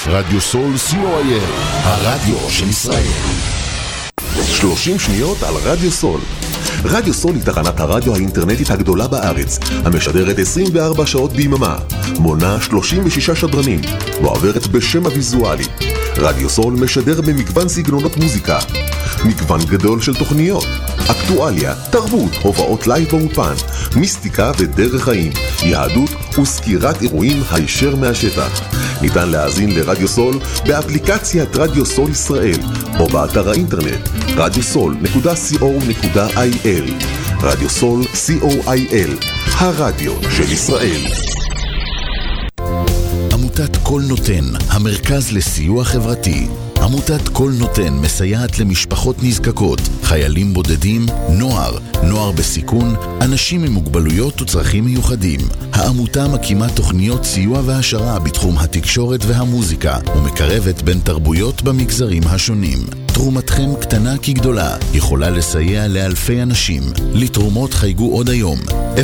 רדיו סול co.il, הרדיו של ישראל. 30 שניות על רדיו סול. רדיו סול היא תחנת הרדיו האינטרנטית הגדולה בארץ, המשדרת 24 שעות ביממה, מונה 36 שדרנים, ועוברת בשם הוויזואלי. רדיו סול משדר במגוון סגנונות מוזיקה, מגוון גדול של תוכניות, אקטואליה, תרבות, הופעות לייב באופן, מיסטיקה ודרך חיים, יהדות וסקירת אירועים הישר מהשטח. ניתן להאזין לרדיו סול באפליקציית רדיו סול ישראל או באתר האינטרנט radiosol.co.il. רדיו סול co.il, הרדיו של ישראל. עמותת כל נותן, המרכז לסיוע חברתי. עמותת כל נותן מסייעת למשפחות נזקקות, חיילים בודדים, נוער בסיכון, אנשים עם מוגבלויות וצרכים מיוחדים. העמותה מקימה תוכניות סיוע והשרה בתחום התקשורת והמוזיקה, ומקרבת בין תרבויות במגזרים השונים. תרומתכם קטנה כגדולה, יכולה לסייע לאלפי אנשים. לתרומות חייגו עוד היום,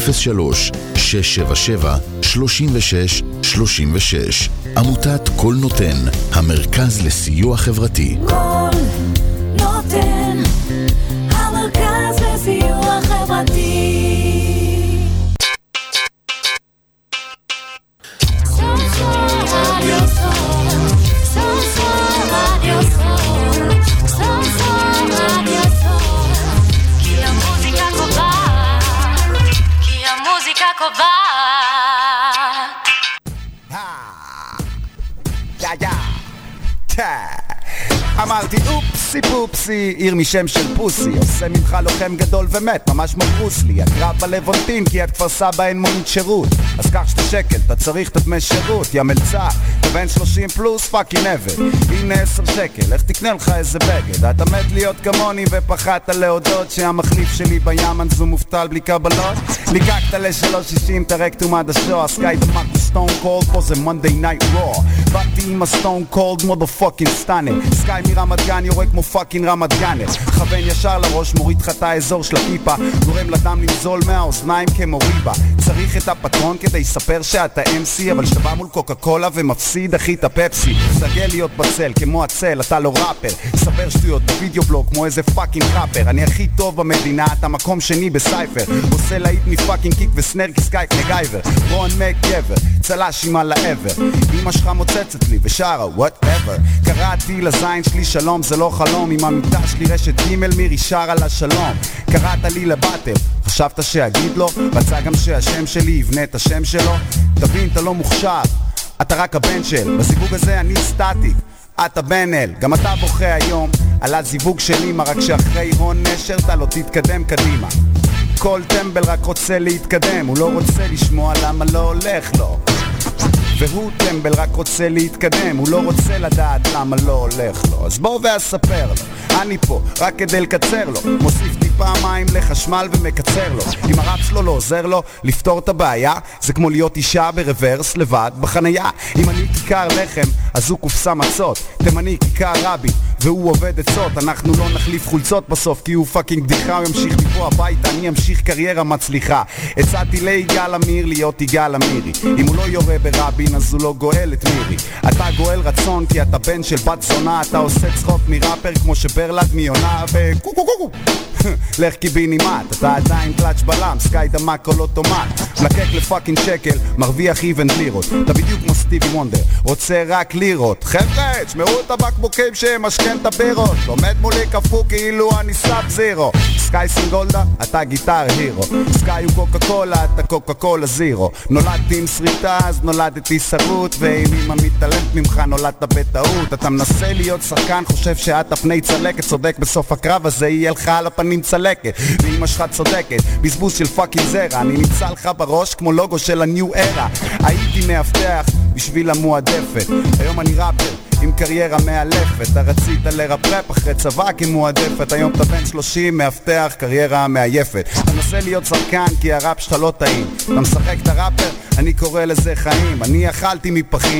03-677-3636. עמותת כל נותן, המרכז לסיוע חברתי. כל נותן, המרכז לסיוע חברתי. אמרתי אופסי פופסי, עיר משם של פוסי, עושה ממך לוחם גדול ומת, ממש כמו ברוסלי. הקרב בלוונטין כי את כפר סבא אין מונית שירות, אז קח 2 שקל, אתה צריך את דמי שירות. יא מלצה, אתה בן 30 פלוס פאקינג עבד, הנה 10 שקל, איך תקנה לך איזה בגד? אתה מת להיות כמוני ופחדת להודות שהמחליף שלי בימן זו מובטל בלי קבלות. ליקקת ל-360 תרק תומד השוע, סקאי דמק בסטון קולד, פה זה מונדי נייט רוע. באתי עם הסטון קולד מודופוקינג סטאנר, סקאי מרמת גן יורק כמו פאקינג רמת גנר, כוון ישר לראש, מוריד לך את האזור של הפיפה, גורם לדם לנזול מהאוזניים כמו ריבה. צריך את הפטרון כדי לספר שאתה MC, אבל שאתה בא מול קוקה קולה ומפסיד אחי את הפפסי. סגל להיות בצל כמו הצל, אתה לא ראפר, ספר שטויות בווידאו בלוג כמו איזה פאקינג ראפר. אני הכי טוב במדינה, אתה מקום שני בסייפר, עושה להיט מפאקינג קיק וסנר כסקייק מגייבר, רון מק גבר, צלשים על העבר. אמא שלך מוצצת לי ושרה whatever, קראתי לזין שלי שלום זה לא חלום, עם המיטה שלי רשת ג' מירי שר על השלום. קראת לי לבטל, חשבת שאגיד לו? רצה גם שהשם שלי יבנה את השם שלו? תבין, אתה לא מוכשר, אתה רק הבן של, בזיווג הזה אני סטטי, אתה בן אל, גם אתה בוכה היום על הזיווג שלי, מה רק שאחרי הון נשר אתה לא תתקדם קדימה. כל טמבל רק רוצה להתקדם, הוא לא רוצה לשמוע למה לא הולך לו, והוא טמבל רק רוצה להתקדם, הוא לא רוצה לדעת למה לא הולך לו. אז בוא ואספר לו, אני פה רק כדי לקצר לו, מוסיף טיפה מים לחשמל ומקצר לו. אם הרב שלו לא עוזר לו לפתור את הבעיה, זה כמו להיות אישה ברוורס לבד בחנייה. אם אני כיכר לחם אז הוא קופסה מצות, תימני כיכר רבי והוא עובד עצות. אנחנו לא נחליף חולצות בסוף כי הוא פאקינג בדיחה, הוא ימשיך לבוא הביתה, אני אמשיך קריירה מצליחה. הצעתי ליגאל אמיר להיות יגאל אמירי, אם הוא לא יורה ברבין אז הוא לא גואל את מירי. אתה גואל רצון כי אתה בן של בת זונה, אתה עושה צחוק מראפר כמו שברלד מיונה וקוקוקוקו לך קיבינימט, אתה עדיין קלאץ' בלם, סקאי דמק כל אוטומט, מלקק לפאקינג שקל, מרוויח איבן לירות. אתה בדיוק כמו סטיבי וונדר, רוצה רק לירות. חבר'ה, תשמעו את הבקבוקים שמשכן את הבירות, לומד מולי כפו כאילו אני סאב זירו. סקאי סינגולדה, אתה גיטר הירו, סקאי הוא קוקה קולה, אתה קוקה קולה זירו. נולדתי עם שריטה אז נולדתי שרוט, ואם אמא מתעלמת ממך נולדת בטעות. אתה מנסה להיות שחקן, חושב שאתה פני צלקת, צודק בסוף הקרב הזה יהיה לך על הפנים צלקת, ואמא שלך צודקת, בזבוז של פאקינג זרע. אני נמצא לך בראש כמו לוגו של הניו ארה, הייתי מאבטח בשביל המועדפת, היום אני ראפר עם קריירה מאלפת. אתה רצית לרפרפ אחרי צבא כמועדפת, היום אתה בן 30 מאבטח קריירה מעייפת. אתה מנסה להיות שחקן כי הראפ שלך לא טעים, אתה משחק את הראפר, אני קורא לזה חיים. אני אכלתי מפחים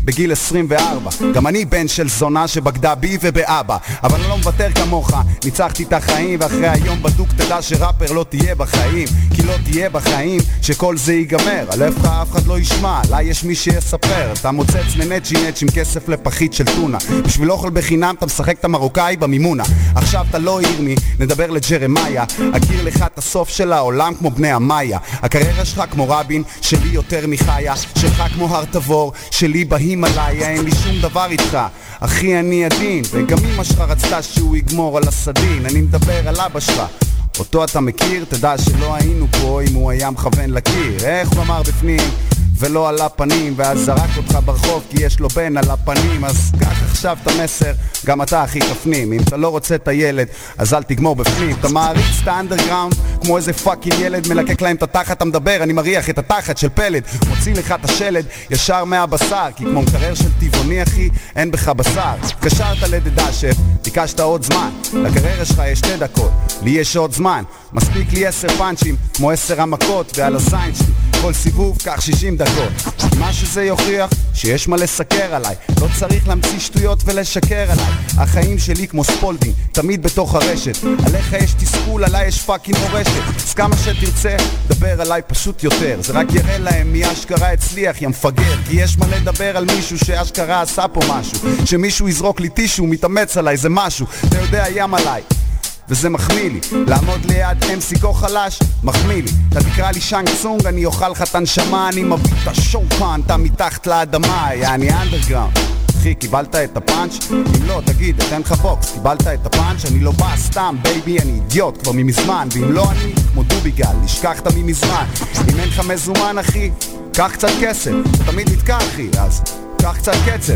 בגיל 24. גם אני בן של זונה שבגדה בי ובאבא, אבל אני לא מוותר כמוך, ניצחתי את החיים, ואחרי היום בדוק תדע שראפר לא תהיה בחיים, כי לא תהיה בחיים שכל זה ייגמר. הלב לך אף אחד לא ישמע, לה יש מי שיספר. אתה מוצץ לנצ'י נצ' עם כסף לפחית של טונה, בשביל אוכל בחינם אתה משחק את המרוקאי במימונה. עכשיו אתה לא עיר מי, נדבר לג'רמיה, אכיר לך את הסוף של העולם כמו בני המאיה. הקריירה שלך כמו רבין, שלי יותר מחיה, שלך כמו הר תבור, שלי בהימאליה. אין לי שום דבר איתך, אחי אני עדין, וגם אמא שלך רצתה שהוא יגמור על הסדין. אני מדבר על אבא שלך, אותו אתה מכיר, תדע שלא היינו פה אם הוא היה מכוון לקיר. איך הוא אמר בפנים ולא על הפנים, ואז זרק אותך ברחוב כי יש לו בן על הפנים. אז קח עכשיו את המסר, גם אתה הכי תפנים. אם אתה לא רוצה את הילד, אז אל תגמור בפנים. אתה מעריץ את האנדרגראונד כמו איזה פאקינג ילד, מלקק להם את התחת, אתה מדבר, אני מריח את התחת של פלד, מוציא לך את השלד ישר מהבשר, כי כמו מקרר של טבעוני אחי, אין בך בשר. קשרת לדדשף, ביקשת עוד זמן, לקריירה שלך יש 2 דקות, לי יש עוד זמן, מספיק לי 10 פאנצ'ים, כמו 10 המכות, ועל הזין שלי כל סיבוב כך 60 דקות. מה שזה יוכיח שיש מה לסקר עליי, לא צריך להמציא שטויות ולשקר עליי. החיים שלי כמו ספולדינג, תמיד בתוך הרשת, עליך יש תסכול, עליי יש פאקינג מורשת. אז כמה שתרצה, דבר עליי פשוט יותר, זה רק יראה להם מי אשכרה הצליח יא מפגר. כי יש מה לדבר על מישהו שאשכרה עשה פה משהו, שמישהו יזרוק לי טישו, מתאמץ עליי זה משהו, אתה יודע ים עליי וזה מחמיא לי. לעמוד ליד MC כה חלש, מחמיא לי. אתה תקרא לי שאנג צונג, אני אוכל לך את הנשמה, אני מביא את השוקן, אתה מתחת לאדמה, אני אנדרגראונד. אחי, קיבלת את הפאנץ'? אם לא, תגיד, אתן לך בוקס. קיבלת את הפאנץ'? אני לא בא סתם, בייבי, אני אידיוט כבר ממזמן. ואם לא אני, כמו דוביגל, נשכחת ממזמן. אם אין לך מזומן, אחי, קח קצת כסף. אתה תמיד נתקע, אחי, אז קח קצת קצב.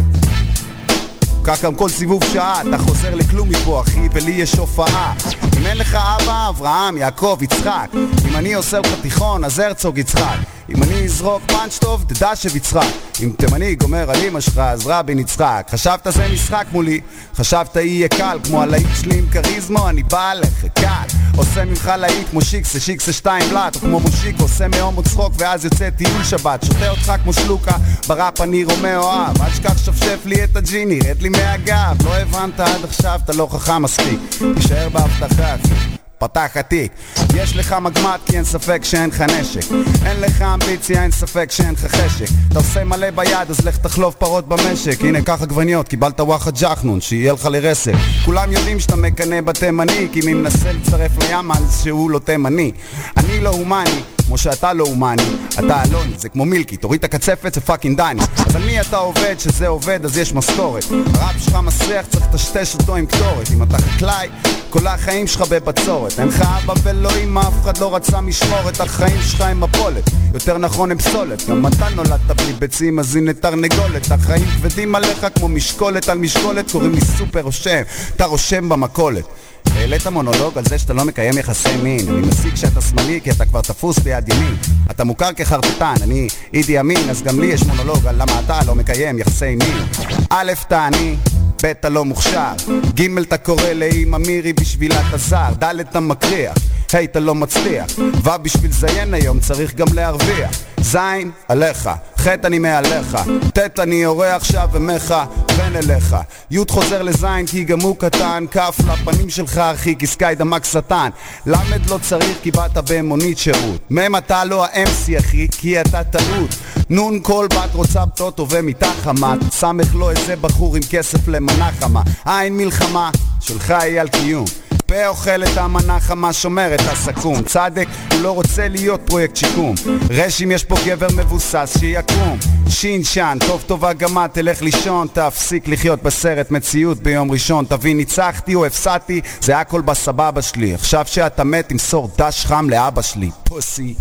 כך גם כל סיבוב שעה, אתה חוזר לכלום מפה אחי, ולי יש הופעה. אם אין לך אבא, אברהם, יעקב, יצחק. אם אני עושה לך תיכון, אז הרצוג יצחק. אם אני אזרוק פאנץ' טוב, תדע שביצחק. אם תימני גומר על אמא שלך, אז רבין יצחק. חשבת זה משחק מולי, חשבת יהיה קל, כמו הלהיט שלי עם קריזמו, אני בא לך קל. עושה ממך להיט כמו שיקסה, שיקסה 2 בלט, או כמו מושיק, עושה מהומו צחוק, ואז יוצא טיול שבת. שותה אותך כמו שלוקה, בראפ אני רומאו אוהב. עד שכך שפשף לי את הג'יני, רד לי מהגב. לא הבנת עד עכשיו, אתה לא חכם מספיק, תישאר בהבטחה אחי, פתח עתיק. יש לך מגמת כי אין ספק שאין לך נשק, אין לך אמביציה, אין ספק שאין לך חשק. אתה עושה מלא ביד, אז לך תחלוף פרות במשק. הנה ככה גווניות, קיבלת וואחד ג'חנון, שיהיה לך לרסק. כולם יודעים שאתה מקנה בתימני, כי מי מנסה לצרף לימן אז שהוא לא תימני. אני לא הומני, כמו שאתה לא הומני, אתה אלוני, זה כמו מילקי, תוריד את הקצפת, זה פאקינג דני. אז על מי אתה עובד? שזה עובד, אז יש משכורת. הרב שלך מסריח, צריך תשתש אותו עם קטורת. אם אתה חקלאי, כל החיים שלך בבצורת. אין לך אבא ולא אמא, אף אחד לא רצה משמורת. החיים שלך הם מפולת, יותר נכון הם פסולת. גם אתה נולדת בלי ביצים, אז הנה תרנגולת. החיים כבדים עליך כמו משקולת על משקולת. קוראים לי סופר רושם, אתה רושם במקולת. העלית מונולוג על זה שאתה לא מקיים יחסי מין. אני מסיק שאתה שמאלי כי אתה כבר תפוס ביד ימין. אתה מוכר כחרטטן, אני אידי אמין, אז גם לי יש מונולוג על למה אתה לא מקיים יחסי מין. א' אתה עני, ב' אתה לא מוכשר, ג' אתה קורא לאמא מירי בשבילה אתה זר, ד' אתה מקריח, ה' אתה לא מצליח, ו' בשביל זיין היום צריך גם להרוויח. זין עליך, ח' אני מעליך, ט' אני יורה עכשיו ומך בן אליך, י' חוזר לזין כי גם הוא קטן, כ' לפנים שלך אחי כי סקאי דמק סטן, למד לא צריך כי באת במונית שירות, מ' אתה לא ה-MC אחי כי אתה טעות, נון כל בת רוצה פטוטו ומיטה חמה, סמך לו איזה בחור עם כסף למנה חמה, עין מלחמה שלך היא על קיום, פה אוכל את המנה חמה שומר את הסכום, צדק הוא לא רוצה להיות פרויקט שיקום, רשים יש פה גבר מבוסס שיקום, שין שן טוב טובה גמה תלך לישון, תפסיק לחיות בסרט מציאות ביום ראשון, תבין ניצחתי או הפסעתי זה הכל בסבבה שלי, עכשיו שאתה מת תמסור דש חם לאבא שלי פוסי.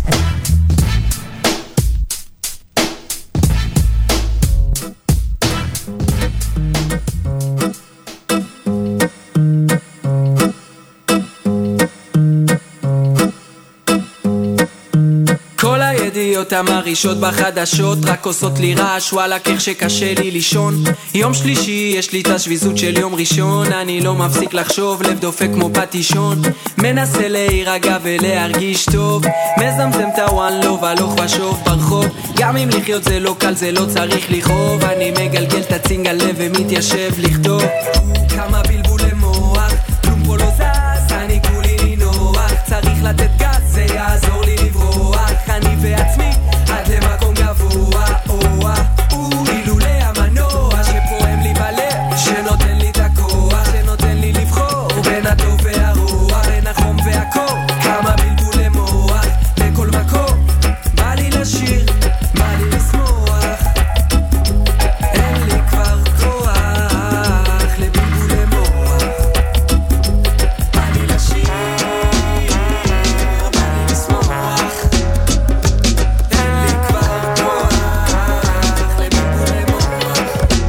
הידיעות המרישות בחדשות רק עושות לי רעש, וואלה איך שקשה לי לישון. יום שלישי יש לי את השביזות של יום ראשון, אני לא מפסיק לחשוב, לב דופק כמו פטישון, מנסה להירגע ולהרגיש טוב, מזמזם את הוואן לוב הלוך ושוב ברחוב, גם אם לחיות זה לא קל זה לא צריך לכאוב, אני מגלגל את הצינג הלב ומתיישב לכתוב. כמה בלבולי מוח, כלום פה לא זז, אני כולי נינוח, צריך לתת גז, זה יעזור לי לברוח, אני ועצמי עד למקום גבוה, אילולי המנוע שפועם לי בלב, שנותן לי את הכוח, שנותן לי לבחור בין הטוב והרוע, בין החום והקור, כמה בלבולי מוח בכל מקום, בא לי לשיר, בא לי לשמוח, אין לי כבר כוח לבלבולי מוח, בא לי לשיר, בא לי לשמוח, אין לי כבר כוח לבלבולי מוח.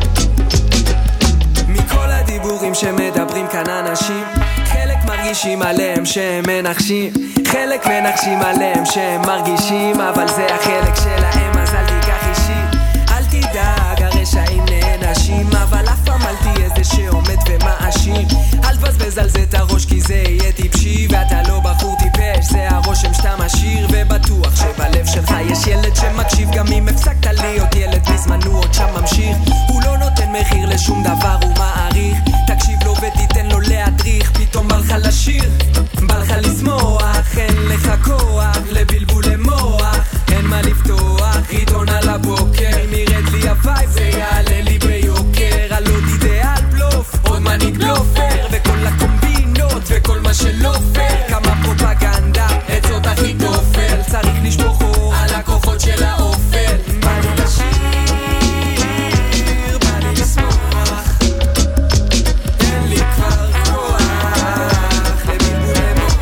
מכל הדיבורים שמדברים כאן אנשים, חלק מרגישים עליהם שהם מנחשים, חלק מנחשים עליהם שהם מרגישים, אבל זה החלק שלהם אז אל תיקח אישי, אל תדאג הרשעים נענשים, אבל אף פעם אל תהיה זה שעומד ומאשים, אל תבזבז על זה את הראש כי זה יהיה טיפשי, ואתה לא בחור טיפש, זה הרושם שאתה משאיר, ובטוח שבלב שלך יש ילד שמקשיב, גם אם הפסקת להיות ילד בזמן הוא עוד שם ממשיך, הוא לא נותן מחיר לשום דבר, הוא מעריך, תקשיב לו ותיתן לו להדריך, פתאום בא לך לשיר, בא לך לשמוח, אין לך כוח לבלבולי מוח, אין מה לפתוח, עיתון על הבוקר, אם ירד לי הווייב זה יעלה לי ביוקר, על עוד אידאל בלוף, עוד מניק בלופר, וכל הקומבינות וכל מה שלא פר, כמה פרופגנדה, עצות הכי כופר, צריך לשפוך אור על הכוחות של האופל, בא לי לשיר, בא לי לשמוח, אין לי כבר כוח לבלבולי מוח,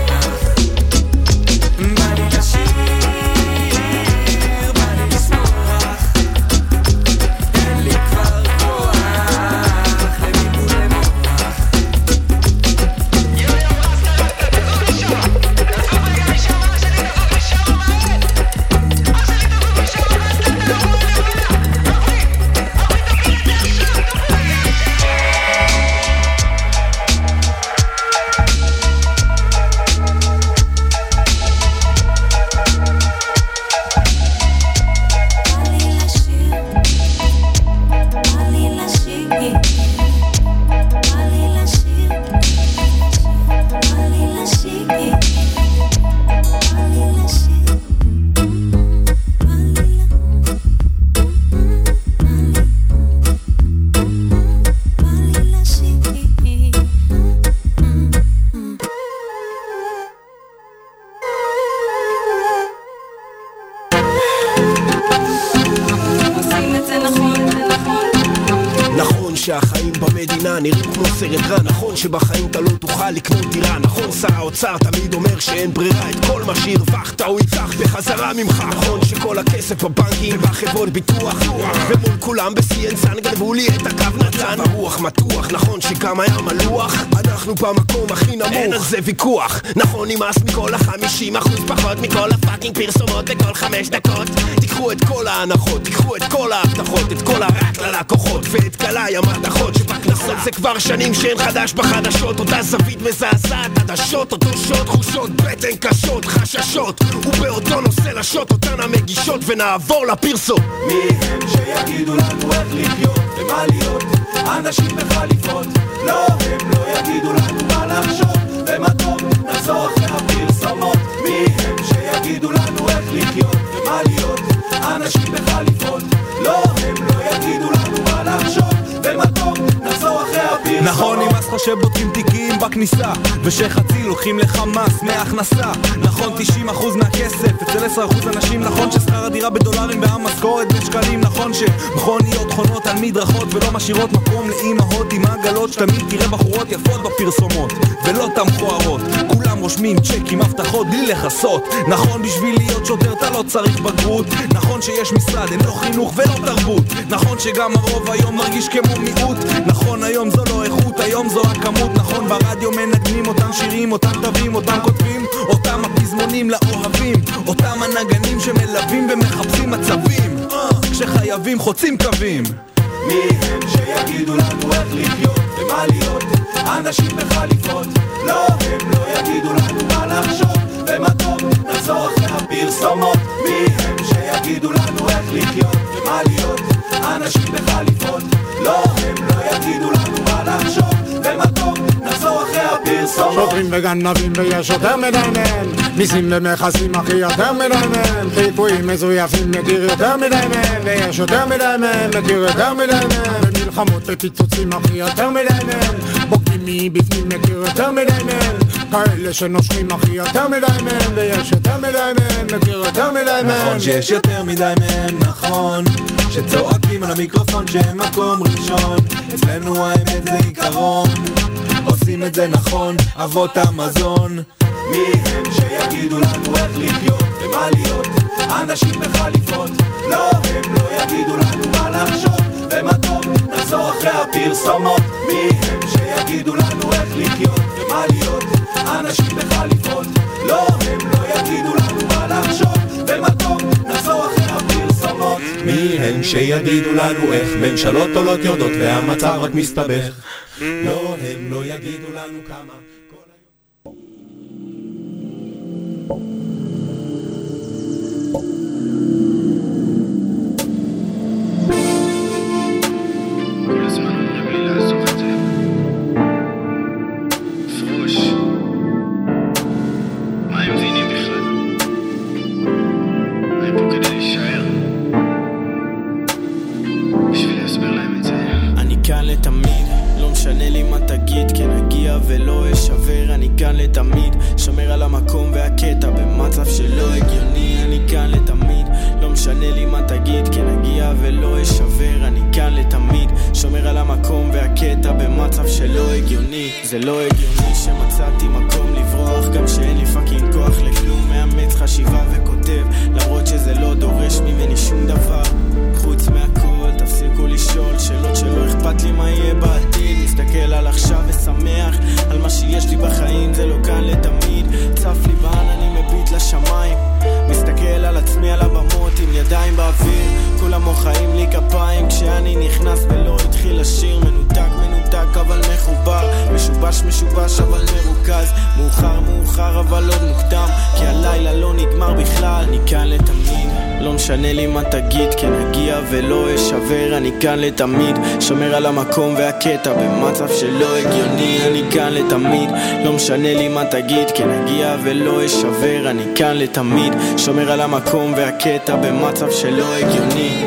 בא לי לשיר, בא לי לשמוח, אין לי כבר כוח לבלבולי מוח. שהחיים במדינה נראים כמו סרט רע, נכון שבחיים אתה לא תוכל לקנות דירה, נכון שר האוצר תמיד אומר שאין ברירה, את כל מה שהרווחת הוא יצח בחזרה ממך, נכון שכל הכסף בבנקים ובחברות ביטוח, ומול כולם ב-CNC גנבו לי את הקו נתן, הרוח מתוח, נכון שגם היה מלוח, אנחנו במקום הכי נמוך, אין על זה ויכוח, נכון נמאס מכל 50% פחות מכל הפאקינג פרסומות בכל 5 דקות, תיקחו את כל ההנחות, תיקחו את כל ההבטחות, את כל הרק ללקוחות ואת קלה ימת אחות שבכנסות זה כבר שנים שאין חדש בחדשות, אותה זווית מזעזעת עדשות, אותו שוט, תחושות בטן קשות, חששות ובאותו נושא לשוט אותן המגישות ונעבור לפרסום. מי הם שיגידו לנו איך לחיות ומה להיות אנשים בחליפות, לא הם לא יגידו לנו מה לחשוב ומה טוב נחזור אחרי הפרסומות. מי הם שיגידו לנו איך לחיות ומה להיות אנשים בחליפות, לא הם לא יגידו לנו מה לחשוב ומה טוב נחזור אחרי הפרסומות. נכון נמאס לך שבודקים תיקים בכניסה ושחצי לוקחים לך מס מהכנסה, נכון 90% מהכסף אצל 10% אנשים, נכון ששכר הדירה בדולרים והמשכורת בשקלים, נכון שמכוניות חונות על מדרכות ולא משאירות מקום לאימהות עם עגלות, שתמיד תראה בחורות יפות בפרסומות ולא תמכוערות, כולם רושמים צ'קים הבטחות בלי לחסות, נכון בשביל להיות שוטר אתה לא צריך בגרות, נכון שיש משרד אין לו חינוך ולא תרבות, נכון שגם הרוב היום מרגיש כמו מיעוט, נכון היום זו לא איכות היום זו הכמות, נכון, ברדיו מנגנים אותם שירים, אותם תווים, אותם כותבים, אותם הפזמונים לאוהבים, אותם הנגנים שמלווים ומחפשים מצבים, כשחייבים חוצים קווים. מי הם שיגידו לנו איך לחיות ומה להיות אנשים בחליפות? לא, הם לא יגידו לנו מה לחשוב ומה טוב, נחזור אחרי הפרסומות. מי הם שיגידו לנו איך לחיות ומה להיות אנשים בחליפות? לא, הם לא יגידו לנו מה לחשוב ומה טוב, נחזור אחרי הפרסומות. שוטרים וגנבים ויש יותר מדי מהם, מיסים ומכסים אחי יותר מדי מהם, חיפויים מזויפים מכיר יותר מדי מהם, ויש יותר מדי מהם מכיר יותר מדי מהם, במלחמות ופיצוצים אחי יותר מדי מהם, בוקדים מבפנים מכיר יותר מדי מהם, כאלה שנושכים אחי יותר מדי מהם, ויש יותר מדי מהם מכיר יותר מדי מהם. נכון שיש יותר מדי מהם, נכון שצועקים על המיקרופון שהם מקום ראשון, אצלנו האמת זה עיקרון, עושים את זה נכון, אבות המזון. מי הם שיגידו לנו איך לחיות ומה להיות אנשים בחליפות? לא, הם לא יגידו לנו מה לחשוב ומה טוב, נחזור אחרי הפרסומות. מי הם שיגידו לנו איך לחיות ומה להיות אנשים בחליפות? לא, הם לא יגידו לנו מה לחשוב ומה טוב, נחזור אחרי הפרסומות. מי הם שיגידו לנו איך ממשלות עולות יורדות והמצב רק מסתבך? לא, הם לא יגידו לנו כמה כל הזמן אומרים לי לעזוב את זה, פרוש, מה הם מבינים בכלל? אני פה כדי להישאר, בשביל להסביר להם את זה. אני כאן לתמיד, לא משנה לי מה תגיד, כן אגיע ולא אשבר. אני כאן לתמיד, שומר על המקום והקטע במצב שלא הגיוני. אני כאן לתמיד, לא משנה לי מה תגיד, כן אגיע ולא אשבר. אני כאן לתמיד, שומר על המקום והקטע במצב שלא הגיוני. זה לא הגיוני שמצאתי מקום לברוח, גם שאין לי פאקינג כוח לכלום. מאמץ חשיבה וכותב, למרות שזה לא דורש ממני שום דבר חוץ מהכל. תפסיקו לשאול שאלות שלא אכפת לי מה יהיה בעתיד. מסתכל על עכשיו ושמח על מה שיש לי בחיים, זה לא כאן לתמיד. צף לי בעננים מביט לשמיים, מסתכל על עצמי על הבמות עם ידיים באוויר, כולם מוחאים לי כפיים כשאני נכנס ולא התחיל לשיר. מנותק אבל מחובר, משובש אבל מרוכז, מאוחר אבל עוד מוקדם, כי הלילה לא נגמר בכלל. אני כאן לתמיד, לא משנה לי מה תגיד, כן אגיע ולא אשבר. אני כאן לתמיד, שומר על המקום והקטע במצב שלא הגיוני. אני כאן לתמיד, לא משנה לי מה תגיד, כן אגיע ולא אשבר. אני כאן לתמיד, שומר על המקום והקטע במצב שלא הגיוני.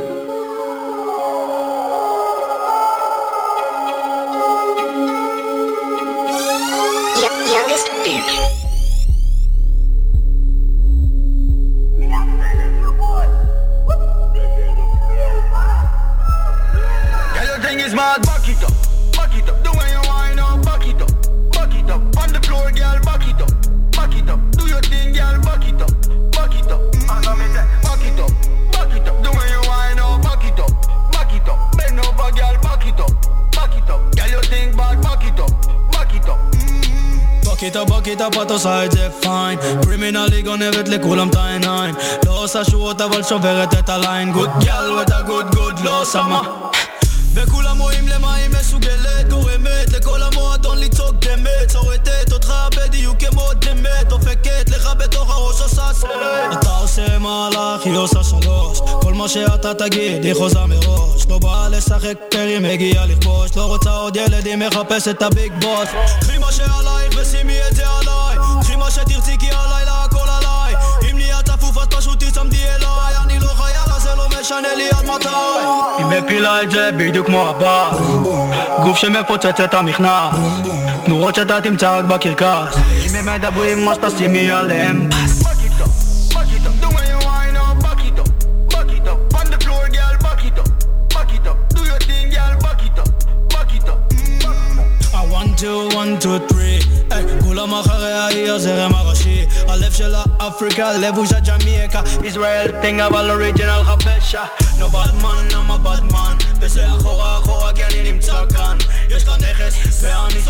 את את עושה את זה פיין, קרימינלי גונבת לכולם את העיניים, לא עושה שורות אבל שוברת את הליין. גוד גל ודה גוד לא עושה מה, וכולם רואים למה היא מסוגלת, גורמת לכל המועדון לצעוק דמת, צורטת אותך בדיוק כמו דמת, דופקת לך בתוך הראש עושה סרט. אתה עושה מהלך, היא עושה שלוש, כל מה שאתה תגיד היא חוזה מראש, לא באה לשחק פרי מגיעה לכבוש, לא רוצה עוד ילד היא מחפשת את הביג בוס. קחי מה שעלייך ושימי את זה עליי, קחי מה שתרצי כי הלילה הכל עליי, אם נהיה צפוף אז פשוט תצמדי אליי, אני לא חייל אז זה לא משנה לי עד מתי. היא מפילה את זה בדיוק כמו הבא, גוף שמפוצץ את המכנע, תנועות שאתה תמצא רק בקרקס, אם הם מדברים מה שתשימי עליהם. One, two, three, כולם אחריה היא הזרם הראשי, הלב שלה אפריקה, לבושה ג'מייקה, ישראל thing אבל אוריג'ינל חפשה, no bad man, I'm a bad man, וזה אחורה כי אני נמצא כאן, יש לה נכס ואני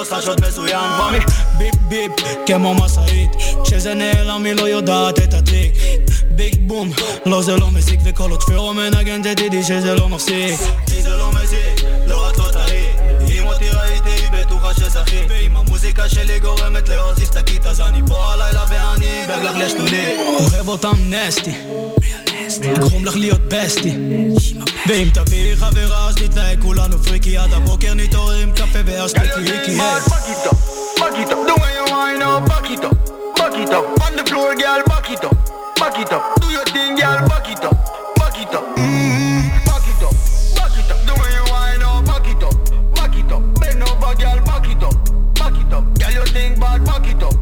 חשוד מזוין בא ביפ ביפ כמו מסעית כשזה נעלם היא לא יודעת את הטריק ביג בום, לא זה לא מזיק וכל עוד פרו מנגן תדעי שזה לא מפסיק כי זה לא מזיק, לא רק לא טרי אם אותי ראיתי היא בטוחה שזכית ואם המוזיקה שלי גורמת להוזיז תקית אז אני פה הלילה ואני בגלח לשתולי אוהב אותם נסטי גרום לך להיות בסטי ואם תביאי חברה אז נתנהג כולנו פריקי עד הבוקר נתעורר עם קפה ואשתי קיקי Back it up, the way you wind up, back it up, back it up, on the floor, girl, back it up, back it up, do your thing, girl, back it up, back it up, back it up, back it up, the way you wind up, back it up, bend over, girl, back it up, girl, your thing bad, back it up,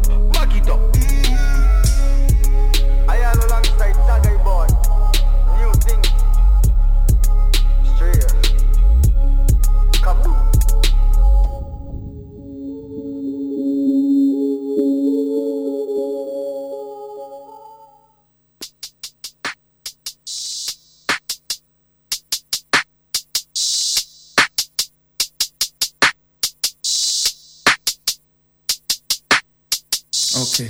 I am alongside Tagay Boy, new thing, straight, kaboom. אוקיי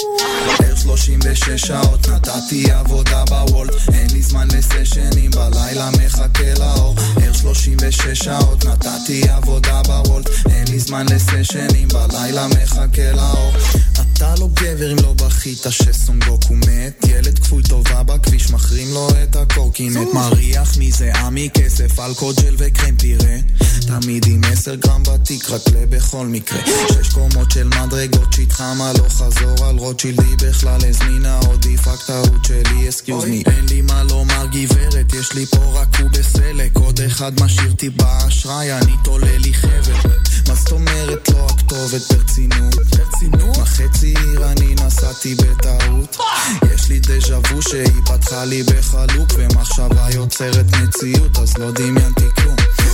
36 שעות נתתי עבודה בוולט אין לי זמן לסשנים בלילה מחכה לאור 36 שעות נתתי עבודה בוולט אין לי זמן לסשנים בלילה מחכה לאור אתה לא גבר אם לא בכית שסונגוקו מת ילד כפוי טובה בכביש מחרים לו את הקורקינט מריח מזה עמי כסף אלכוג'ל וקרם פירה תמיד עם 10 גרם בתיק רק בכל מקרה 6 קומות של מדרגות שהתחמה לא חזור על רוטשילדי בכלל הזמינה עוד דפק טעות שלי אסקיוז מי אין לי מה לומר גברת יש לי פה רק הוא בסלק עוד אחד משאיר אותי באשראי אני תולה לי חבר מה זאת אומרת לא הכתובת ברצינות מה חצי עיר אני נסעתי בטעות יש לי דז'אבו שהיא פתחה לי בחלוק ומחשבה יוצרת מציאות אז לא דמיינתי כלום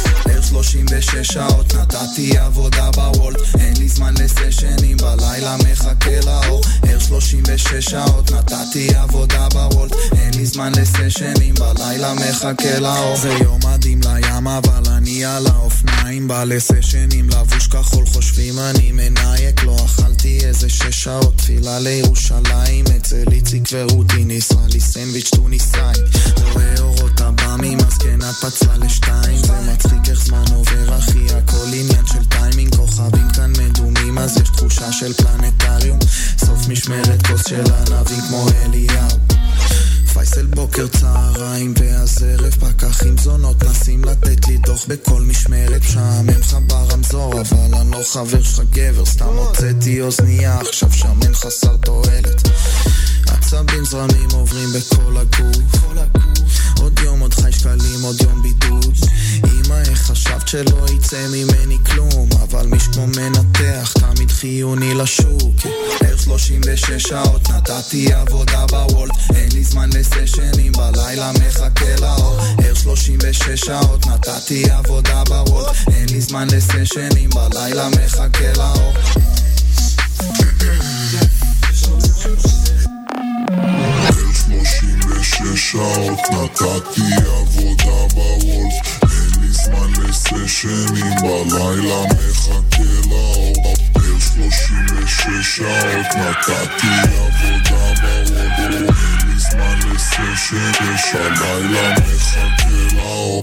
36 שעות נתתי עבודה בוולט אין לי זמן לסשנים בלילה מחכה לאור 36 שעות נתתי עבודה בוולט אין לי זמן לסשנים בלילה מחכה לאור זה יום מדהים לים אבל אני על האופניים בא לסשנים לבוש כחול חושבים אני מנייק לא אכלתי איזה 6 שעות תפילה לירושלים אצל איציק ורותי ניסה לי סנדוויץ' טוניסאי רואה אורות הבא ממסכנת פצלה לשתיים זה מצחיק איך זמן עובר אחי הכל עניין של טיימינג כוכבים כאן מדומים אז יש תחושה של פלנטריום סוף משמרת כוס של ענבים כמו אליהו פייסל בוקר צהריים ואז ערב פקחים זונות נסים לתת לי דוח בכל משמרת שעמם לך ברמזור אבל אני לא חבר שלך גבר סתם הוצאתי אוזנייה עכשיו שמן חסר תועלת עצבים זרמים עוברים בכל הגוף עוד יום עוד חי שקלים עוד יום בידוד אמא איך חשבת שלא יצא ממני כלום אבל מי שכמו מנתח תמיד חיוני לשוק 36 שעות נתתי עבודה בוולט אין לי זמן לסשנים בלילה מחכה לאור 36 שעות נתתי עבודה בוולט אין לי זמן לסשנים בלילה מחכה לאור 36 שעות נתתי עבודה בוולט אין לי זמן לסשנים בלילה מחכה לאור 36 שעות נתתי עבודה בוולט אין לי זמן לסשנים בלילה מחכה לאור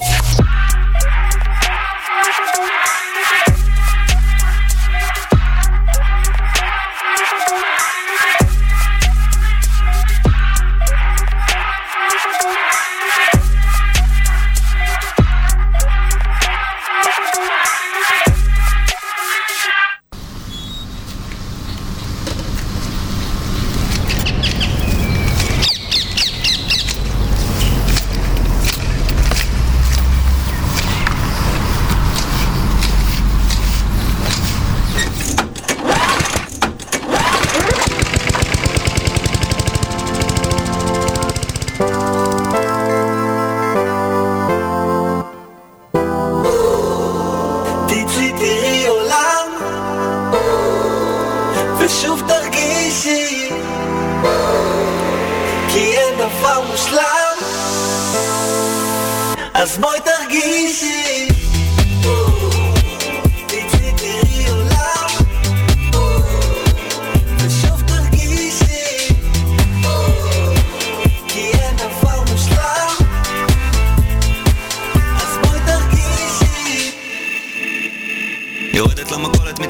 אז בואי תרגישי תצאי תראי עולם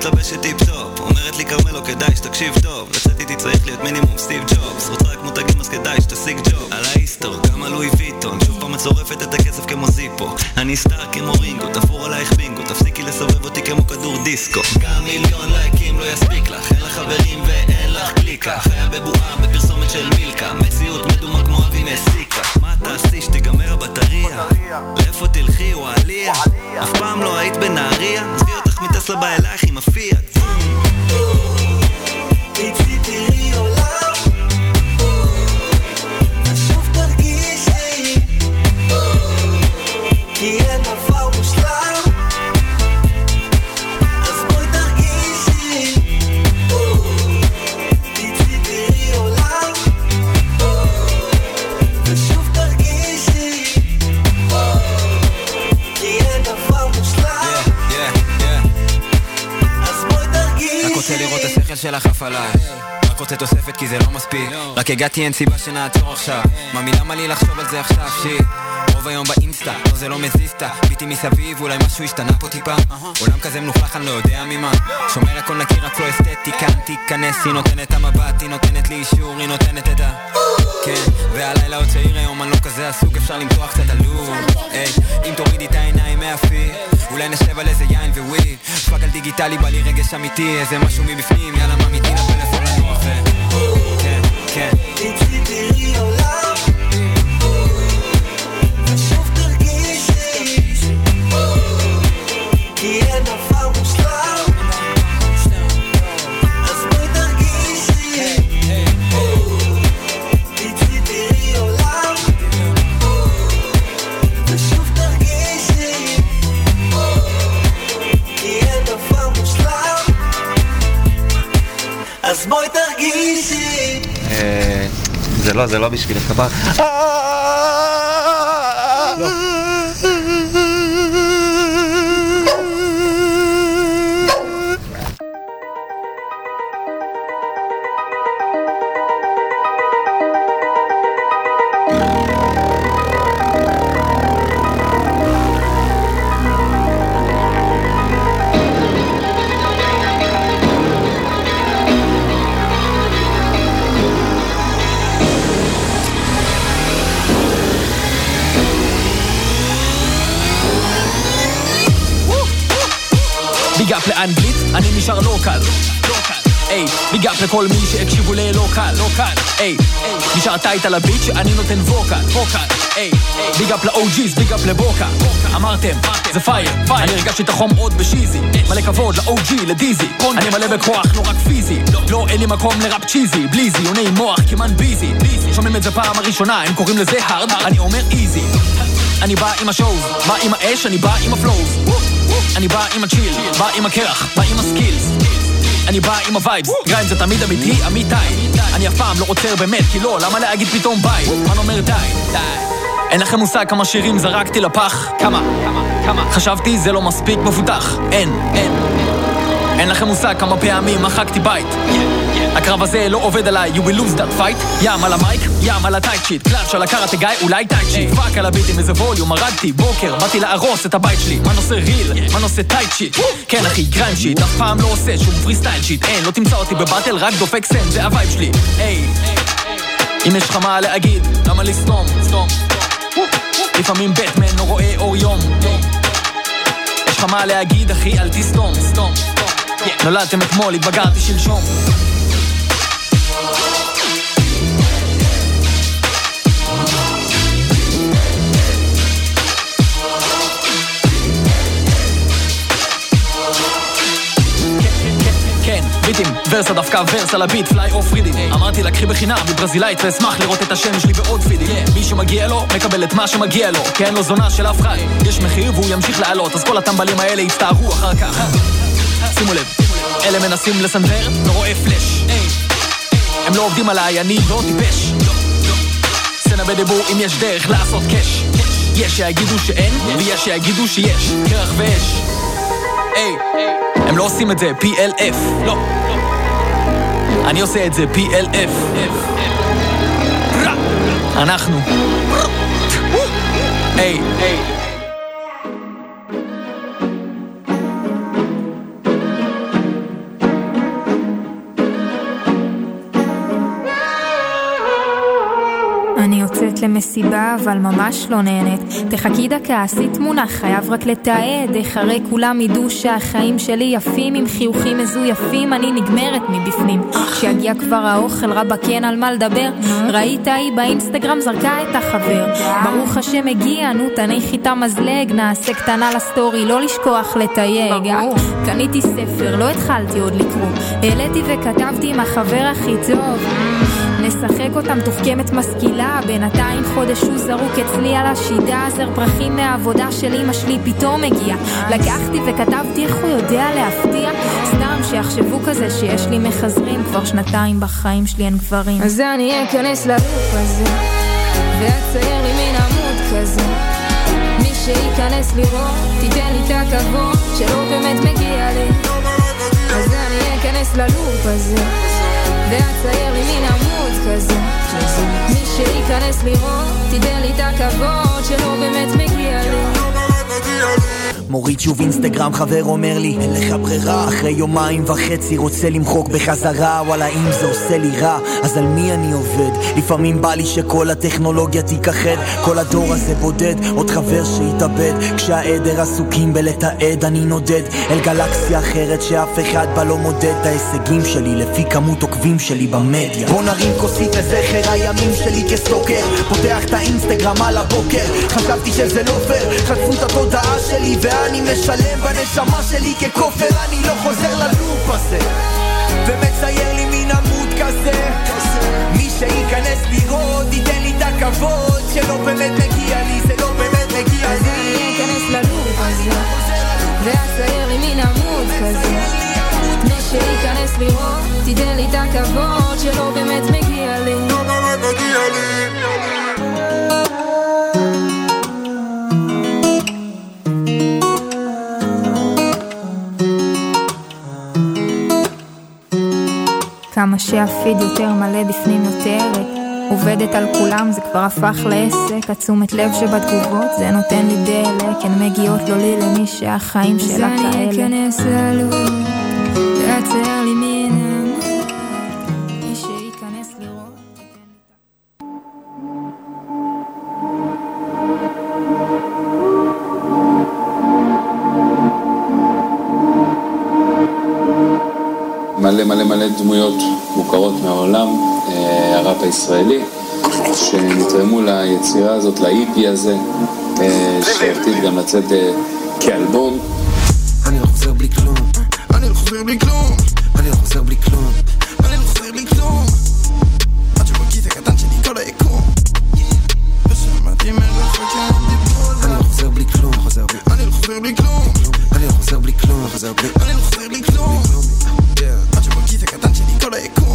מתלבשת טיפ-טופ, אומרת לי קרמלו כדאי שתקשיב טוב, לצאת איתי צריך להיות מינימום סטיב ג'ובס, רוצה רק מותגים אז כדאי שתשיג ג'וב, על האיסטור, גם על לואי ויטון, שוב פעם מצורפת את הכסף כמו זיפו, אני סטאר כמו רינגו, תפור עלייך בינגו, תפסיקי לסובב אותי כמו כדור דיסקו, גם מיליון לייקים לא יספיק לך, אין לך חברים ואין לך קליקה, חיה בבועה בפרסומת של מילקה, מציאות מדומה כמו אבי מסיקה, מה תעשי שתיגמר הבטריה? לאיפה תלכי או עליה? אף פעם לא היית בנהריה? עזבי אותך מטסלה בא אלייך עם הפיאט תצאי תראי עולם ושוב תרגישי כי אין דבר מושלם אז בואי תרגישי תצאי תראי עולם ושוב תרגישי כי אין דבר מושלם אז בואי תרגישי רק רוצה לראות השכל שלך אף עליי רק רוצה תוספת כי זה לא מספיק רק הגעתי אין סיבה שנעצור עכשיו מאמי למה לי לחשוב על זה עכשיו שיט רוב היום באינסטה לא זה לא מזיסטה ביטי מסביב אולי משהו השתנה פה טיפה עולם כזה מנופח אני לא יודע ממה שומר הכל נקי רק לא אסתטיקה תיכנס היא נותנת המבט היא נותנת לי אישור היא נותנת את ה כן והלילה עוד צעיר היום אני לא כזה עסוק אפשר למתוח קצת עלוב אם תורידי את העיניים מהפי אולי נשב על איזה יין וויד פאק על דיגיטלי בא לי רגש אמיתי איזה משהו מבפנים יאללה ממיתי לפלאפון לנוח כן כן תצאי תראי עולם ושוב תרגישי כי אין דבר מושלם אז בואי תרגישי תצאי תראי עולם ושוב תרגישי כי אין דבר מושלם אז בואי תרגישי זה לא בשביל הכבר לא ביגאפ לאנגלית, אני נשאר לוקל איי, ביגאפ לכל מי שהקשיבו ללוקל איי, נשאר טייט על הביט שאני נותן ווקל איי, ביגאפ לאו-ג'יז, ביגאפ לבוקה אמרתם, זה פייר אני הרגשתי את החום עוד בשיזי מלא כבוד לאו-ג'י, לדיזי אני מלא בכוח, לא רק פיזי לא, אין לי מקום לראפ צ'יזי בלי זיוני מוח, כמעט ביזי שומעים את זה פעם הראשונה, הם קוראים לזה הרד אני אומר איזי אני בא עם השואו, בא עם האש, אני בא עם הפלואוז אני בא עם הצ'יל, בא עם הקרח, בא עם הסקילס אני בא עם הווייבס, גריים זה תמיד אמיתי, אמיתי אני אף פעם לא עוצר באמת, כי לא, למה להגיד פתאום ביי? מה אומר די? אין לכם מושג כמה שירים זרקתי לפח כמה? חשבתי זה לא מספיק מפותח אין לכם מושג כמה פעמים מחקתי בית הקרב הזה לא עובד עליי, you will lose that fight ים על המייק, ים על הטייט שיט קלאץ' על הקראטה גיא, אולי טייט שיט פאק על הביטים, איזה ווליום, הרגתי בוקר באתי להרוס את הבית שלי מה נושא ריל, מה נושא טייט שיט כן אחי, גריים שיט, אף פעם לא עושה שום פרי סטייל שיט אין, לא תמצא אותי בבטל, רק דופק סן, זה הווייב שלי היי, אם יש לך מה להגיד, למה לסתום? לפעמים בטמן לא רואה אור יום יש לך מה להגיד אחי, אל תסתום נולדתם אתמול, התבגרתי שלשום כן, ביטים, ורסה דווקא ורסה לביט, פליי אוף רידים אמרתי לקחי בחינם בברזילאית ואשמח לראות את השם שלי בעוד פידים מי שמגיע לו, מקבל את מה שמגיע לו כי אין לו זונה של אף חי יש מחיר והוא ימשיך לעלות אז כל הטמבלים האלה יצטערו אחר כך שימו לב, אלה מנסים לסנדר, לא רואה פלש הם לא עובדים עליי, אני לא טיפש סצנה בדיבור אם יש דרך לעשות קש יש שיגידו שאין, ויש שיגידו שיש קרח ואש הם לא עושים את זה PLF לא אני עושה את זה PLF אנחנו למסיבה אבל ממש לא נהנית. תחכי דקה, עשי תמונה, חייב רק לתעד. אחרי כולם ידעו שהחיים שלי יפים, עם חיוכים מזויפים, אני נגמרת מבפנים. כשיגיע כבר האוכל רבה כן על מה לדבר. ראית היא באינסטגרם זרקה את החבר. ברוך השם הגיע, נו תניחי את המזלג, נעשה קטנה לסטורי, לא לשכוח לתייג. קניתי ספר, לא התחלתי עוד לקרוא, העליתי וכתבתי עם החבר הכי טוב. נשחק אותם תוחכמת משכילה, בינתיים חודש הוא זרוק אצלי על השידה. זר פרחים מהעבודה של אמא שלי פתאום הגיע, לקחתי וכתבתי איך הוא יודע להפתיע. סתם שיחשבו כזה שיש לי מחזרים, כבר שנתיים בחיים שלי אין גברים. אז אני אכנס ללופ הזה ואצייר לי מן עמוד כזה. מי שייכנס לראות תיתן לי את הכבוד שלא באמת מגיע לי. אז אני אכנס ללופ הזה ואצייר לי מן עמוד כזה. מי שייכנס לראות תיתן לי את הכבוד שלא באמת מגיע לי. מוריד שוב אינסטגרם, חבר אומר לי אין לך ברירה, אחרי יומיים וחצי רוצה למחוק בחזרה. וואלה אם זה עושה לי רע, אז על מי אני עובד? לפעמים בא לי שכל הטכנולוגיה תיכחד, כל הדור הזה בודד, עוד חבר שהתאבד. כשהעדר עסוקים בלתעד אני נודד אל גלקסיה אחרת שאף אחד בה לא מודד את ההישגים שלי לפי כמות עוקבים שלי במדיה. בוא נרים כוסית לזכר הימים שלי כסטוקר, פותח את האינסטגרם על הבוקר, חשבתי שזה לא פייר, חטפו את התודעה שלי ואני משלם בנשמה שלי ככופר. אני לא חוזר ללופ הזה ומצייר לי מן עמוד כזה. מי שייכנס לראות ייתן לי את הכבוד שלא באמת מגיע לי, זה לא באמת מגיע לי. אני אכנס ללופ הזה ואצייר לי מן עמוד כזה. מי שייכנס לראות תיתן לי את הכבוד שלא באמת מגיע לי, לא באמת מגיע לי. כמה שהפיד יותר מלא בפנים נותרת, עובדת על כולם זה כבר הפך לעסק. התשומת לב שבתגובות זה נותן לי דלק, הן מגיעות לא לי למי שהחיים שלה כאלה. אז אני אכנס ללוב ואצייר לי מן עמוד, מי שייכנס לראות מלא דמויות מוכרות מהעולם, הראפ הישראלי, שנתרמו ליצירה הזאת, לאיפי הזה, שעתיד גם לצאת כאלבום. אני לא חוזר בלי כלום, אני לא חוזר בלי כלום, אני לא חוזר בלי כלום, אני לא חוזר בלי כלום. עד שבכיס הקטן שלי כל היקום ושמעתי מרחוק דיבור. אני לא חוזר בלי כלום, אני לא חוזר בלי כלום, אני לא חוזר בלי כלום, אני לא חוזר בלי כלום. עד שבכיס הקטן שלי כל היקום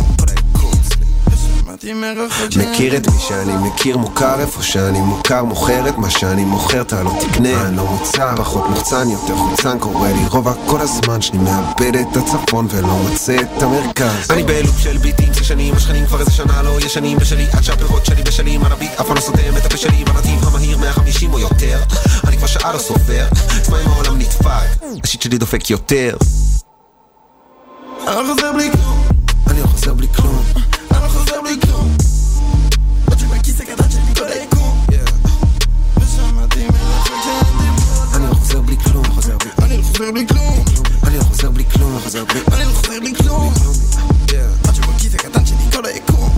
ושמעתי מרחוק. מכיר את מי שאני מכיר, מוכר איפה שאני מוכר, מוכר את מה שאני מוכר, אתה לא תקנה, אני לא מוצא, פחות מוחצן, יותר חוצן, קורא לי רובע כל הזמן שאני מאבד את הצפון ולא מוצא את המרכז. אני בלופ של ביטים ששנים, השכנים כבר איזה שנה לא ישנים בשלי, עד שהפירות שלי בשלים, הנביא אף לא סותם את הפה שלי, בנתיב המהיר 150 או יותר, אני כבר שעה לא סופר, צבעים העולם נדפק, השיט שלי דופק יותר. אני לא חוזר בלי כלום, אני לא חוזר בלי כלום, אני לא חוזר בלי כלום. עד שבכיס הקטן שלי כל היקום ושמעתי מרחוק דיבור. אני לא חוזר בלי כלום, אני לא חוזר בלי כלום, אני לא חוזר בלי כלום, אני לא חוזר בלי כלום. עד שבכיס הקטן שלי כל היקום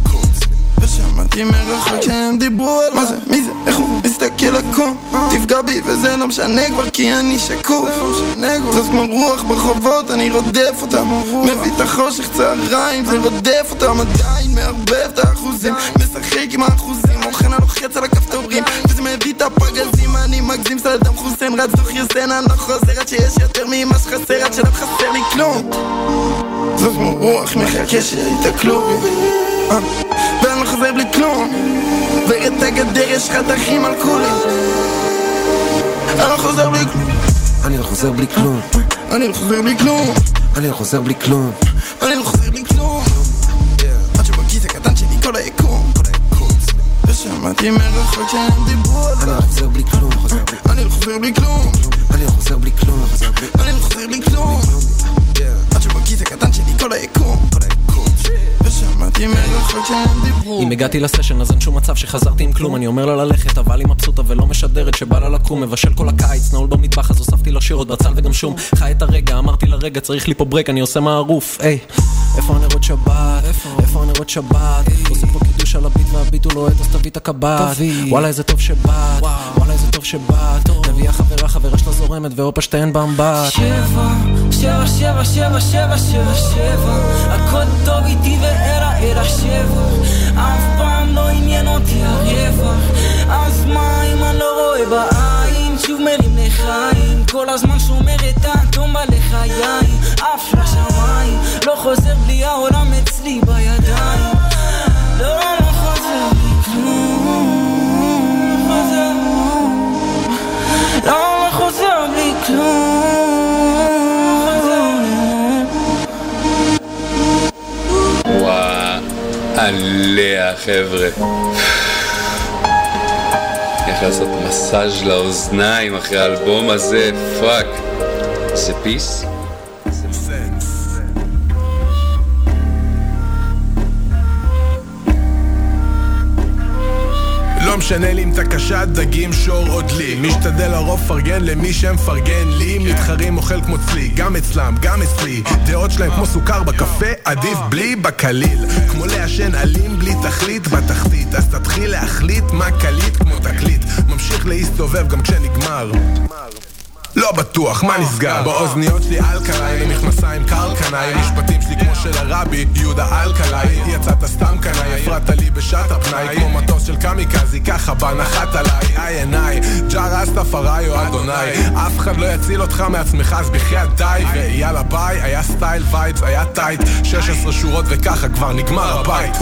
ושמעתי מרחוק שהם דיברו על מה זה, מי זה, איך הוא מסתכל לקום. תפגע בי וזה לא משנה כבר כי אני שקוף, זאת כמו רוח ברחובות אני רודף אותם, מביא את החושך צהריים זה רודף אותם, עדיין מערבב את האחוזים, משחק עם האחוזים, אוכן הלוחץ על הכפתורים וזה מביא את הפגזים, אני מגזים סלדם חוסן רץ דוח יסן, אני לא חוזר עד שיש יותר ממה שחסר, עד שלא חסר לי כלום. זאת כמו רוח מחכה שיתקלו בי ואני לא חוזר בלי כלום, ואת הגדר יש חתכים על כולים. אני לא חוזר בלי כלום, אני לא חוזר בלי כלום, אני לא חוזר בלי כלום, אני לא חוזר בלי כלום, אני לא חוזר בלי כלום. עד שבכיס הקטן שלי כל היקום ושמעתי מרחוק שהם דיברו. אני לא חוזר בלי כלום, אני לא חוזר בלי כלום, אני לא חוזר בלי כלום, אני לא חוזר בלי כלום. עד שבכיס הקטן שלי כל היקום ושמעתי מרחוק שהם דיברו. אם כלום, הגעתי לסשן אז אין שום מצב שחזרתי עם כלום. אני אומר לה ללכת אבל היא מבסוטה ולא משדרת שבא לה לקום. מבשל כל הקיץ, נעול במטבח אז הוספתי לו שירות בצל וגם שום. חי את הרגע, אמרתי לרגע צריך לי פה ברק, אני עושה מערוף. איפה הנרות שבת? איפה הנרות שבת? עושה פה קידוש על הביט והביט הוא לוהט אז תביא את הקבט. וואלה איזה טוב שבאת, וואלה איזה טוב שבאת. נביאה חברה שלה זורמת ואופה שתיהן באמבט. 7, 7, 7, 7, 7, 7 הכל טוב איתי ואלה 7 אף פעם לא עניין אותי הרווח. אז מה אם אני לא רואה בעין? שוב מרים לחיים כל הזמן שומר את האטום בלחיים אף לשמיים לא חוזר בלי העולם אצלי בידיים. לא חוזר בלי כלום לא חוזר בלי כלום. עליה חבר'ה, איך לעשות מסאז' לאוזניים אחרי האלבום הזה, פאק, זה פיס? לא משנה לי אם אתה קשת, דגים, שור או דלי. משתדל הרוב פרגן למי שמפרגן לי. מתחרים אוכל כמו צלי, גם אצלם, גם אצלי. דעות שלהם כמו סוכר בקפה, עדיף בלי בקליל. כמו לעשן אלים בלי תכלית בתחתית. אז תתחיל להחליט מה קליט כמו תקליט. ממשיך להסתובב גם כשנגמר לא בטוח, מה נסגר? באוזניות שלי אלקלעי, למכנסיים קרקנאי. משפטים שלי כמו של הרבי, יהודה אלקלעי. יצאת סתם קנאי, הפרעת לי בשעת הפנאי. כמו מטוס של קמיקזי, ככה בנחת עליי. עיניי, ג'ארה סטפראי או אדוני. אף אחד לא יציל אותך מעצמך, אז בחייאת די. ויאללה ביי, היה סטייל וייבס, היה טייט 16 שורות וככה כבר נגמר הבית.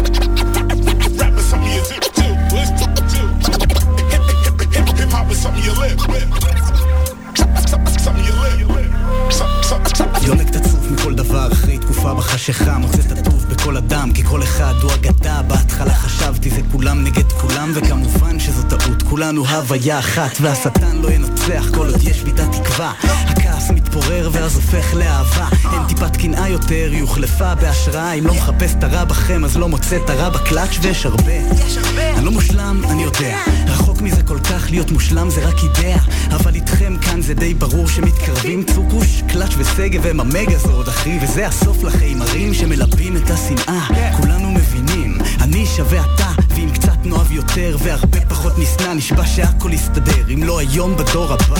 יונק תצוף מכל דבר אחרי תקופה בחשיכה. מוצא את הטוב בכל אדם כי כל אחד הוא אגדה. בהתחלה חשבתי זה כולם נגד כולם וכמובן שזו טעות. כולנו הוויה אחת והשטן לא ינצח כל עוד יש ביטה תקווה. הכעס מתפורר ואז הופך לאהבה. אין טיפת קנאה יותר, היא הוחלפה בהשראה. אם לא מחפש את הרע בכם אז לא מוצא את הרע בקלאץ' ויש הרבה. אני לא מושלם, אני יודע, רחוק מזה כל כך, להיות מושלם זה רק אידאה. אבל איתכם כאן זה די ברור שמתקרבים. צוקוש, קלאץ' וסגב הם המגזוד אחי. וזה הסוף לחיימרים שמלבים את השנאה. כולנו מבינים, אני שווה אתה. ואם קצת נאהב יותר והרבה פחות נשנא, נשבע שהכל יסתדר אם לא היום בדור הבא.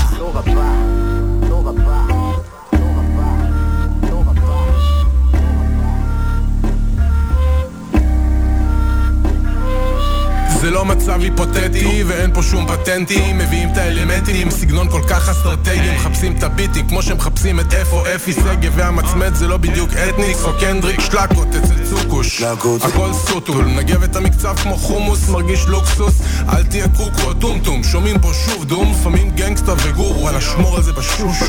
זה לא מצב היפותטי ואין פה שום פטנטים. מביאים את האלמנטים, סגנון כל כך אסטרטגי. מחפשים את הביטים כמו שמחפשים את איפה אפי סגב והמצמד. זה לא בדיוק אתניקס או קנדריק שלקות אצל צוקוש. הכל סוטול, נגב את המקצב כמו חומוס, מרגיש לוקסוס. אל תהיה קוקו או טומטום, שומעים פה שוב דום. לפעמים גנגסטה וגורו, על השמור על זה בשוש.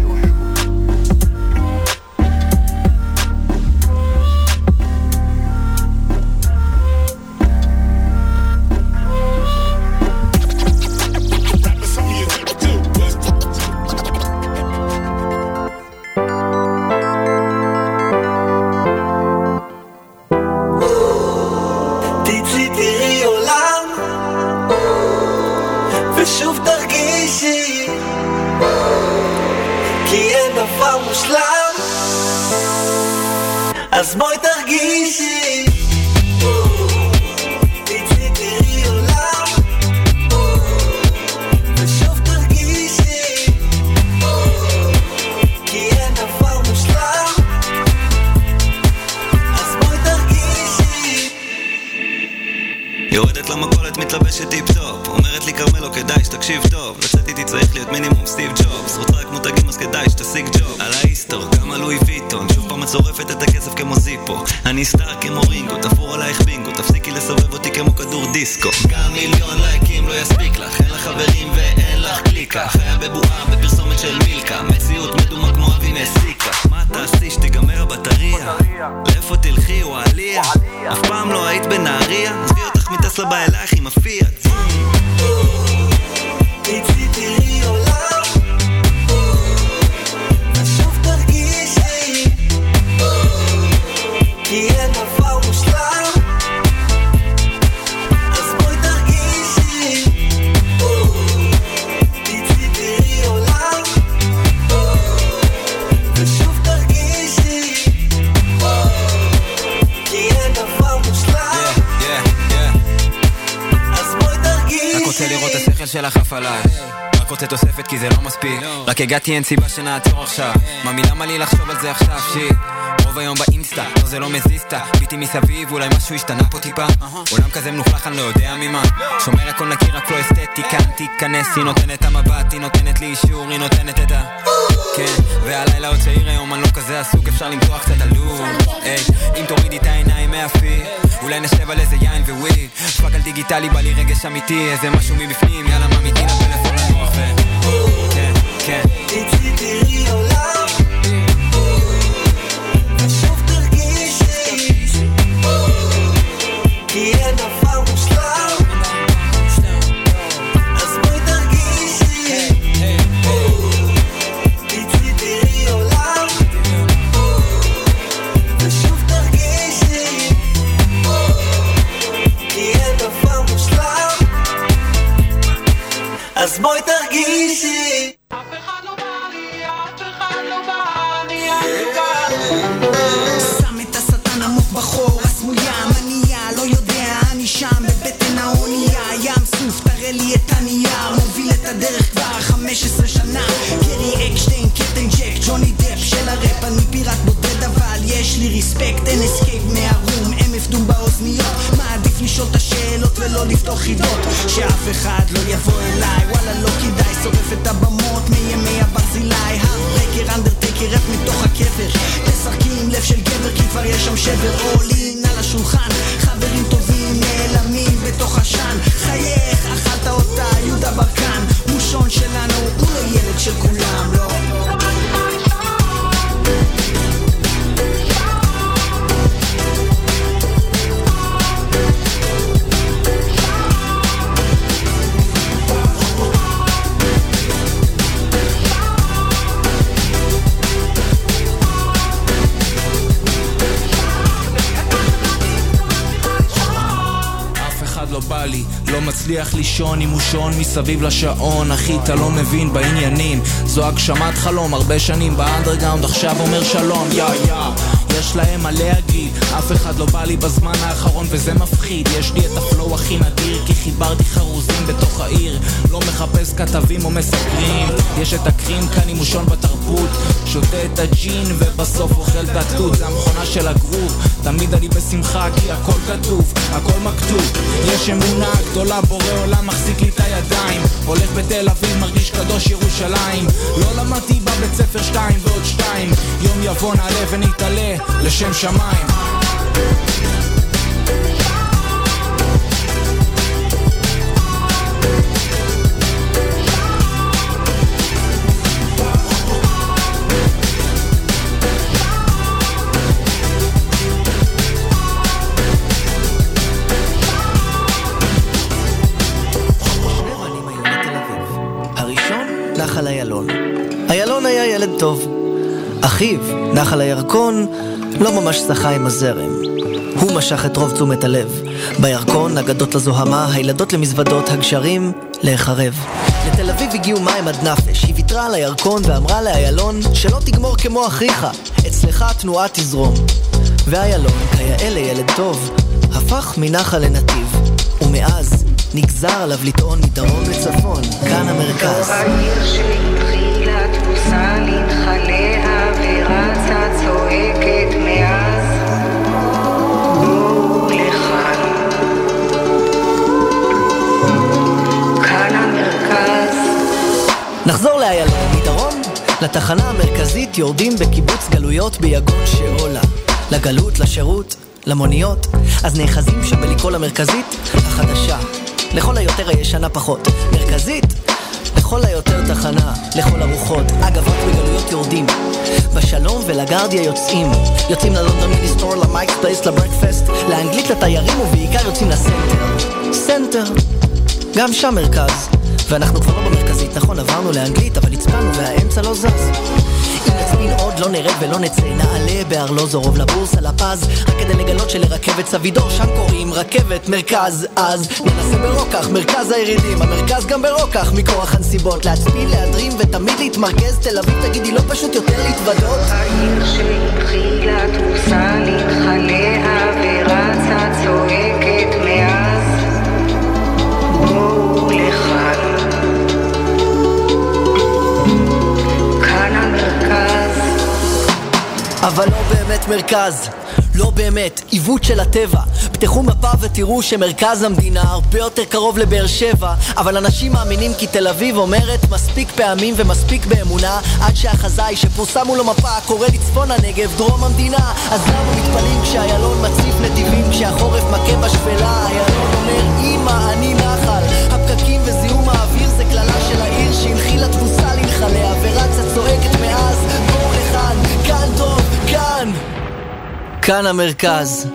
אז בואי תרגישי תצאי תראי עולם ושוב תרגישי כי אין דבר מושלם אז בואי תרגישי. יורדת למכולת מתלבשת טיפ-טופ אומרת לי קרמלו כדאי שתקשיב טוב לצאת איתי צריך להיות מינימום סטיב ג'ובס רוצה רק מותגים אז כדאי שתשיג ג'וב על האיסטור גם על לואי ויטון שוב פעם מצורפת את הכסף כמו זיפו אני סטאר כמו רינגו תפור עלייך בינגו תפסיקי לסובב אותי כמו כדור דיסקו גם מיליון לייקים לא יספיק לך אין לך חברים ואין לך קליקה חיה בבועה בפרסומת של מילקה מציאות מדומה כמו אבי מסיקה מה תעשי שתיגמר הבטריה לאיפה תלכי או עליה אף פעם לא היית בנהריה עזבי אותך מטסלה בא אלייך עם הפיאט תצאי תראי עולם ושוב תרגישי כי אין דבר מושלם שלך עף עליי, רק רוצה תוספת כי זה לא מספיק, רק הגעתי אין סיבה שנעצור עכשיו, ממי למה לי לחשוב על זה עכשיו שיט, רוב היום באינסטה, לא זה לא מזיסטה, ביטי מסביב, אולי משהו השתנה פה טיפה, עולם כזה מנופלח אני לא יודע ממה, שומר הכל נקי רק לא אסתטיקה, תיכנס, היא נותנת המבט, היא נותנת לי אישור, היא נותנת את ה... כן, והלילה עוד צעיר היום אני לא כזה עסוק, אפשר למתוח קצת עלוב, אם תורידי את העיניים מהפי, אולי נשב על איזה יין וויד, פאק על דיגיטלי בא לי רגש אמיתי, איזה משהו מבפנים, יאללה ממיתי לפלאפון לנוח כן, כן תצאי תראי עולם ושוב תרגישי כי אין דבר מושלם אז בואי תרגישי תצאי תראי עולם ושוב תרגישי כי אין דבר מושלם אז בואי תרגישי שם את השטן עמוק בחור הסמויה מנייה לא יודע אני שם בבטן האונייה ים סוף תראה לי את הנייר מוביל את הדרך כבר 15 שנה קרי אקשטיין קפטן ג'ק ג'וני דפ של הראפ אני פיראט בודד אבל יש לי ריספקט אין אסקייפ מהרום MF דום באוזניות מעדיף לשאול את השאלות ולא לפתוח חידות שאף אחד לא יבוא אליי וואלה לא כדאי שורף את הבמות מימי הברזילי הרקר אנדרטקר רף מתוך הקבר תשחקי עם לב של גבר כי כבר יש שם שבר עולין על השולחן חברים טובים נעלמים בתוך השן חייך אכלת אותה יהודה ברקן מושון שלנו הוא לא ילד של כולם לא לא בא לי, לא מצליח לישון עם מושון מסביב לשעון אחי אתה לא מבין בעניינים זו הגשמת חלום הרבה שנים באנדרגאונד עכשיו אומר שלום יא יש להם מה להגיד אף אחד לא בא לי בזמן האחרון וזה מפחיד יש לי את הפלואו הכי נדיר כי חיברתי חרוזים בתוך העיר לא מחפש כתבים או מסקרים יש את הקרים כאן עם מושון בתרבות שותה את הג'ין ובסוף אוכל את התות זה המכונה של הגרוב תמיד אני בשמחה כי הכל כתוב הכל מכתוב יש אמונה גדולה בורא עולם מחזיק לי את הידיים הולך בתל אביב מרגיש קדוש ירושלים לא למדתי בבית ספר 2 ועוד 2 יום יבוא נעלה ונתעלה לשם שמיים נחל איילון. איילון היה ילד טוב. אחיו, נחל הירקון, לא ממש שחה עם הזרם. הוא משך את רוב תשומת הלב. בירקון, אגדות לזוהמה, הילדות למזוודות, הגשרים להיחרב. לתל אביב הגיעו מים עד נפש. היא ויתרה על הירקון ואמרה לאיילון שלא תגמור כמו אחיך. אצלך התנועה תזרום. ואיילון, כיאה לילד טוב, הפך מנחל לנתיב. ומאז נגזר עליו לטעון מדרום לצפון, כאן המרכז. העיר שהתחילה תפוסה להתחליה ורצה צועקת מאז בואו לכאן, כאן המרכז. נחזור לאיילון, מדרום לתחנה המרכזית יורדים בקיבוץ גלויות ביגון שאולה. לגלות, לשירות, למוניות, אז נאחזים שבלקרוא למרכזית החדשה. לכל היותר הישנה פחות מרכזית, לכל היותר תחנה, לכל הרוחות. אגב רק בגלויות יורדים בשלום ולגרדיה יוצאים ללונדון מיניסטור, למייקס פלייס, לברקפסט, לאנגלית, לתיירים ובעיקר יוצאים לסנטר. גם שם מרכז ואנחנו כבר לא במרכזית, נכון עברנו לאנגלית אבל הצפנו והאמצע לא זז. אם נצפין עוד לא נרד ולא נצא, נעלה בארלוזורוב לבורסה לפז, רק כדי לגלות שלרכבת סבידור שם קוראים רכבת מרכז. אז ננסה ברוקח, מרכז הירידים, המרכז גם ברוקח, מכורח הנסיבות להצפין, להדרים ותמיד להתמרכז. תל אביב תגידי לא פשוט יותר להתוודות. העיר שהתחילה תפוסה להתחליה ורצה צועקת מאז בואו לכאן, מרכז. לא באמת, עיוות של הטבע. פתחו מפה ותראו שמרכז המדינה הרבה יותר קרוב לבאר שבע, אבל אנשים מאמינים כי תל אביב אומרת מספיק פעמים ומספיק באמונה, עד שהחזאי שפורסם מול המפה קורא לצפון הנגב דרום המדינה. אז למה מתפלים כשהיילון מציף נתיבים, כשהחורף מכה בשפלה? היילון אומר אמא אני נחל. הפקקים וזיהום האוויר זה כללה של העיר שהנחילה תבוסה לנחליה ורצה צועקת מאז. בואו לכאן, כאן טוב, כאן כאן המרכז.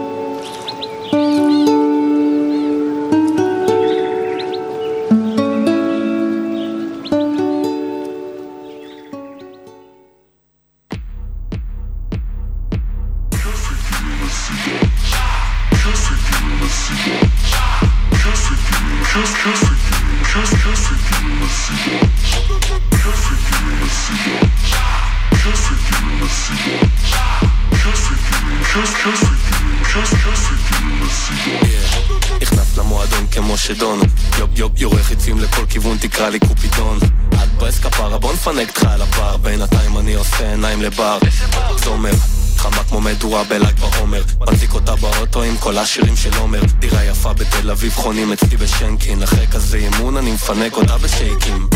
נכנס למועדון כמו שדון, יורך חיצים לכל כיוון, תקרא לי קופידון. עד ברס כפרה בוא נפנק תך על הפר, בינתיים אני עושה עיניים לבר. זומר חמה כמו מדורה בלייק בעומר, מדליק אותה באוטו עם כל השירים של עומר. דירה יפה בתל אביב חונים אצלי בשנקין, אחרי כזה אימון אני מפנק אותה בשייקים.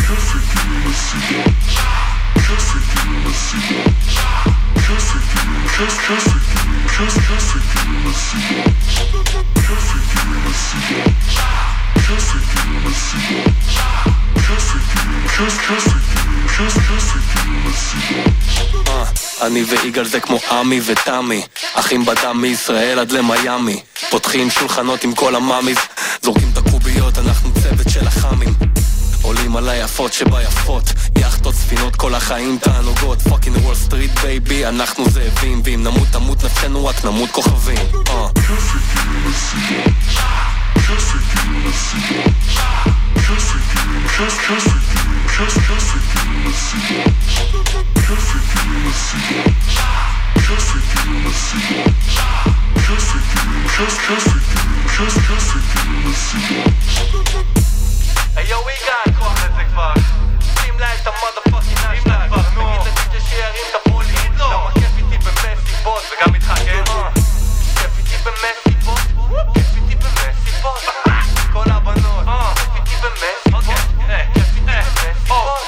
אני ויגאל זה כמו אמי ותמי, אחים בדם מישראל עד למיימי, פותחים שולחנות עם כל המאמיז, זורקים את הקוביות, אנחנו צוות של החמים, עולים על היפות שביפות, יחטות ספינות כל החיים תענוגות, פאקינג וול סטריט בייבי, אנחנו זאבים, ואם נמות תמות נפשנו רק נמות כוכבים. Hey yo, we got כוח לזה כבר. שים לה את המודפאקינג נשתה כבר, נו. תגיד לדיג'ה שירים את הפוליס. למה כיף איתי במסיבות וגם איתך, כן? כיף איתי במסיבות, כיף איתי במסיבות. כל הבנות, כיף איתי במסיבות, כיף איתי במסיבות.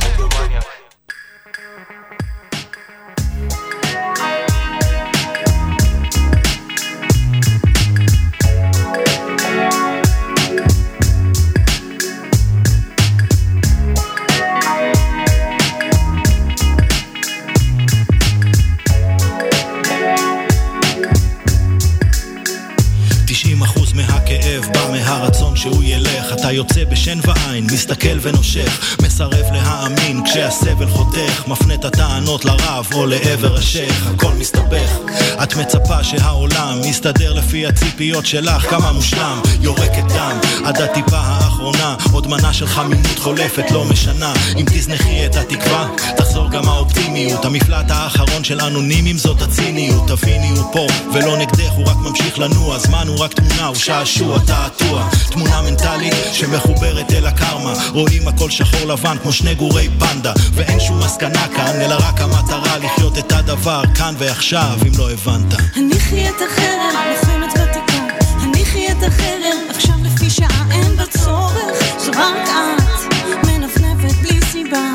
בא מהרצון שהוא ילך, אתה יוצא בשן ועין, מסתכל ונושך, מסרב להאמין כשהסבל חותך, מפנה את הטענות לרב או לעבר השייך, הכל מסתבך, את מצפה שהעולם יסתדר לפי הציפיות שלך, כמה מושלם, יורקת דם, עד הטיפה האחרונה, עוד מנה של חמימות חולפת לא משנה, אם תזנחי את התקווה, תחזור גם האופטימיות, המפלט האחרון של אנונימים זאת הציניות, תביני הוא פה ולא נגדך, הוא רק ממשיך לנוע, הזמן הוא רק תמונה, הוא שעשוע, תעתוע, תמונה מנטלית שמחוברת אל הקרמה, רואים הכל שחור לבן כמו שני גורי פנדה, ואין שום מסקנה כאן, אלא רק המטרה לחיות את הדבר כאן ועכשיו, אם לא הבנת. הניחי את החרם, לוחמת ותיקה, הניחי את החרם, עכשיו לפי שעה אין בצורך, זו רק את, מנפנפת בלי סיבה.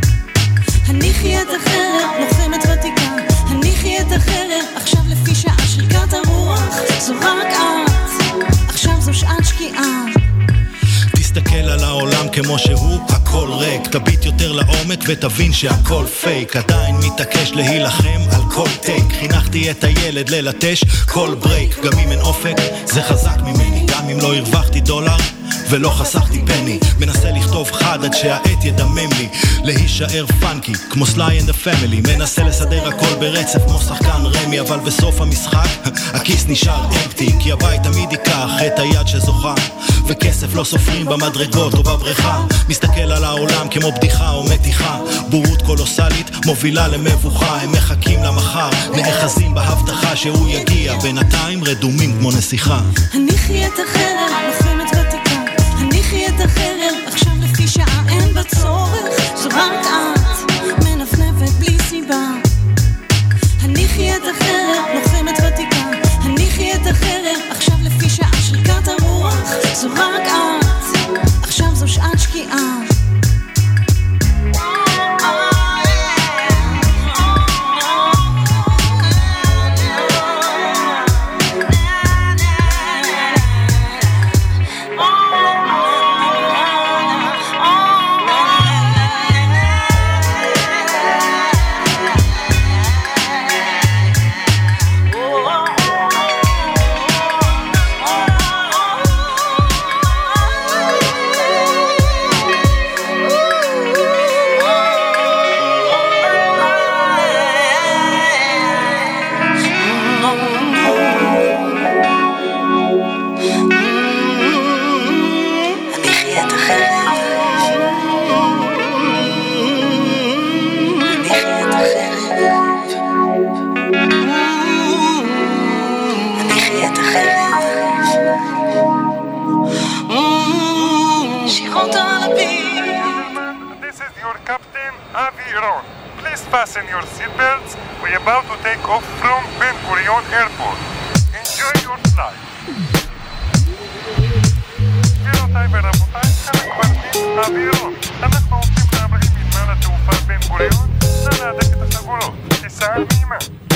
הניחי את החרם, לוחמת ותיקה, הניחי את החרם, עכשיו לפי שעה שריקת הרוח, זו רק את, עכשיו זו שעת שקיעה. תסתכל על העולם כמו שהוא, הכל ריק, תביט יותר לעומק ותבין שהכל פייק, עדיין מתעקש להילחם על כל טייק, חינכתי את הילד ללטש כל ברייק, גם אם אין אופק זה חזק ממני, גם אם לא הרווחתי דולר ולא חסכתי פני, מנסה לכתוב חד עד שהעת ידמם לי, להישאר פאנקי כמו סליי אנד הפמילי, מנסה לסדר הכל ברצף כמו שחקן רמי, אבל בסוף המשחק הכיס נשאר אמפטי, כי הבית תמיד ייקח את היד שזוכה, וכסף לא סופרים במדרגות או בבריכה, מסתכל על העולם כמו בדיחה או מתיחה, בורות קולוסלית מובילה למבוכה, הם מחכים למחר, נאחזים בהבטחה שהוא יגיע, בינתיים רדומים כמו נסיכה. הניחי את החרם, לוחמת ותיקה, הניחי את החרם, עכשיו לפי שעה אין בצורך, זו רק את, מנפנפת בלי סיבה. הניחי את החרם, your captain, Avi Ron. Please fasten your seatbelts. We're about to take off from Ben Gurion Airport. Enjoy your flight. גבירותיי ורבותיי, כאן הקברניט אבי רון. אנחנו רוצים להמריא מנמל התעופה בן גוריון, נא להדק את החגורות. טיסה נעימה.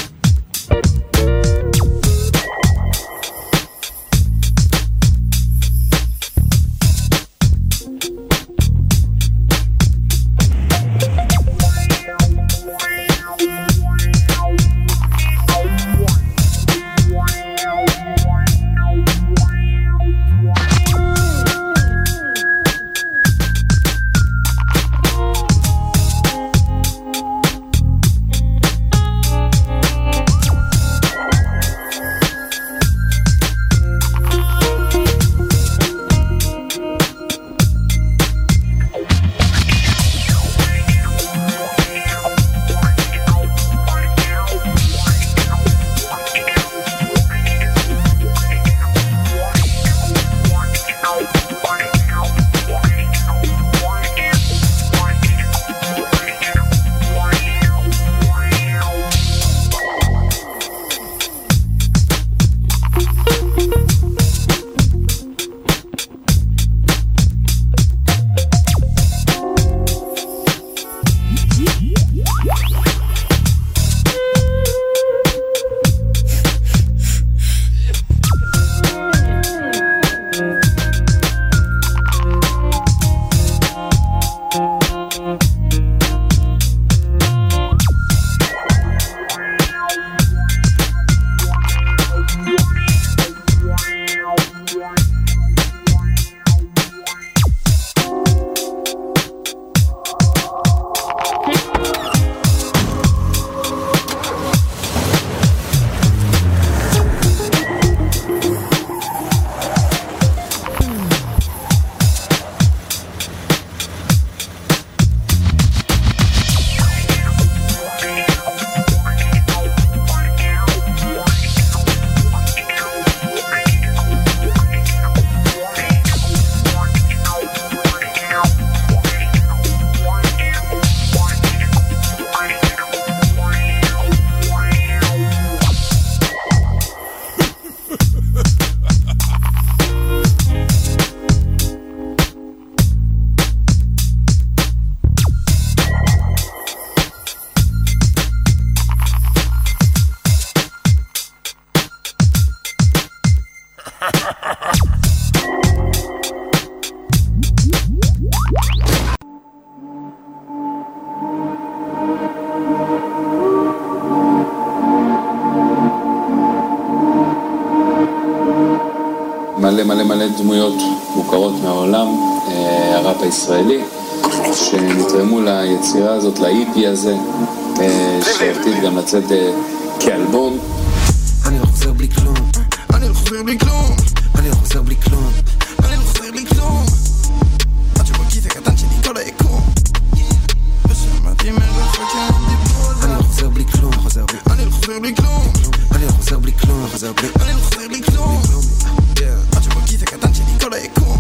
מלא דמויות מוכרות מהעולם, הראפ הישראלי, שנתרמו ליצירה הזאת, לאיפי הזה, שעתיד גם לצאת כאלבום. אני לא חוזר בלי כלום, אני לא חוזר בלי כלום, אני לא חוזר בלי כלום, אני לא חוזר בלי כלום. עד שבכיס הקטן שלי כל היקום, ושמעתי מרחק שהם דיברו על זה. אני לא חוזר בלי כלום, אני לא חוזר בלי כלום, אני לא חוזר בלי כלום, אני לא חוזר בלי כלום. עד שבכיס הקטן שלי כל היקום,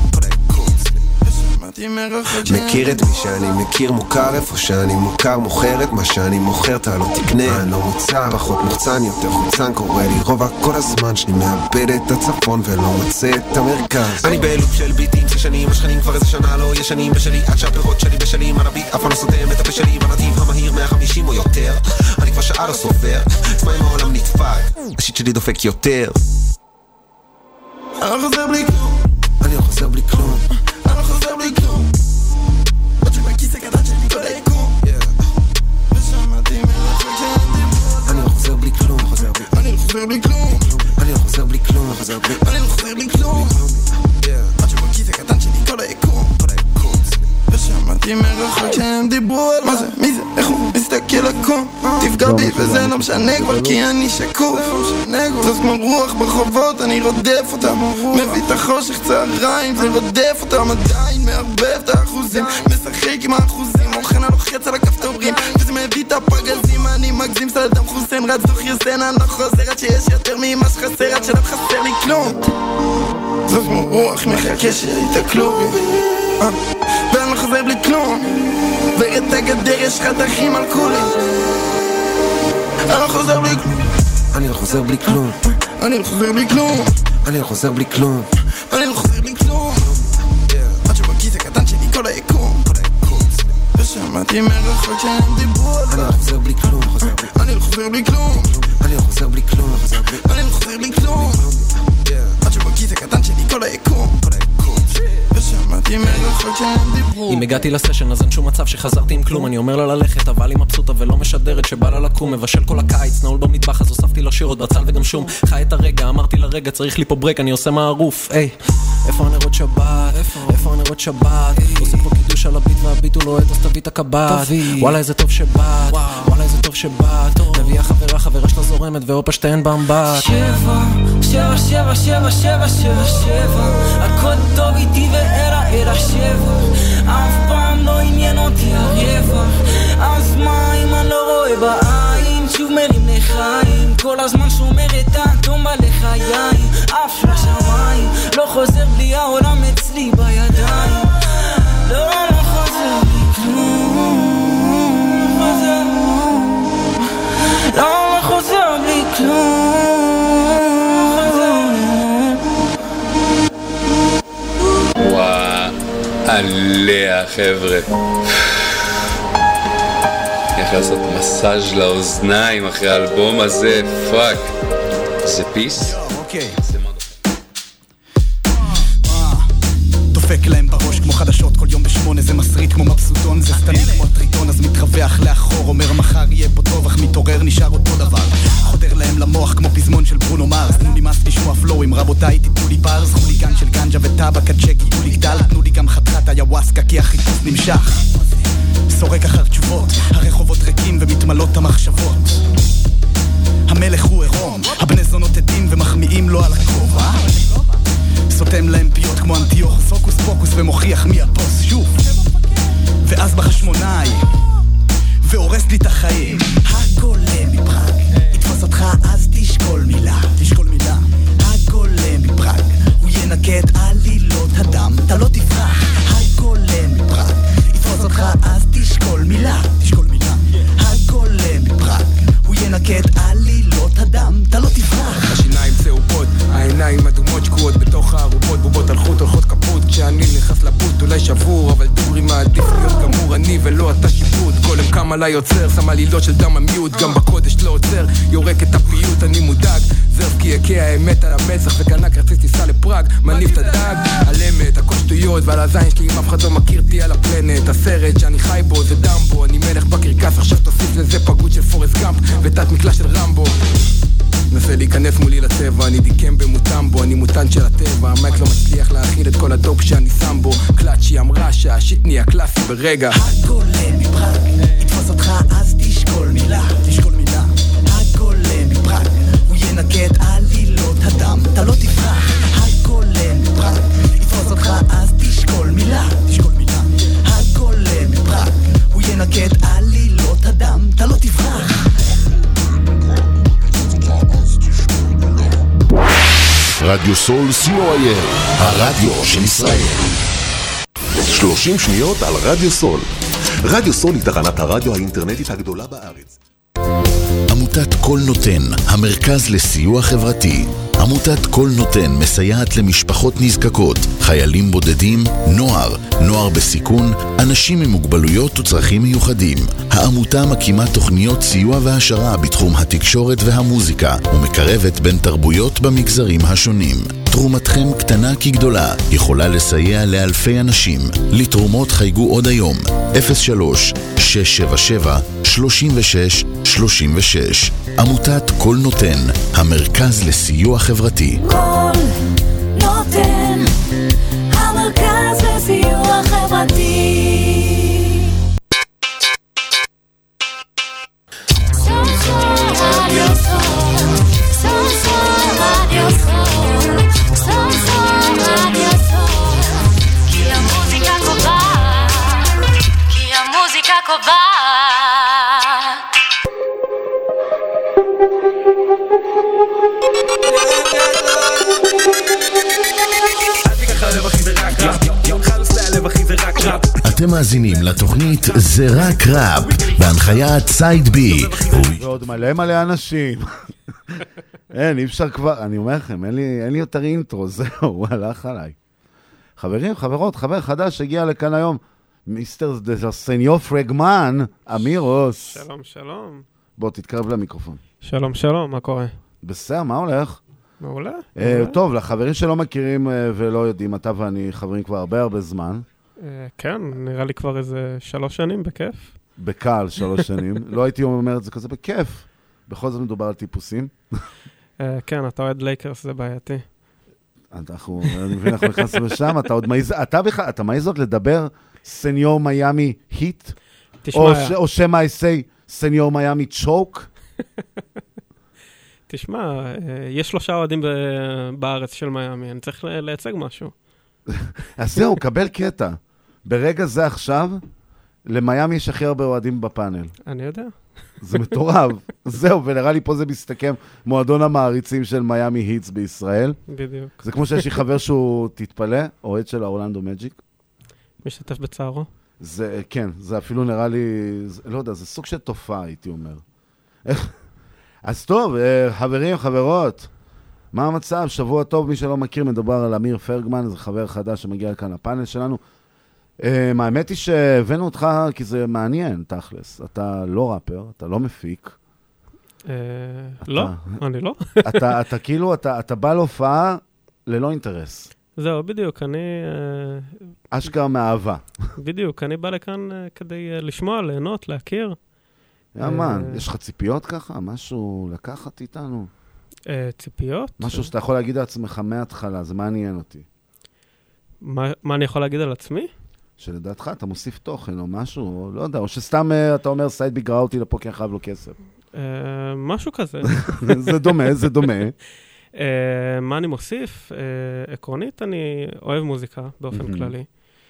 מכיר את מי שאני מכיר, מוכר איפה שאני מוכר, מוכר את מה שאני מוכר, אתה לא תקנה. אני לא מוצא, פחות מוחצן, יותר חוצן, קורא לי רובע כל הזמן שאני מאבד את הצפון ולא מוצא את המרכז. אני באלוף של ביטים ששנים, השכנים כבר איזה שנה לא ישנים בשלי, עד שהפירות שלי בשלים, הנביט אף לא סותם את הפה שלי בנתיב המהיר 150 או יותר. אני כבר שעה לא סופר, עצמא עם העולם נדפק, השיט שלי דופק יותר. אני לא חוזר בלי כלום, אני לא חוזר בלי כלום, אני לא חוזר בלי כלום. עד שבכיס הקטן שלי כל היקום, ושמעתי מרחק שהם דיברו. אני לא חוזר בלי כלום, אני לא חוזר בלי כלום, אני לא חוזר בלי כלום, אני לא חוזר בלי כלום. עד שבכיס הקטן שלי כל היקום, ושמעתי מרחק שהם דיברו על מה זה, מי זה, איך הוא מסתכל עקום. תפגע בי וזה לא משנה כבר כי אני שקוף, זז כמו רוח ברחובות אני רודף אותם, מביא את החושך צהריים זה רודף אותם, עדיין מערבב את האחוזים, משחק עם האחוזים, אוכן הלוחץ על הכפתורים וזה מביא את הפגזים, אני מגזים סלדם חוסן רץ דוח יוסן, אני לא חוזר עד שיש יותר ממה שחסר, עד שלא חסר לי כלום. זז כמו רוח מחכה שהיית כלום, ואני לא חוזר בלי כלום. ואת הגדר יש חתכים על כולי. אני לא חוזר בלי כלום. אני לא חוזר בלי כלום. אני לא חוזר בלי כלום. אני לא חוזר בלי כלום. אני לא חוזר בלי כלום. עד שבכיס הקטן שלי כל היקום. ושמעתי מרחוק שהם דיברו על זה. אני לא חוזר בלי כלום. אני לא חוזר בלי כלום. אני לא חוזר בלי כלום. אני לא חוזר בלי כלום. עד שבכיס הקטן שלי כל היקום. ושמעתי מרחוק שהם דיברו. אם הגעתי לסשן אז אין שום מצב שחזרתי עם כלום. אני אומר לה ללכת אבל היא מבסוטה ולא משדרת שבא לה לקום. מבשל כל הקיץ, נעול במטבח אז הוספתי לה שירות בצל וגם שום. חי את הרגע, אמרתי לרגע צריך לי פה ברק, אני עושה מערוף. איפה הנרות שבת? איפה הנרות שבת? עושה פה קידוש על הביט והביט הוא לא עד אז תביא את הקבט. וואלה איזה טוב שבאת, וואלה איזה טוב שבאת. נביאה חברה שלה זורמת ואופה שתיהן באמבט. 7, 7, 7, 7, 7, 7, 7 הכל טוב איתי ואלה 7 אף פעם לא עניין אותי הרווח. אז מה אם אני לא רואה בעין? שוב מרים לחיים כל הזמן שומר את האטום בלחיים. אף לשמיים לא חוזר בלי העולם אצלי בידיים. לא חוזר בלי כלום. לא חוזר בלי כלום. עליה חבר'ה, איך לעשות מסאז' לאוזניים אחרי האלבום הזה, פאק, זה פיס? אוקיי. דופק להם בראש כמו חדשות כל יום ב8, זה מסריט כמו מבסוטון, זה סתני כמו הטריטון, אז מתרווח לאחור, אומר מחר יהיה פה טוב, אך מתעורר נשאר אותו דבר. חודר להם למוח כמו פזמון של ברונו מרס, תנו לי מס לשמוע פלואים, רבותיי תיתנו לי בר, זכו לי גן של גנג'ה וטבק עד שגיעו לי גדל, תנו לי גם חתיכת היוואסקה כי החיפוש נמשך. סורק אחר תשובות, הרחובות ריקים ומתמלות המחשבות. המלך הוא עירום, הבני זונות עדים ומחמיאים לו על הכובע. סותם להם פיות כמו אנטיוך, סוקוס פוקוס ומוכיח מי הבוס שוב. ואז בחשמונאי והורס לי את החיים. הגולם מפראג יתפוס אותך אז תשקול מילה. תשקול מילה. הגולם מפראג הוא ינקה את עלילות הדם, אתה לא תפרח. הגולם מפראג יתפוס אותך אז תשקול מילה. תשקול מילה. הגולם מפראג הוא ינקה את עלילות הדם, אתה לא תפרח. השיניים צהובות, העיניים אדומות שקועות בתוך הערובות, בובות הולכות כפות כשאני נכנס לבוט, אולי שבור אבל דוגרי מעדיף להיות גמור, אני ולא אתה שיפוט. גולם קם עליי יוצר, שם עלילות של דם המיעוט, גם בקודש לא עוצר, יורק את הפיוט, אני מודאג זרף כי יקה האמת על המצח וקנה כרטיס טיסה לפראג, מניף את הדג על אמת, הכל שטויות ועל הזין שלי אם אף אחד לא מכיר אותי על הפלנט. הסרט שאני חי בו זה דמבו, אני מלך בקרקס, עכשיו תוסיף לזה פגות של פורסט גאמפ ותת מקלע של רמבו. נסה להיכנס מולי לצבע, אני דיקם במותם בו, אני מוטן של הטבע, המייק לא מצליח להכיל את כל הדוק שאני שם בו. קלאצ'י אמרה שהשיט נהיה קלאסי ברגע. הגולם מפראג יתפוס אותך אז תשקול מילה. תשקול מילה. הגולם מפראג הוא ינקה את עלילות הדם, אתה לא תפרח. הגולם מפראג יתפוס אותך אז תשקול מילה. תשקול מילה. הגולם מפראג הוא ינקה את עלילות הדם, אתה לא תפרח. רדיו סול co.il, הרדיו של ישראל. 30 שניות על רדיו סול. רדיו סול היא תחנת הרדיו האינטרנטית הגדולה בארץ. עמותת כל נותן, המרכז לסיוע חברתי. עמותת כל נותן מסייעת למשפחות נזקקות, חיילים בודדים, נוער בסיכון, אנשים עם מוגבלויות וצרכים מיוחדים. העמותה מקימה תוכניות סיוע והשרה בתחום התקשורת והמוזיקה, ומקרבת בין תרבויות במגזרים השונים. תרומתכם קטנה כגדולה, יכולה לסייע לאלפי אנשים. לתרומות חייגו עוד היום, 03-677-3636. עמותת כל נותן, המרכז לסיוע חברתי. כל נותן, המרכז לסיוע חברתי. אתם מאזינים לתוכנית זה רק ראפ, בהנחיית סייד בי. ועוד מלא אנשים. אין, אי אפשר כבר, אני אומר לכם, אין לי יותר אינטרו, זהו, הוא הלך עליי. חברים, חברות, חבר חדש הגיע לכאן היום, מיסטר סניור פרגמן, אמירוס. שלום. בוא, תתקרב למיקרופון. שלום, מה קורה? בסדר, מה הולך? מעולה. טוב, לחברים שלא מכירים ולא יודעים, אתה ואני חברים כבר הרבה זמן. כן, נראה לי כבר איזה 3 שנים, בכיף. בקל 3 שנים. לא הייתי אומר את זה כזה בכיף. בכל זאת מדובר על טיפוסים. כן, אתה אוהד לייקרס, זה בעייתי. אני מבין, אנחנו נכנסים לשם, אתה מעיז עוד לדבר סניור מיאמי היט? או שמה אסי סניור מיאמי צ'וק? תשמע, יש 3 אוהדים בארץ של מיאמי, אני צריך לייצג משהו. אז זהו, קבל קטע. ברגע זה עכשיו, למיאמי יש הכי הרבה אוהדים בפאנל. אני יודע. זה מטורף. זהו, ונראה לי פה זה מסתכם מועדון המעריצים של מיאמי היטס בישראל. בדיוק. זה כמו שיש לי חבר שהוא תתפלא, אוהד של האורלנדו מג'יק. משתתף בצערו? זה, כן, זה אפילו נראה לי, לא יודע, זה סוג של תופעה, הייתי אומר. אז טוב, חברים, חברות, מה המצב? שבוע טוב, מי שלא מכיר, מדובר על אמיר פרגמן, זה חבר חדש שמגיע לכאן לפאנל שלנו. האמת היא שהבאנו אותך כי זה מעניין, תכלס. אתה לא ראפר, אתה לא מפיק. לא, אני לא. אתה כאילו, אתה בא להופעה ללא אינטרס. זהו, בדיוק, אני... אשכרה מאהבה. בדיוק, אני בא לכאן כדי לשמוע, ליהנות, להכיר. יאמן, יש לך ציפיות ככה? משהו לקחת איתנו? ציפיות? משהו שאתה יכול להגיד לעצמך מההתחלה, זה מעניין אותי. מה אני יכול להגיד על עצמי? שלדעתך אתה מוסיף תוכן או משהו, או לא יודע, או שסתם אתה אומר, סייד ביגרה אותי לפה כי אני חייב לו כסף. משהו כזה. זה דומה. מה אני מוסיף? עקרונית, אני אוהב מוזיקה באופן כללי.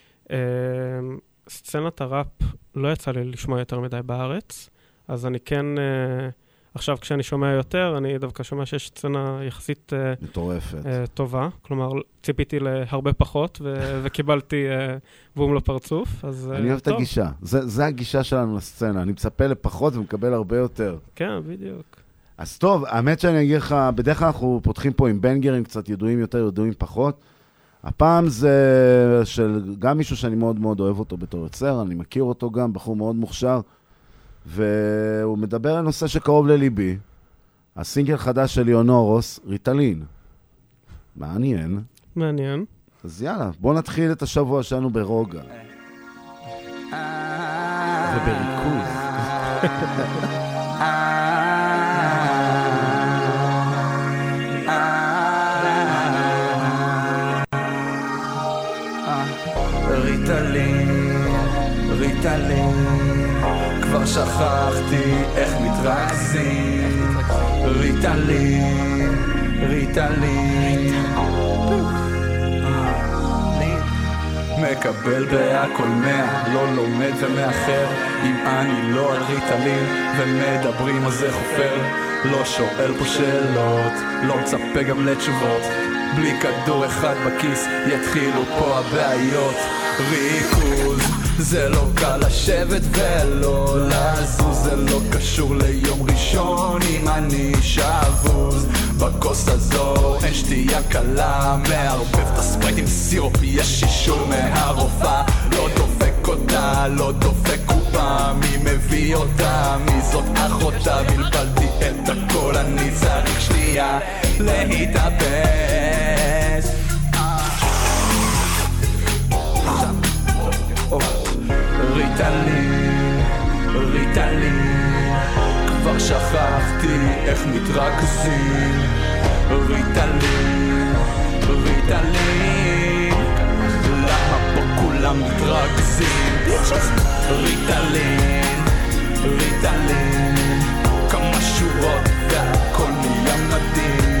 סצנת הראפ לא יצא לי לשמוע יותר מדי בארץ, אז אני כן, עכשיו כשאני שומע יותר, אני דווקא שומע שיש סצנה יחסית מטורפת. טובה, כלומר ציפיתי להרבה פחות וקיבלתי בום לפרצוף, אז אני אוהב את הגישה, זה הגישה שלנו לסצנה, אני מצפה לפחות ומקבל הרבה יותר. כן, בדיוק. אז טוב, האמת שאני אגיד לך, בדרך כלל אנחנו פותחים פה עם בנגרים, קצת ידועים יותר, ידועים פחות. הפעם זה של גם מישהו שאני מאוד מאוד אוהב אותו בתור יוצר, אני מכיר אותו גם, בחור מאוד מוכשר, והוא מדבר על נושא שקרוב לליבי, הסינגל חדש של ליאונורוס, ריטלין. מעניין. מעניין. אז יאללה, בוא נתחיל את השבוע שלנו ברוגע. ובריכוז. ריטלין, כבר שכחתי איך מתרכזים. ריטלין מקבל בהכל 100, לא לומד ומאחר. אם אני לא על ריטלין ומדברים על זה חופר, לא שואל פה שאלות, לא מצפה גם לתשובות. בלי כדור אחד בכיס יתחילו פה הבעיות. ריכוז, זה לא קל לשבת ולא לזוז, זה לא קשור ליום ראשון אם אני שבוז. בכוס הזו אין שתייה קלה, מערבב את הספרייט עם סירופ, יש אישור מהרופאה. לא דופק אותה, לא דופק קופה, מי מביא אותה, מי זאת אחותה. בלבלתי את הכל, אני צריך שנייה להתאבס. ריטלין, כבר שכחתי איך מתרכזים. ריטלין, למה פה כולם מתרכזים? ריטלין, כמה שורות והכל נהיה מדהים.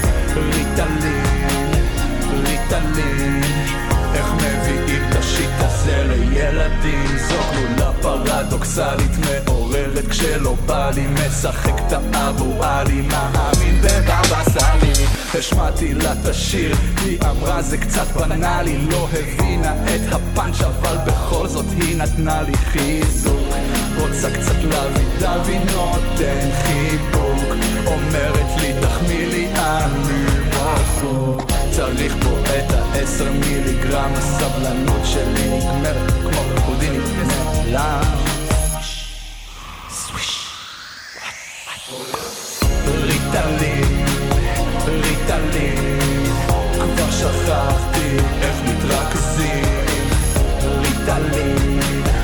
ריטלין, איך מביאים את השיט הזה לילדים? זו גלולה פרדוקסלית מעוררת סרט כשלא בא לי, משחק את האבו עלי, מאמין בבבא סאלי. השמעתי לה את השיר, היא אמרה זה קצת בנאלי, לא הבינה את הפאנץ' אבל בכל זאת היא נתנה לי חיזוק. רוצה קצת להביא נותן חיבוק, אומרת לי תחמיא לי אני בחור, צריך פה את 10 מיליגרם, הסבלנות שלי נגמרת כמו הודיני נעלם. ריטלין, ריטלין, כבר שכחתי איך מתרכזים. ריטלין,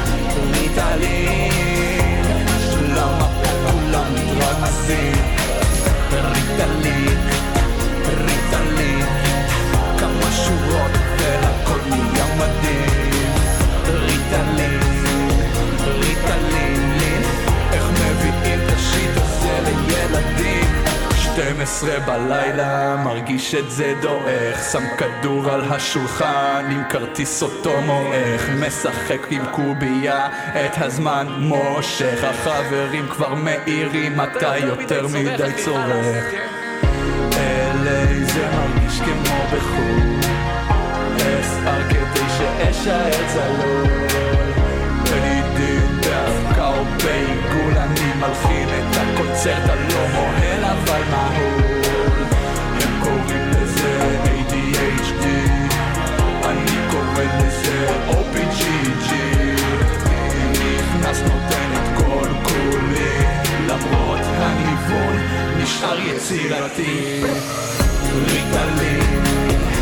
ריטלין, למה כולם מתרכזים? ריטלין, ריטלין, כמה שורות והכל נהיה מדהים. ריטלין, ריטלין, איך מביאים את השיט הזה לילדים? 12 בלילה, מרגיש את זה דועך, שם כדור על השולחן עם כרטיס אותו מועך, משחק עם קוביה, את הזמן מושך, החברים כבר מאירים, אתה יותר מדי צורך. LA זה מרגיש כמו בחור, SR כדי שאשאר צלול, בנידין דווקא או בעיגול, אני מלחין את הקונצרט הלא מוהל אבל מהול. הם קוראים לזה ADHD, אני קורא לזה OPGG, נכנס נותן את כל כולי, למרות הניוון נשאר יצירתי. ריטלין,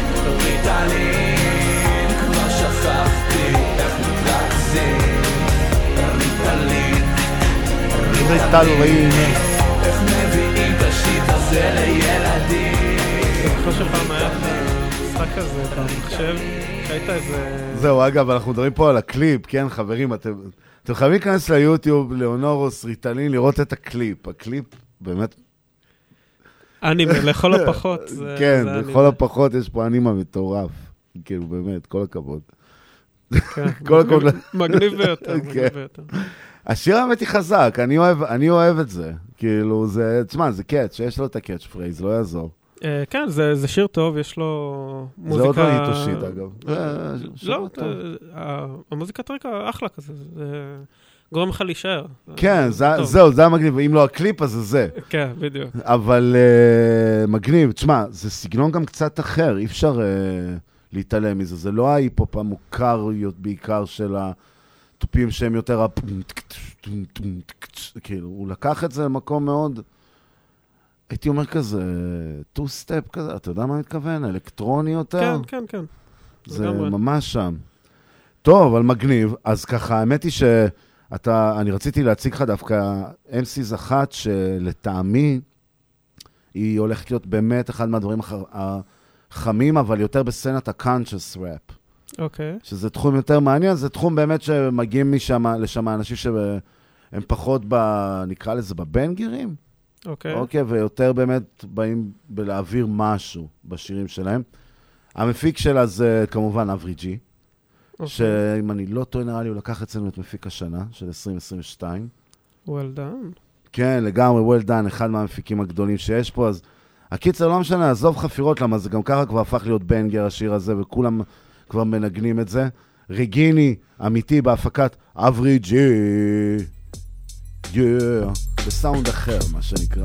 ריטלין, כבר שכחתי איך מתרכזים. ריטלין, ריטלין, איך מביאים את השיט הזה לילדים? אני חושב שפעם היה משחק כזה במחשב, שהיית איזה... זהו, אגב, אנחנו מדברים פה על הקליפ, כן, חברים, אתם חייבים להיכנס ליוטיוב, לאונורוס, ריטלין, לראות את הקליפ. הקליפ באמת... אנימה, לכל הפחות. כן, לכל הפחות יש פה אנימה מטורף. כאילו, באמת, כל הכבוד. כל הכבוד. מגניב ביותר, מגניב ביותר. השיר האמת היא חזק, אני אוהב את זה. כאילו, זה, תשמע, זה קאץ', יש לו את הקאץ' פרייז, לא יעזור. כן, זה שיר טוב, יש לו מוזיקה... זה עוד לא היטושית, אגב. לא, המוזיקת רקע אחלה כזה, זה גורם לך להישאר. כן, זהו, זה המגניב, אם לא הקליפ, אז זה. כן, בדיוק. אבל מגניב, תשמע, זה סגנון גם קצת אחר, אי אפשר להתעלם מזה, זה לא ההיפ-הופ המוכר בעיקר של הטופים שהם יותר... כאילו, הוא לקח את זה למקום מאוד... הייתי אומר כזה, two-step כזה, אתה יודע מה מתכוון? אלקטרוני יותר? כן, כן, כן. זה ממש שם. טוב, אבל מגניב. אז ככה, האמת היא אני רציתי להציג לך דווקא MC's אחת שלטעמי, היא הולכת להיות באמת אחד מהדברים החמים, אבל יותר בסצנת ה-conscious rap. אוקיי. שזה תחום יותר מעניין, זה תחום באמת שמגיעים לשם אנשים שהם פחות נקרא לזה בבנגרים. אוקיי, ויותר באמת באים בלהעביר משהו בשירים שלהם. המפיק שלה זה כמובן אברי ג'י, שאם אני לא טועה נראה לי, הוא לקח אצלנו את מפיק השנה של 2022. well done. כן, לגמרי, well done, אחד מהמפיקים הגדולים שיש פה, אז הקיצר לא משנה, עזוב חפירות, למה זה גם ככה כבר הפך להיות בנגר השיר הזה, וכולם כבר מנגנים את זה. רגיני, אמיתי בהפקת אברי ג'י. בסאונד אחר, מה שנקרא.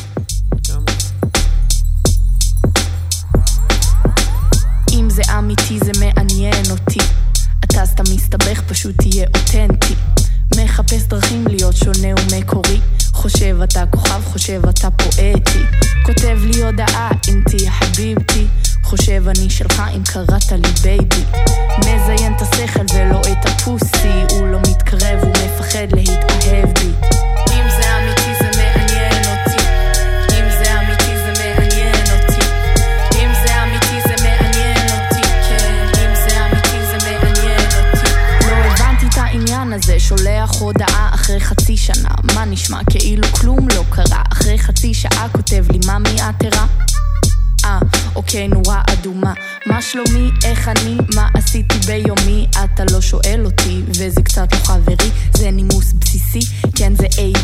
אם זה אמיתי זה מעניין אותי, אתה סתם מסתבך, פשוט תהיה אותנטי, מחפש דרכים להיות שונה ומקורי, חושב אתה כוכב, חושב אתה פואטי, כותב לי הודעה אם תהיה חביבתי, חושב אני שלך אם קראת לי בייבי, מזיין את השכל ולא את הפוסי, הוא לא מתקרב, הוא מפחד להתאהב בי. אם זה אמיתי זה מעניין אותי, אם זה אמיתי זה מעניין אותי, אם זה אמיתי זה מעניין אותי, כן, אם זה אמיתי זה מעניין אותי. לא הבנתי את העניין הזה, שולח הודעה אחרי חצי שנה, מה נשמע כאילו כלום לא קרה, אחרי חצי שעה כותב לי ממי עתרה, אוקיי, נורה אדומה, מה שלומי, איך אני, מה עשיתי ביומי, אתה לא שואל אותי, וזה קצת לא חברי, זה נימוס בסיסי, כן זה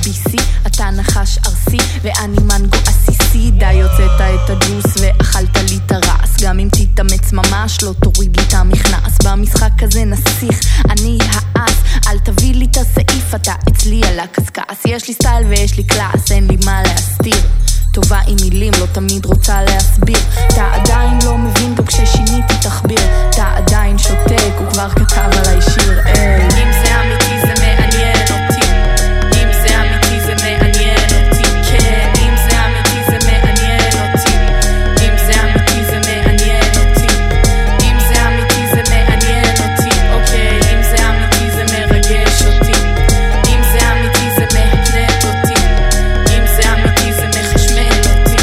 אתה אצלי על הקסקס, יש לי סטייל ויש לי קלאס, אין לי מה להסתיר. טובה עם מילים, לא תמיד רוצה להסביר. אתה עדיין לא מבין בו כששיניתי תחביר. אתה עדיין שותק, הוא כבר כתב עליי שיר. אם זה אמיתי זה מעניין אותי. אם זה אמיתי זה מעניין אותי. כן, אם זה אמיתי זה מעניין אותי. אם זה אמיתי זה מעניין אותי. אם זה אמיתי זה מעניין אותי. אוקיי, אם זה אמיתי זה מרגש אותי. אם זה אמיתי זה מהפנט אותי. אם זה אמיתי זה מחשמל אותי.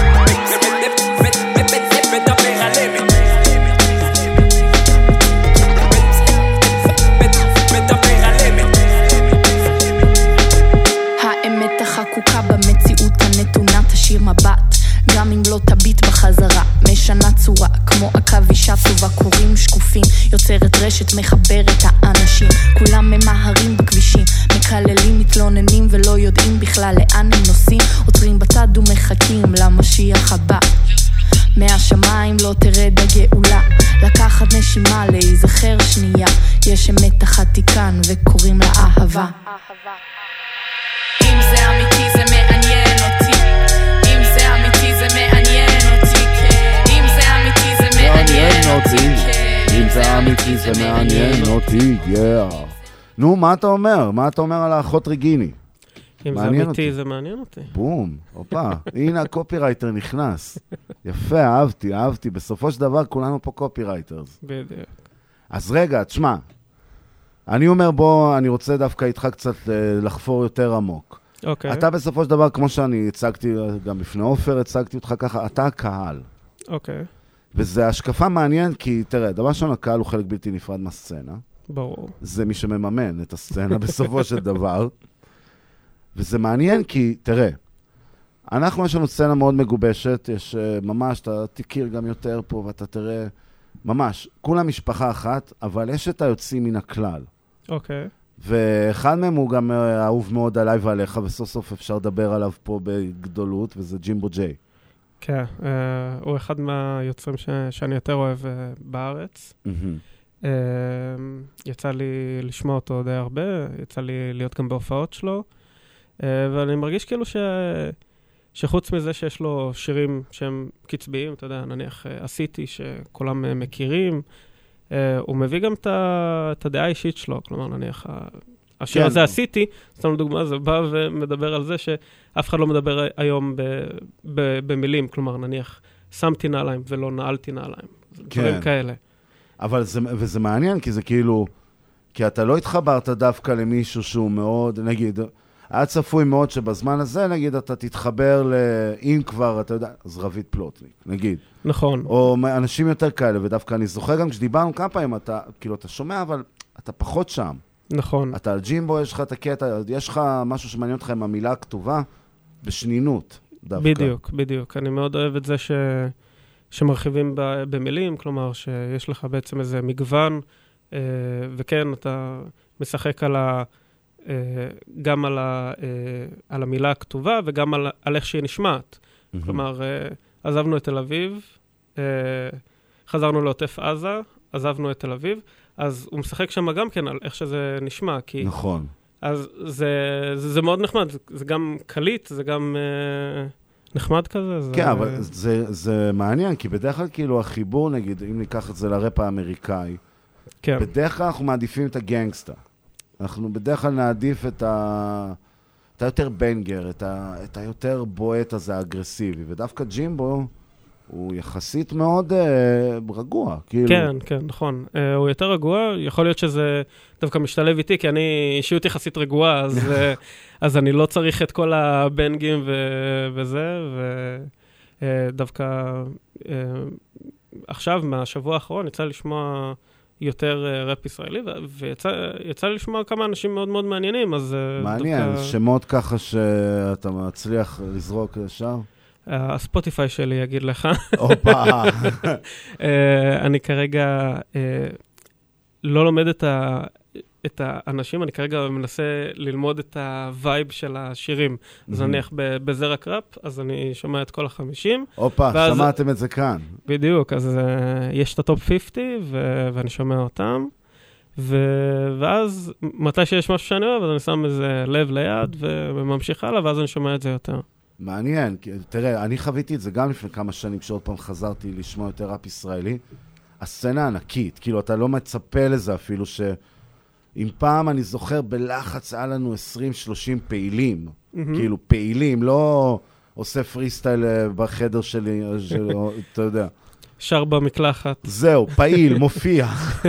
מדבר על אמת. מדבר על אמת. האמת החקוקה במציאות הנתונה תשאיר מבט, גם אם לא תביט בחזרה, משנה צורה כמו עכבישה טובה, קוראים שקופים, יוצרת רשת, מחברת האנשים, כולם ממהרים בכבישים, מקללים, מתלוננים ולא יודעים בכלל לאן הם נוסעים, עוצרים בצד ומחכים למשיח הבא. מהשמיים לא תרד הגאולה, לקחת נשימה להיזכר שנייה, יש אמת אחת כאן וקוראים לה אהבה. אם זה אמיתי זה מעניין אותי. אם זה אמיתי זה מעניין אותי. אם זה אמיתי זה מעניין אותי. אם זה אמיתי זה מעניין אותי. נו, מה אתה אומר? מה אתה אומר על האחות רגיני? אם זה אמיתי זה מעניין אותי. בום, אופה, הנה הקופירייטר נכנס. יפה, אהבתי. בסופו של דבר כולנו פה קופירייטרס. בדיוק. אז רגע, תשמע, אני אומר בוא, אני רוצה דווקא איתך קצת לחפור יותר עמוק. אוקיי. אתה בסופו של דבר, כמו שאני הצגתי, גם לפני אופר הצגתי אותך ככה, אתה הקהל. אוקיי. וזה השקפה מעניין, כי תראה, דבר ראשון, הקהל הוא חלק בלתי נפרד מהסצנה. ברור. זה מי שמממן את הסצנה בסופו של דבר. וזה מעניין כי, תראה, אנחנו יש לנו סצנה מאוד מגובשת, יש ממש, אתה תכיר גם יותר פה ואתה תראה, ממש, כולה משפחה אחת, אבל יש את היוצאים מן הכלל. אוקיי. ואחד מהם הוא גם אהוב מאוד עליי ועליך, וסוף סוף אפשר לדבר עליו פה בגדולות, וזה ג'ימבו ג'יי. כן, הוא אחד מהיוצרים שאני יותר אוהב בארץ. יצא לי לשמוע אותו די הרבה, יצא לי להיות גם בהופעות שלו, ואני מרגיש כאילו שחוץ מזה שיש לו שירים שהם קצביים, אתה יודע, נניח עשיתי שכולם מכירים, הוא מביא גם את הדעה האישית שלו, כלומר נניח השיר הזה עשיתי, סתם דוגמה, זה בא ומדבר על זה שאף אחד לא מדבר היום במילים, כלומר נניח שמתי נעליים ולא נעלתי נעליים, דברים כאלה. אבל וזה מעניין, כי זה כאילו, כי אתה לא התחברת דווקא למישהו שהוא מאוד, נגיד, היה צפוי מאוד שבזמן הזה, נגיד, אתה תתחבר אם כבר, אתה יודע, אז רבית פלוטניק, נגיד. נכון. או אנשים יותר כאלה, ודווקא אני זוכר גם כשדיברנו כמה פעמים, אתה, כאילו, אתה שומע, אבל אתה פחות שם. נכון. אתה על ג'ימבו, יש לך את הקטע, יש לך משהו שמעניין אותך עם המילה הכתובה, בשנינות, דווקא. בדיוק. אני מאוד אוהב את זה שמרחיבים במילים, כלומר, שיש לך בעצם איזה מגוון, וכן, אתה משחק גם על המילה הכתובה, וגם על איך שהיא נשמעת. כלומר, עזבנו את תל אביב, חזרנו לעוטף עזה, עזבנו את תל אביב, אז הוא משחק שם גם כן על איך שזה נשמע, כי... נכון. אז זה מאוד נחמד, זה גם קליט, זה גם נחמד כזה. כן, אבל זה מעניין, כי בדרך כלל כאילו החיבור, נגיד, אם ניקח את זה לראפ האמריקאי, בדרך כלל אנחנו מעדיפים את הגנגסטה. אנחנו בדרך כלל נעדיף את היותר בנגר, את היותר בועט הזה, האגרסיבי, ודווקא ג'ימבו הוא יחסית מאוד רגוע. כאילו. כן, נכון. הוא יותר רגוע, יכול להיות שזה דווקא משתלב איתי, כי אני אישיות יחסית רגועה, אז אני לא צריך את כל הבנגים וזה, ודווקא עכשיו, מהשבוע האחרון, יצא לשמוע יותר ראפ ישראלי, ויצא לי לשמוע כמה אנשים מאוד מאוד מעניינים, אז... מעניין, שמות ככה שאתה מצליח לזרוק ישר? הספוטיפיי שלי יגיד לך. אופה. אני כרגע לא לומד את האנשים, אני כרגע מנסה ללמוד את הווייב של השירים. אז נניח בזרע קראפ, אז אני שומע את כל 50. אופה, שמעתם את זה כאן. בדיוק, אז יש את הטופ 50, ואני שומע אותם. ואז מתי שיש משהו שאני אוהב, אז אני שם איזה לב ליד וממשיך הלאה, ואז אני שומע את זה יותר. מעניין, תראה, אני חוויתי את זה גם לפני כמה שנים, כשעוד פעם חזרתי לשמוע יותר ראפ ישראלי. הסצנה ענקית, כאילו אתה לא מצפה לזה אפילו אם פעם אני זוכר בלחץ היה לנו 20-30 פעילים, כאילו פעילים, לא עושה פרי סטייל בחדר שלי, אתה יודע. שר במקלחת. זהו, פעיל, מופיע.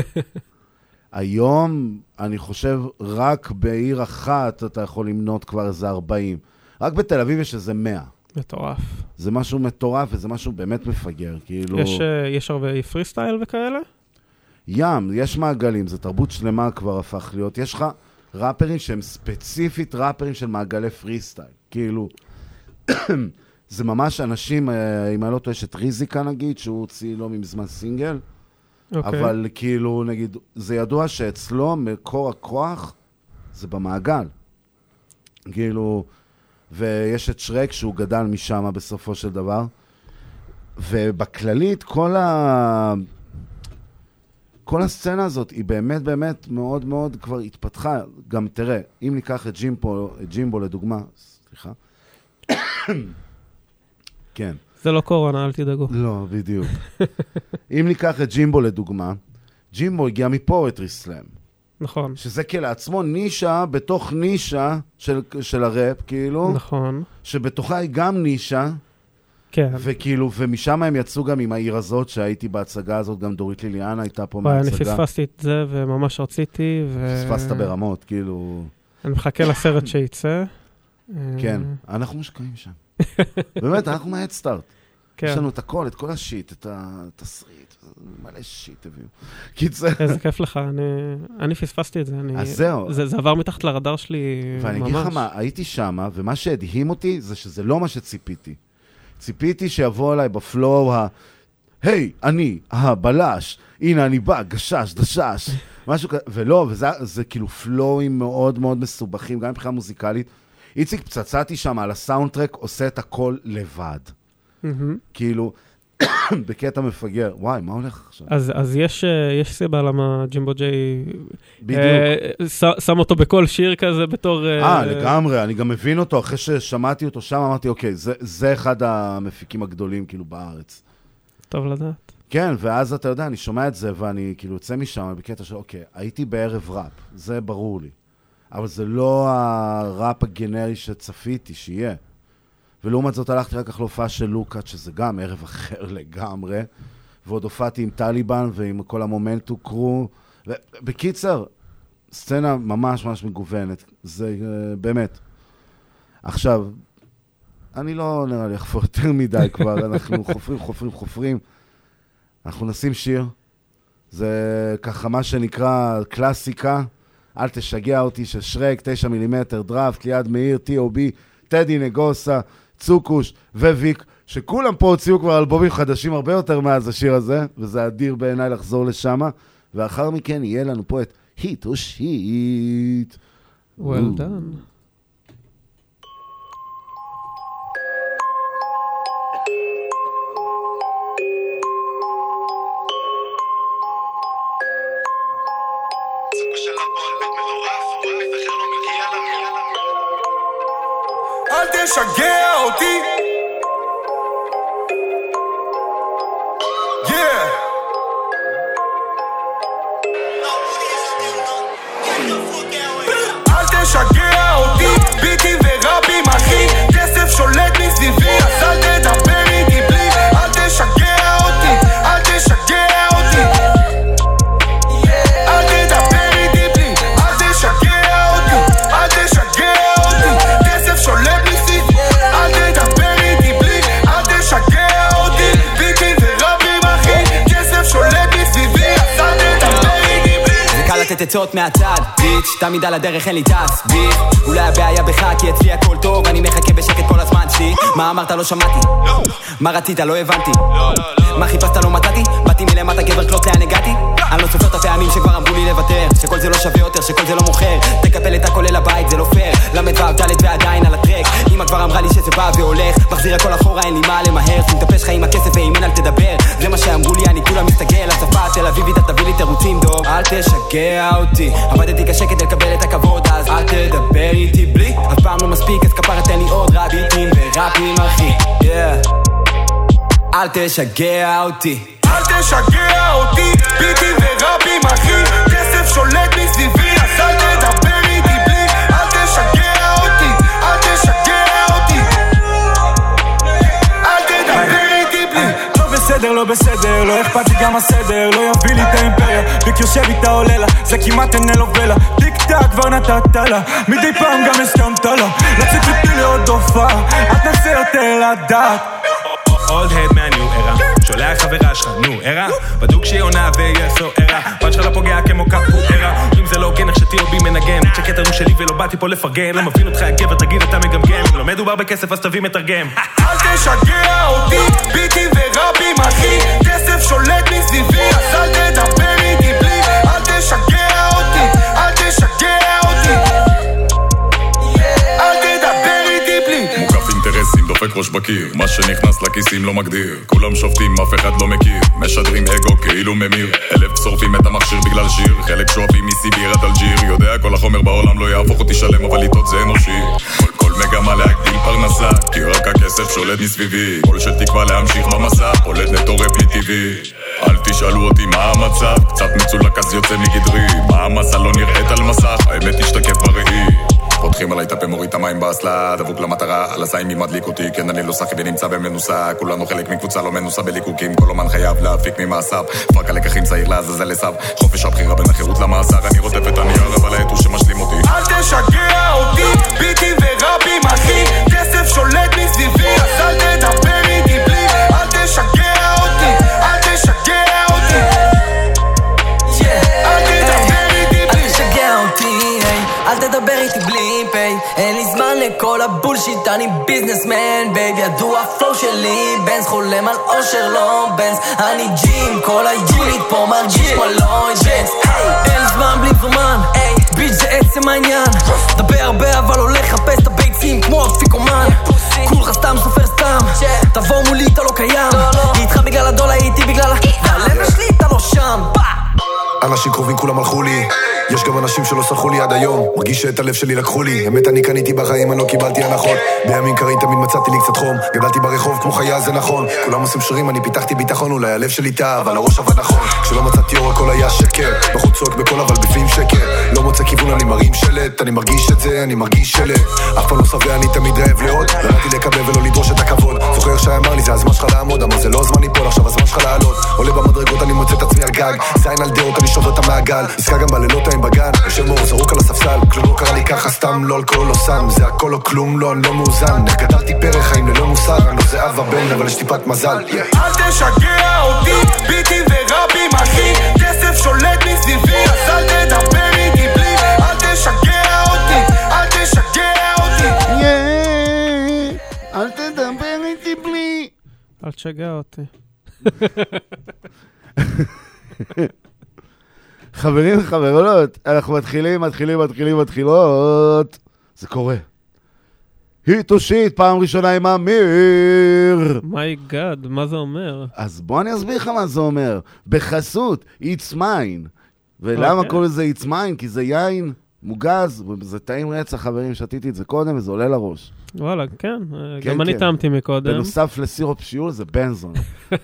היום, אני חושב, רק בעיר אחת אתה יכול למנות כבר איזה 40. רק בתל אביב יש איזה 100. מטורף. זה משהו מטורף וזה משהו באמת מפגר, כאילו... יש הרבה פרי סטייל וכאלה? יש מעגלים, זה תרבות שלמה כבר הפך להיות. יש לך ראפרים שהם ספציפית ראפרים של מעגלי פרי סטייל. כאילו, זה ממש אנשים, אם אני לא טועה, יש את ריזיקה נגיד, שהוא הוציא לא מזמן סינגל, אבל כאילו, נגיד, זה ידוע שאצלו מקור הכוח זה במעגל. כאילו, ויש את שרק שהוא גדל משם בסופו של דבר, ובכללית כל הסצנה הזאת היא באמת באמת מאוד מאוד כבר התפתחה. גם תראה, אם ניקח את ג'ימבו לדוגמה, סליחה. כן. זה לא קורונה, אל תדאגו. לא, בדיוק. אם ניקח את ג'ימבו לדוגמה, ג'ימבו הגיע מפואטרי סלאם. נכון. שזה כלעצמו נישה בתוך נישה של הראפ, כאילו. נכון. שבתוכה היא גם נישה. כן. וכאילו, ומשם הם יצאו גם עם העיר הזאת, שהייתי בהצגה הזאת, גם דורית ליליאנה הייתה פה מההצגה. אני פספסתי את זה וממש רציתי. פספסת ברמות, כאילו... אני מחכה לסרט שייצא. כן, אנחנו מושקעים שם. באמת, אנחנו מההדסטארט. כן. יש לנו את הכל, את כל השיט, את התסריט, מלא שיט הביאו. קיצר. איזה כיף לך, אני פספסתי את זה. אז זהו. זה עבר מתחת לרדאר שלי ממש. ואני אגיד לך מה, הייתי שם, ומה שהדהים אותי זה שזה לא מה שציפיתי. ציפיתי שיבוא אליי בפלואו היי, אני, הבלש, הנה אני בא, גשש, דשש, משהו כזה, ולא, וזה כאילו פלואוים מאוד מאוד מסובכים, גם מבחינה מוזיקלית. איציק פצצתי שם על הסאונדטרק, עושה את הכל לבד. כאילו, בקטע מפגר. וואי, מה הולך עכשיו? אז יש סיבה למה ג'ימבו ג'יי שם אותו בכל שיר כזה בתור... לגמרי, אני גם מבין אותו, אחרי ששמעתי אותו שם, אמרתי, אוקיי, זה אחד המפיקים הגדולים כאילו בארץ. טוב לדעת. כן, ואז אתה יודע, אני שומע את זה, ואני כאילו יוצא משם בקטע של, אוקיי, הייתי בערב ראפ, זה ברור לי. אבל זה לא הראפ הגנרי שצפיתי שיהיה. ולעומת זאת הלכתי רק להופעה של לוקאץ', שזה גם ערב אחר לגמרי, ועוד הופעתי עם טליבן ועם כל המומנטו קרו, ובקיצר, סצנה ממש ממש מגוונת, זה באמת. עכשיו, אני לא נראה לי אחפור יותר מדי כבר, אנחנו חופרים, אנחנו נשים שיר, זה ככה מה שנקרא קלאסיקה, אל תשגע אותי של שרק, 9 מילימטר, דראפט, ליד מאיר, T.O.B, טדי נגוסה, צוקוש וויק, שכולם פה הוציאו כבר אלבומים חדשים הרבה יותר מאז השיר הזה, וזה אדיר בעיניי לחזור לשם, ואחר מכן יהיה לנו פה את היט או שיט. Well done. אל תשגע אותי אל תשגע אותי ביטים ורבים אחי כסף שולט מסביבי אז אל תדבר איתי בלי אל תשגע אותי אל תשגע אותי אל תדבר איתי בלי אל תשגע אותי אל תשגע אותי כסף שולט מסביבי אל תדבר איתי בלי אל תשגע אותי ביטים ורבים אחי כסף שולט מסביבי אז אל תדבר איתי בלי זה קל לתת עצות מהצד ביץ' תמיד על הדרך אין לי תסביר אולי הבעיה בך כי אצלי הכל טוב אני מחכה בשקט כל הזמן שלי מה אמרת לא שמעתי מה רצית לא הבנתי מה חיפשת לא מצאתי באתי מלמטה גבר קלוט לאן הגעתי אני לא סופר את הפעמים שכבר אמרו לי לוותר שכל זה לא שווה יותר שכל זה לא מוכר תקפל את הכל אל הבית זה לא פייר למד ועב דלת ועדיין על הטרק אמא כבר אמרה לי שזה בא והולך מחזיר הכל אחורה אין לי מה למהר שים תפש לך עם הכסף ואם אין אל תדבר זה מה שאמרו לי אני כולה מסתגל השפה התל אביבית תביא לי תירוצים דוב אל תשגע תשגע אותי. עבדתי קשה כדי לקבל את הכבוד, אז אל תדבר איתי בלי, אף פעם לא מספיק, אז כפרה תן לי עוד רק ביטים וראפים אחי. אל תשגע אותי, אל תשגע אותי, ביטים וראפים אחי, כסף שולט מסביבי, אז אל תדבר איתי בלי, אל תשגע אותי, אל תשגע אותי, אל תדבר איתי בלי. לא בסדר, לא בסדר, לא אכפת לי גם הסדר, לא יביא לי את האימפריה, ביק יושב איתה עולה לה, זה כמעט אין אלובלה, טיק טק כבר נתת לה, מדי פעם גם הסכמת לה, לצאת איתי לעוד הופעה, את נסה יותר לדעת. אולד הד מהניו ארה, שולח חברה שלך, נו ארה, בדוק שהיא עונה ויסו ארה, פאנץ' שלך לא פוגע כמו קפוארה, אם זה לא הוגן איך שתהיה בי מנגן, שקטר הוא שלי ולא באתי פה לפרגן, לא מבין אותך הגבר תגיד אתה מגמגם, לא מדובר בכסף אז תביא מתרגם. אל תשגע אותי, ביטים וראפים אחי, כסף שולט מסביבי, אז אל תדבר איתי בלי, אל תשגע אותי, אל תשגע אותי, אל תדבר איתי בלי. מוקף אינטרסים, דופק ראש בקיר, מה שנכנס לכיסים לא מגדיר, כולם שופטים, אף אחד לא מכיר, משדרים אגו כאילו ממיר, 1000 שורפים את המכשיר בגלל שיר, חלק שואפים מסיביר עד אלג'יר, יודע כל החומר בעולם לא יהפוך אותי שלם, אבל איתות זה אנושי, כל מגמה להגדיל פרנסה, כי רק הכסף שולט מסביבי, כל של תקווה להמשיך במסע, פולט נטו רפלי טבעי, אל תשאלו אותי מה המצב, קצת מצולק אז יוצא מגדרי, מה המסע לא נראית על מסך, האמת תשתקף בראי, פותחים עליי את הפה, מוריד את המים באסלה, דבוק למטרה, על הסיים מדליק אותי, כן אני לא שחי ונמצא במנוסה, כולנו חלק מקבוצה לא מנוסה בליקוקים, כל אומן חייב להפיק ממעשיו, פרק הלקחים צעיר לעזאזל לסב, חופש הבחירה בין החירות למאסר, אני רוטף את הנייר אבל העט הוא שמשלים אותי. אל תשגע אותי, ביטים וראפים אחי, כסף שולט מסביבי, אז אל תדבר איתי בלי, אל תשגע אותי, אל תשגע אותי, אל תדבר איתי בלי, אל תשגע אותי, אל תדבר איתי בלי פיי, אין לי זמן לכל הבולשיט, אני ביזנסמן בייב, ידוע הפלו שלי, בנס חולם על אושר לא בנס, אני ג'ים, כל היוניט פה מרגיש כמו לא ג'נס, אין לי זמן בלי פרמן, ביץ' זה עצם העניין, דבר הרבה אבל הולך לחפש את הביצים כמו אפיקומן, כולך סתם סופר סתם, תבוא מולי אתה לא קיים, איתך בגלל הדולר איתי בגלל הלב שלי אתה לא שם. אנשים קרובים כולם הלכו לי, יש גם אנשים שלא סלחו לי עד היום, מרגיש שאת הלב שלי לקחו לי, אמת אני קניתי בחיים, אני לא קיבלתי הנחות, בימים קרים תמיד מצאתי לי קצת חום, גדלתי ברחוב כמו חיה זה נכון, כולם עושים שירים אני פיתחתי ביטחון, אולי הלב שלי טעה אבל הראש עבד נכון, כשלא מצאתי אור הכל היה שקר, בחוץ צועק בקול אבל בפנים שקר, לא מוצא כיוון אני מרים שלט, אני מרגיש את זה, אני מרגיש שלט, אף פעם לא שבע אני תמיד רעב לעוד, ידעתי לקבל ולא לדרוש את הכבוד, זוכר שאמר לי זה הזמן שלך לעמוד, אבל זה לא הזמן ליפול, עכשיו הזמן שלך לעלות, עולה במדרגות אני מוצא את עצמי על גג, זין על דעות אני שובר את המעגל, עסקה גם בלילות ההם בגן, יושב מור זרוק על הספסל, כלום לא קרה לי ככה סתם, לא אלכוהול לא סם, זה הכל או כלום לא, אני לא מאוזן, גדלתי פרח חיים ללא מוסר, אני לא זהב הבן אבל יש טיפת מזל. אל תשגע אותי, ביטים וראפים אחי, כסף שולט מסביבי, אז אל תדבר איתי בלי, אל תשגע אותי, אל תשגע אותי, אל תדבר איתי בלי, אל תשגע אותי. חברים וחברות, אנחנו מתחילות. זה קורה. היט או שיט, פעם ראשונה עם אמיר. מי גאד, מה זה אומר? אז בוא אני אסביר לך מה זה אומר. בחסות, It's Mine. ולמה קוראים לזה It's Mine? כי זה יין מוגז, וזה טעים רצח, חברים, שתיתי את זה קודם, וזה עולה לראש. וואלה, כן. גם אני טעמתי מקודם. בנוסף לסירופ שיעול, זה בנזון.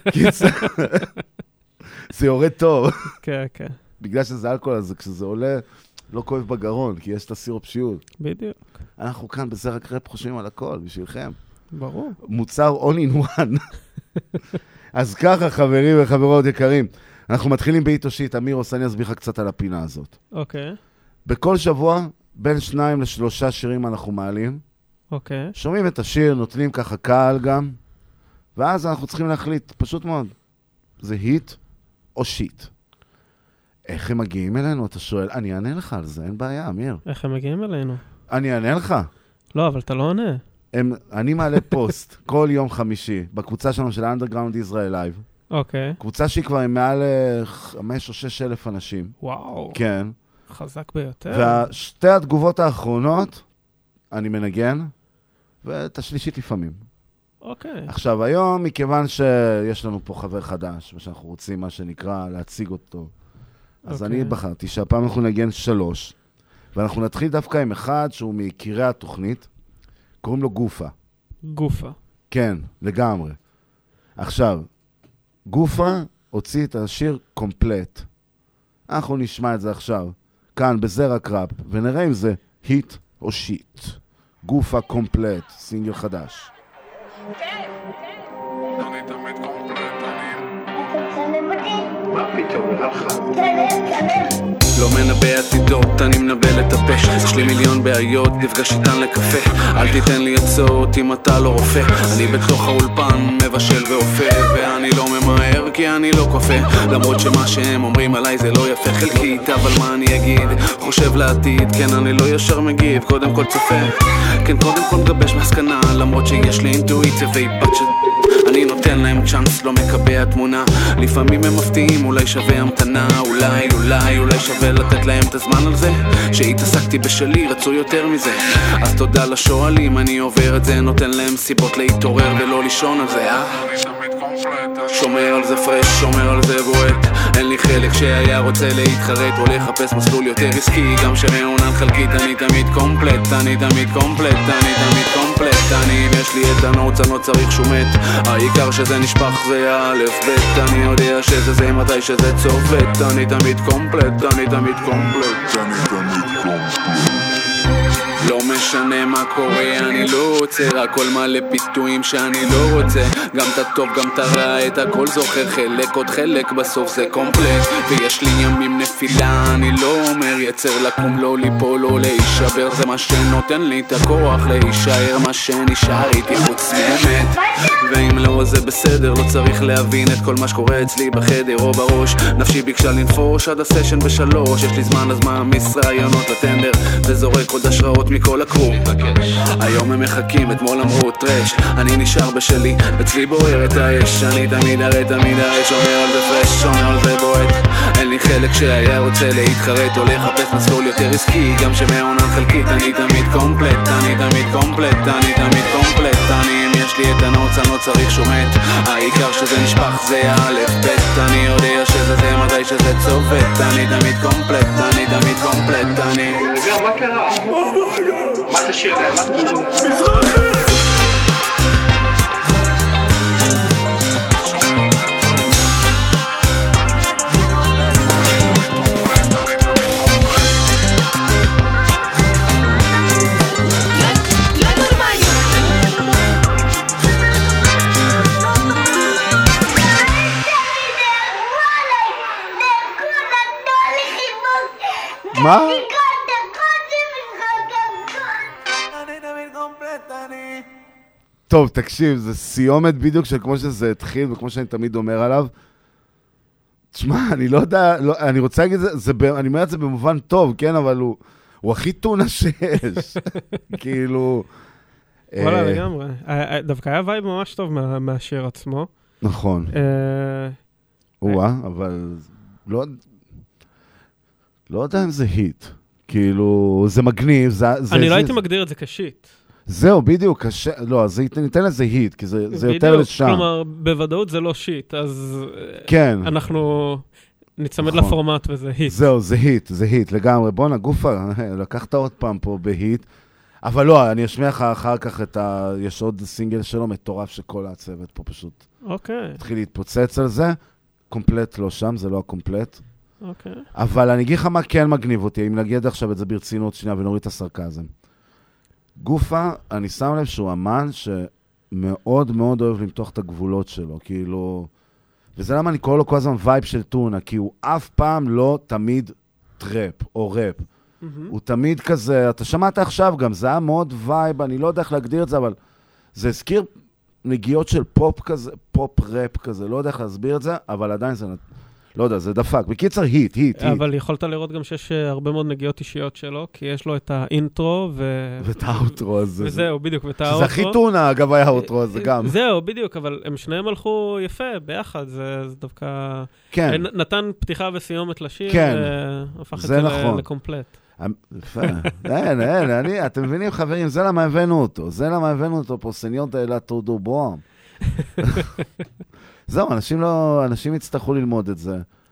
זה יורד טוב. כן, כן. בגלל שזה אלכוהול, אז כשזה עולה, לא כואב בגרון, כי יש את הסירופ שיעול. בדיוק. אנחנו כאן בזה רק רפ חושבים על הכל, בשבילכם. ברור. מוצר all in one. אז ככה, חברים וחברות יקרים, אנחנו מתחילים באיתו שיט, אמיר עושה, אני אסביר לך קצת על הפינה הזאת. אוקיי. בכל שבוע, בין 2 ל3 שירים אנחנו מעלים. אוקיי. שומעים את השיר, נותנים ככה קהל גם, ואז אנחנו צריכים להחליט, פשוט מאוד, זה היט או שיט. איך הם מגיעים אלינו? אתה שואל, אני אענה לך על זה, אין בעיה, אמיר. איך הם מגיעים אלינו? אני אענה לך. לא, אבל אתה לא עונה. אני מעלה פוסט כל יום חמישי, בקבוצה שלנו של Underground Israel Live. אוקיי. קבוצה שהיא כבר עם מעל 5 או 6 אלף אנשים. וואו. כן. חזק ביותר. והשתי התגובות האחרונות, אני מנגן, ואת השלישית לפעמים. אוקיי. עכשיו, היום, מכיוון שיש לנו פה חבר חדש, ושאנחנו רוצים מה שנקרא להציג אותו אז אני בחרתי שהפעם אנחנו נגן 3, ואנחנו נתחיל דווקא עם אחד שהוא מיקירי התוכנית, קוראים לו גופה. גופה. כן, לגמרי. עכשיו, גופה הוציא את השיר קומפלט. אנחנו נשמע את זה עכשיו, כאן בזרע קראפ, ונראה אם זה היט או שיט. גופה קומפלט, סינגל חדש. לא מנבא עתידות, אני מנבא לטפש. יש לי מיליון בעיות, נפגש איתן לקפה. אל תיתן לי עצות אם אתה לא רופא. אני בתוך האולפן מבשל ואופה, ואני לא ממהר כי אני לא קופה. למרות שמה שהם אומרים עליי זה לא יפה חלקית, אבל מה אני אגיד? חושב לעתיד, כן אני לא ישר מגיב, קודם כל צופה. כן קודם כל מגבש מסקנה, למרות שיש לי אינטואיציה ואיבד אני נותן להם צ'אנס, לא מקבע תמונה. לפעמים הם מפתיעים, אולי שווה המתנה. אולי שווה לתת להם את הזמן על זה. שהתעסקתי בשלי, רצו יותר מזה. אז תודה לשואלים, אני עובר את זה. נותן להם סיבות להתעורר ולא לישון על זה. שומר על זה פרש, שומר על זה בועט. אין לי חלק שהיה רוצה להתחרט או לחפש מסלול יותר עסקי. גם שמעונן חלקית, אני תמיד קומפלט. אני אם יש לי את הנוץ, אני לא צריך שומט. העיקר שזה נשפך זה א' ב'. אני יודע שזה זה מתי שזה צובט. אני תמיד קומפלט. לא משנה מה קורה, אני לא רוצה רק כל מלא פיתויים שאני לא רוצה. גם את הטוב, גם את הרע, את הכל זוכר חלק, עוד חלק, בסוף זה קומפלט. ויש לי ימים נפילה, אני לא אומר יצר לקום, לא ליפול, לא להישבר. זה מה שנותן לי את הכוח להישאר, מה שנשאר איתי חוץ מאמת. ואם לא זה בסדר, לא צריך להבין את כל מה שקורה אצלי בחדר או בראש. נפשי ביקשה לנפוש עד הסשן ב3. יש לי זמן אז מעמיס רעיונות לטנדר וזורק עוד השראות מכל הקרום. היום הם מחכים, אתמול אמרו טרש. אני נשאר בשלי, אצלי בוער את האש. אני תמיד שומר על זה פרש, שומר על זה בועט. אין לי חלק שהיה רוצה להתחרט או לחפש מסלול יותר עסקי. גם שמעונן חלקית, אני תמיד קומפלט. אם יש לי את הנוץ, אני לא צריך שומט. העיקר שזה נשפך זה א' ב'. אני יודע שזה זה מתי שזה צובט. אני תמיד קומפלט. רגע, מה קרה? מה זה שיר? מה זה מזרחי? מה? טוב, תקשיב, זה סיומת בדיוק של כמו שזה התחיל וכמו שאני תמיד אומר עליו. תשמע, אני לא יודע, אני רוצה להגיד את זה, אני אומר את זה במובן טוב, כן, אבל הוא הכי טונה שיש. כאילו... וואלה, לגמרי. דווקא היה וייב ממש טוב מהשיר עצמו. נכון. אבל לא יודע אם זה היט. כאילו, זה מגניב. אני לא הייתי מגדיר את זה כשיט. זהו, בדיוק, קשה, לא, אז ניתן לזה היט, כי זה יותר לשם. כלומר, בוודאות זה לא שיט, אז כן. אנחנו נצמד לפורמט וזה היט. זהו, זה היט, לגמרי. בוא נגופה, לקחת עוד פעם פה בהיט, אבל לא, אני אשמיע לך אחר כך יש עוד סינגל שלו מטורף שכל הצוות פה פשוט התחיל להתפוצץ על זה. קומפלט לא שם, זה לא הקומפלט. אבל אני אגיד לך מה כן מגניב אותי, אם נגיד עכשיו את זה ברצינות שנייה ונוריד את הסרקזם. גופה, אני שם לב שהוא אמן שמאוד מאוד אוהב למתוח את הגבולות שלו, כאילו... וזה למה אני קורא לו כל הזמן וייב של טונה, כי הוא אף פעם לא תמיד טראפ או ראפ. הוא תמיד כזה, אתה שמעת עכשיו גם, זה היה מאוד וייב, אני לא יודע איך להגדיר את זה, אבל זה הזכיר נגיעות של פופ כזה, פופ ראפ כזה, לא יודע איך להסביר את זה, אבל עדיין זה... לא יודע, זה דפק. בקיצר, היט. אבל יכולת לראות גם שיש הרבה מאוד נגיעות אישיות שלו, כי יש לו את האינטרו ואת האוטרו הזה. וזהו, בדיוק, ואת האוטרו. שזה הכי טונה, אגב, היה האוטרו הזה גם. זהו, בדיוק, אבל הם שניהם הלכו יפה, ביחד, זה דווקא... כן. נתן פתיחה וסיומת לשיר, והפך את זה לקומפלט. יפה. אין, אתם מבינים, חברים, זה למה הבאנו אותו. פה סניורט אלה טורדו בום. זהו, אנשים יצטרכו ללמוד את זה.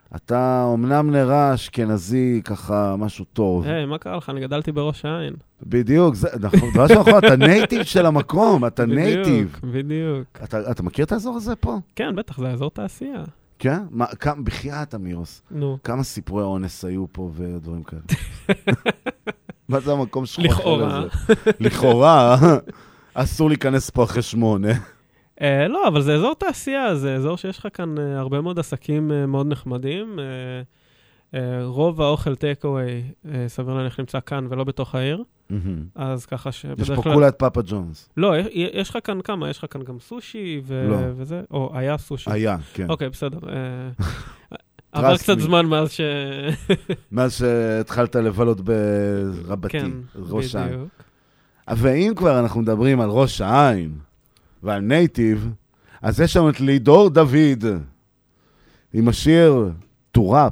אתה אומנם נראה אשכנזי, ככה משהו טוב. היי, מה קרה לך? אני גדלתי בראש העין. בדיוק, נכון, דבר שנכון, אתה נייטיב של המקום, אתה נייטיב. בדיוק. אתה מכיר את האזור הזה פה? כן, בטח, זה האזור תעשייה. כן? בחייאת אמירוס. נו. כמה סיפורי אונס היו פה ודברים כאלה? מה זה המקום שכוח? לכאורה. לכאורה. אסור להיכנס פה אחרי 8. לא, אבל זה אזור תעשייה, זה אזור שיש לך כאן הרבה מאוד עסקים מאוד נחמדים. רוב האוכל טייק-אווי, סביר להניח, נמצא כאן ולא בתוך העיר. אז ככה יש פה כולה את פאפה ג'ונס. לא, יש לך כאן כמה, יש לך כאן גם סושי וזה, או היה סושי. היה, כן. אוקיי, בסדר. עבר קצת זמן מאז שהתחלת לבלות ברבתי, ראש העין. ואם כבר אנחנו מדברים על ראש העין ועל נייטיב, אז יש שם את לידור דוד עם השיר טוראפ.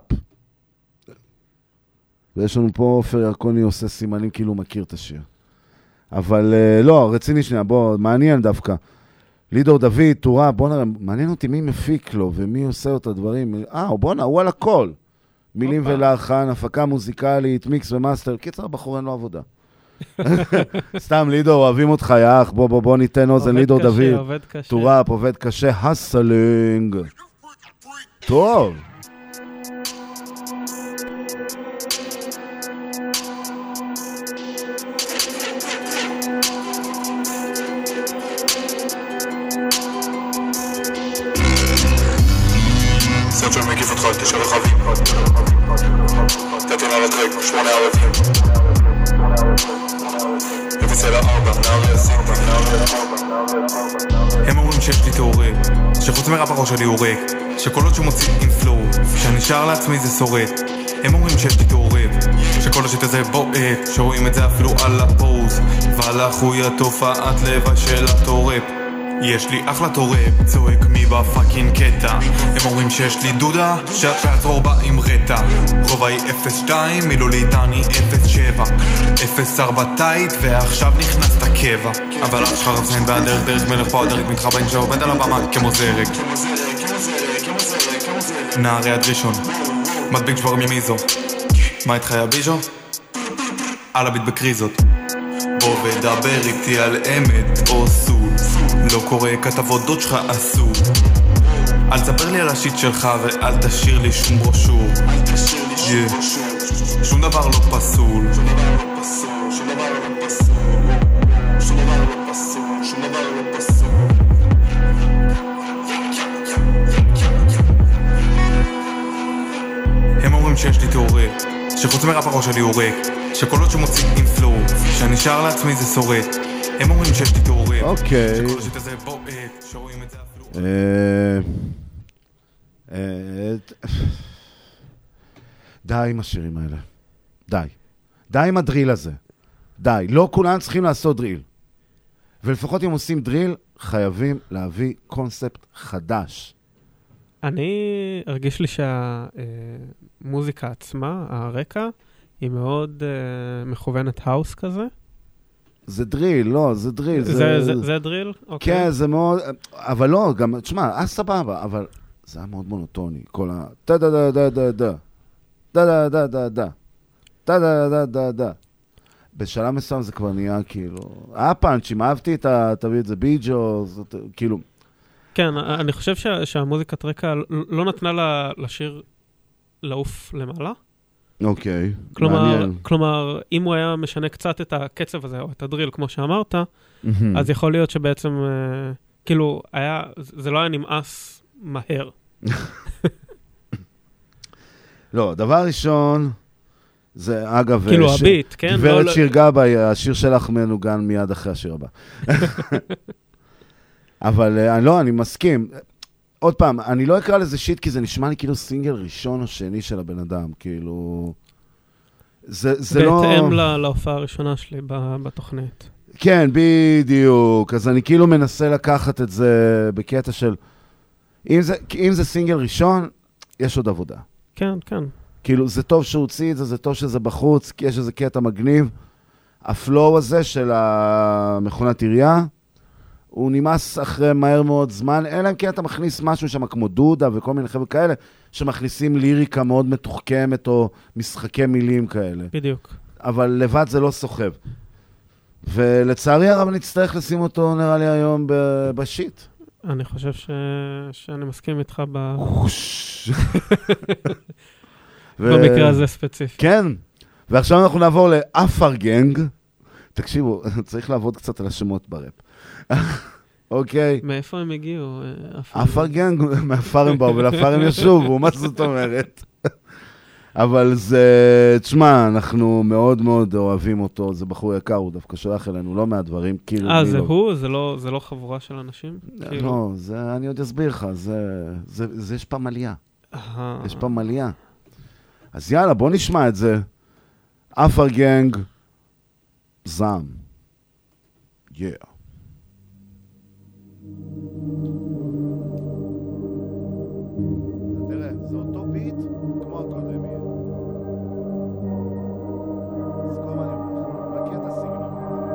ויש לנו פה אופר ירקוני עושה סימנים כאילו הוא מכיר את השיר. אבל לא, רציני שנייה, בוא, מעניין דווקא. לידור דוד, טוראפ, בוא נראה, מעניין אותי מי מפיק לו ומי עושה את הדברים. בוא הוא על הכל. מילים ולחן, הפקה מוזיקלית, מיקס ומאסטר. קיצר, בחור אין לו עבודה. סתם, לידור, אוהבים אותך, יאח, בוא ניתן אוזן, לידור דוד. טוראפ, עובד קשה, הסלינג. טוב. סרט שאני מקיף אותך על 9 רכבים. תתין על הטרק, 8 ערבים. 0-4, נערי הסינטה. הם אומרים שיש לי תיאורי, שחוץ מרב הראש שלי הוא ריק, שכל עוד שמוציא עם פלואו, שאני נשאר לעצמי זה שורד. הם אומרים שיש לי תיאורי, שכל השיט הזה בועט, שרואים את זה אפילו על הפוז, ועל החוי התופעת לבה של הטורפ. יש לי אחלה טורפ, צועק מי בפאקינג קטע. הם אומרים שיש לי דודה, שהצרור בא עם רטע. רובע היא 0-2, מילוליטני 0-7 0-4 טייט, ועכשיו נכנס את הקבע. אבל אח שלך רב זין והדרך דרך מלך פה הדרך מתחבן שעובד על הבמה כמו זרק. נערי עד ראשון, מדביק שברים ימיזו. מה איתך יא ביז'ו? על הביט בקריזות. בוא ודבר איתי על אמת או סול, לא קורא כתבות דוד שלך עשו. אל תספר לי על השיט שלך ואל תשאיר לי שום ברושור. שום דבר לא פסול. הם אומרים שיש לי תיאורי, שחוץ מרב הראש שלי הוא ריק, שכל עוד שמוציא עם פלואו, שאני נשאר לעצמי זה שורד. הם אומרים שיש לי תיאורים, שכל השיט הזה בועט, שרואים את זה אפילו. די עם השירים האלה. די עם הדריל הזה. די. לא כולם צריכים לעשות דריל. ולפחות אם עושים דריל, חייבים להביא קונספט חדש. אני הרגיש לי שהמוזיקה עצמה, הרקע, היא מאוד מכוונת האוס כזה. זה דריל, לא, זה דריל. זה דריל? אוקיי. כן, זה מאוד, אבל לא, גם, תשמע, סבבה, אבל זה היה מאוד מונוטוני, כל ה... בשלב מסוים זה כבר נהיה כאילו... היה פאנצ'ים, אהבתי תביא את זה ביג'ו, כאילו... כן, אני חושב שהמוזיקת רקע לא נתנה לשיר לעוף למעלה. אוקיי, מעניין. כלומר, אם הוא היה משנה קצת את הקצב הזה, או את הדריל, כמו שאמרת, אז יכול להיות שבעצם, כאילו, זה לא היה נמאס מהר. לא, דבר ראשון, זה אגב... כאילו הביט, כן? גברת שיר גבאי, השיר שלך מנוגן מיד אחרי השיר הבא. אבל לא, אני מסכים. עוד פעם, אני לא אקרא לזה שיט, כי זה נשמע לי כאילו סינגל ראשון או שני של הבן אדם, כאילו... זה לא... בהתאם להופעה הראשונה שלי בתוכנית. כן, בדיוק. אז אני כאילו מנסה לקחת את זה בקטע של... אם זה סינגל ראשון, יש עוד עבודה. כן, כן. כאילו, זה טוב שהוא הוציא את זה, זה טוב שזה בחוץ, כי יש איזה קטע מגניב. הפלואו הזה של המכונת עירייה, הוא נמאס אחרי מהר מאוד זמן, אלא אם כן אתה מכניס משהו שם כמו דודה וכל מיני חבר'ה כאלה, שמכניסים ליריקה מאוד מתוחכמת, או משחקי מילים כאלה. בדיוק. אבל לבד זה לא סוחב. ולצערי הרב נצטרך לשים אותו, נראה לי היום, בשיט. אני חושב שאני מסכים איתך במקרה הזה ספציפי. כן. ועכשיו אנחנו נעבור לאפר גנג. תקשיבו, צריך לעבוד קצת על השמות בראפ. אוקיי. מאיפה הם הגיעו? אפר גנג, מאפר הם באו, ולאפר הם ישובו, מה זאת אומרת? אבל זה, תשמע, אנחנו מאוד מאוד אוהבים אותו, זה בחור יקר, הוא דווקא שלח אלינו לא מהדברים, כאילו... זה הוא? זה לא חבורה של אנשים? לא, אני עוד אסביר לך, יש פעם עלייה. יש פעם עלייה. אז יאללה, בוא נשמע את זה. אפר גנג, זעם. Yeah. תראה, זה אותו ביט כמו הקודם יהיה. אז כל מה אני אומר, מכיר את הסגנון.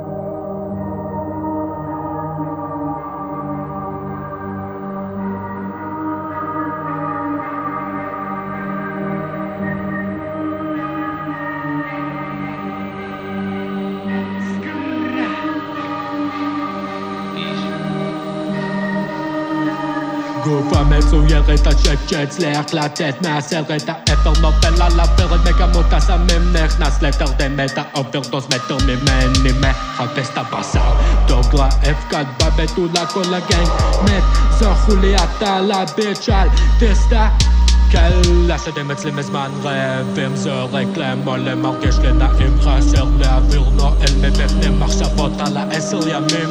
גופה מצוירת, הצ'ק שהצליח לצאת מהסרט, האפר נופל על הפרק, מגמות הסמים נכנס לתרדמת, האוברדוס מטר ממני, מחפש את הבשר, דוג רעב כד בבתולה כל הגנג מת, זו חוליית על הביט של תסתכל, השדם אצלי מזמן רעבים, זורק למול למרגש לנעים, חסר לאוויר נועל מבפנים מחשבות על 10 ימים,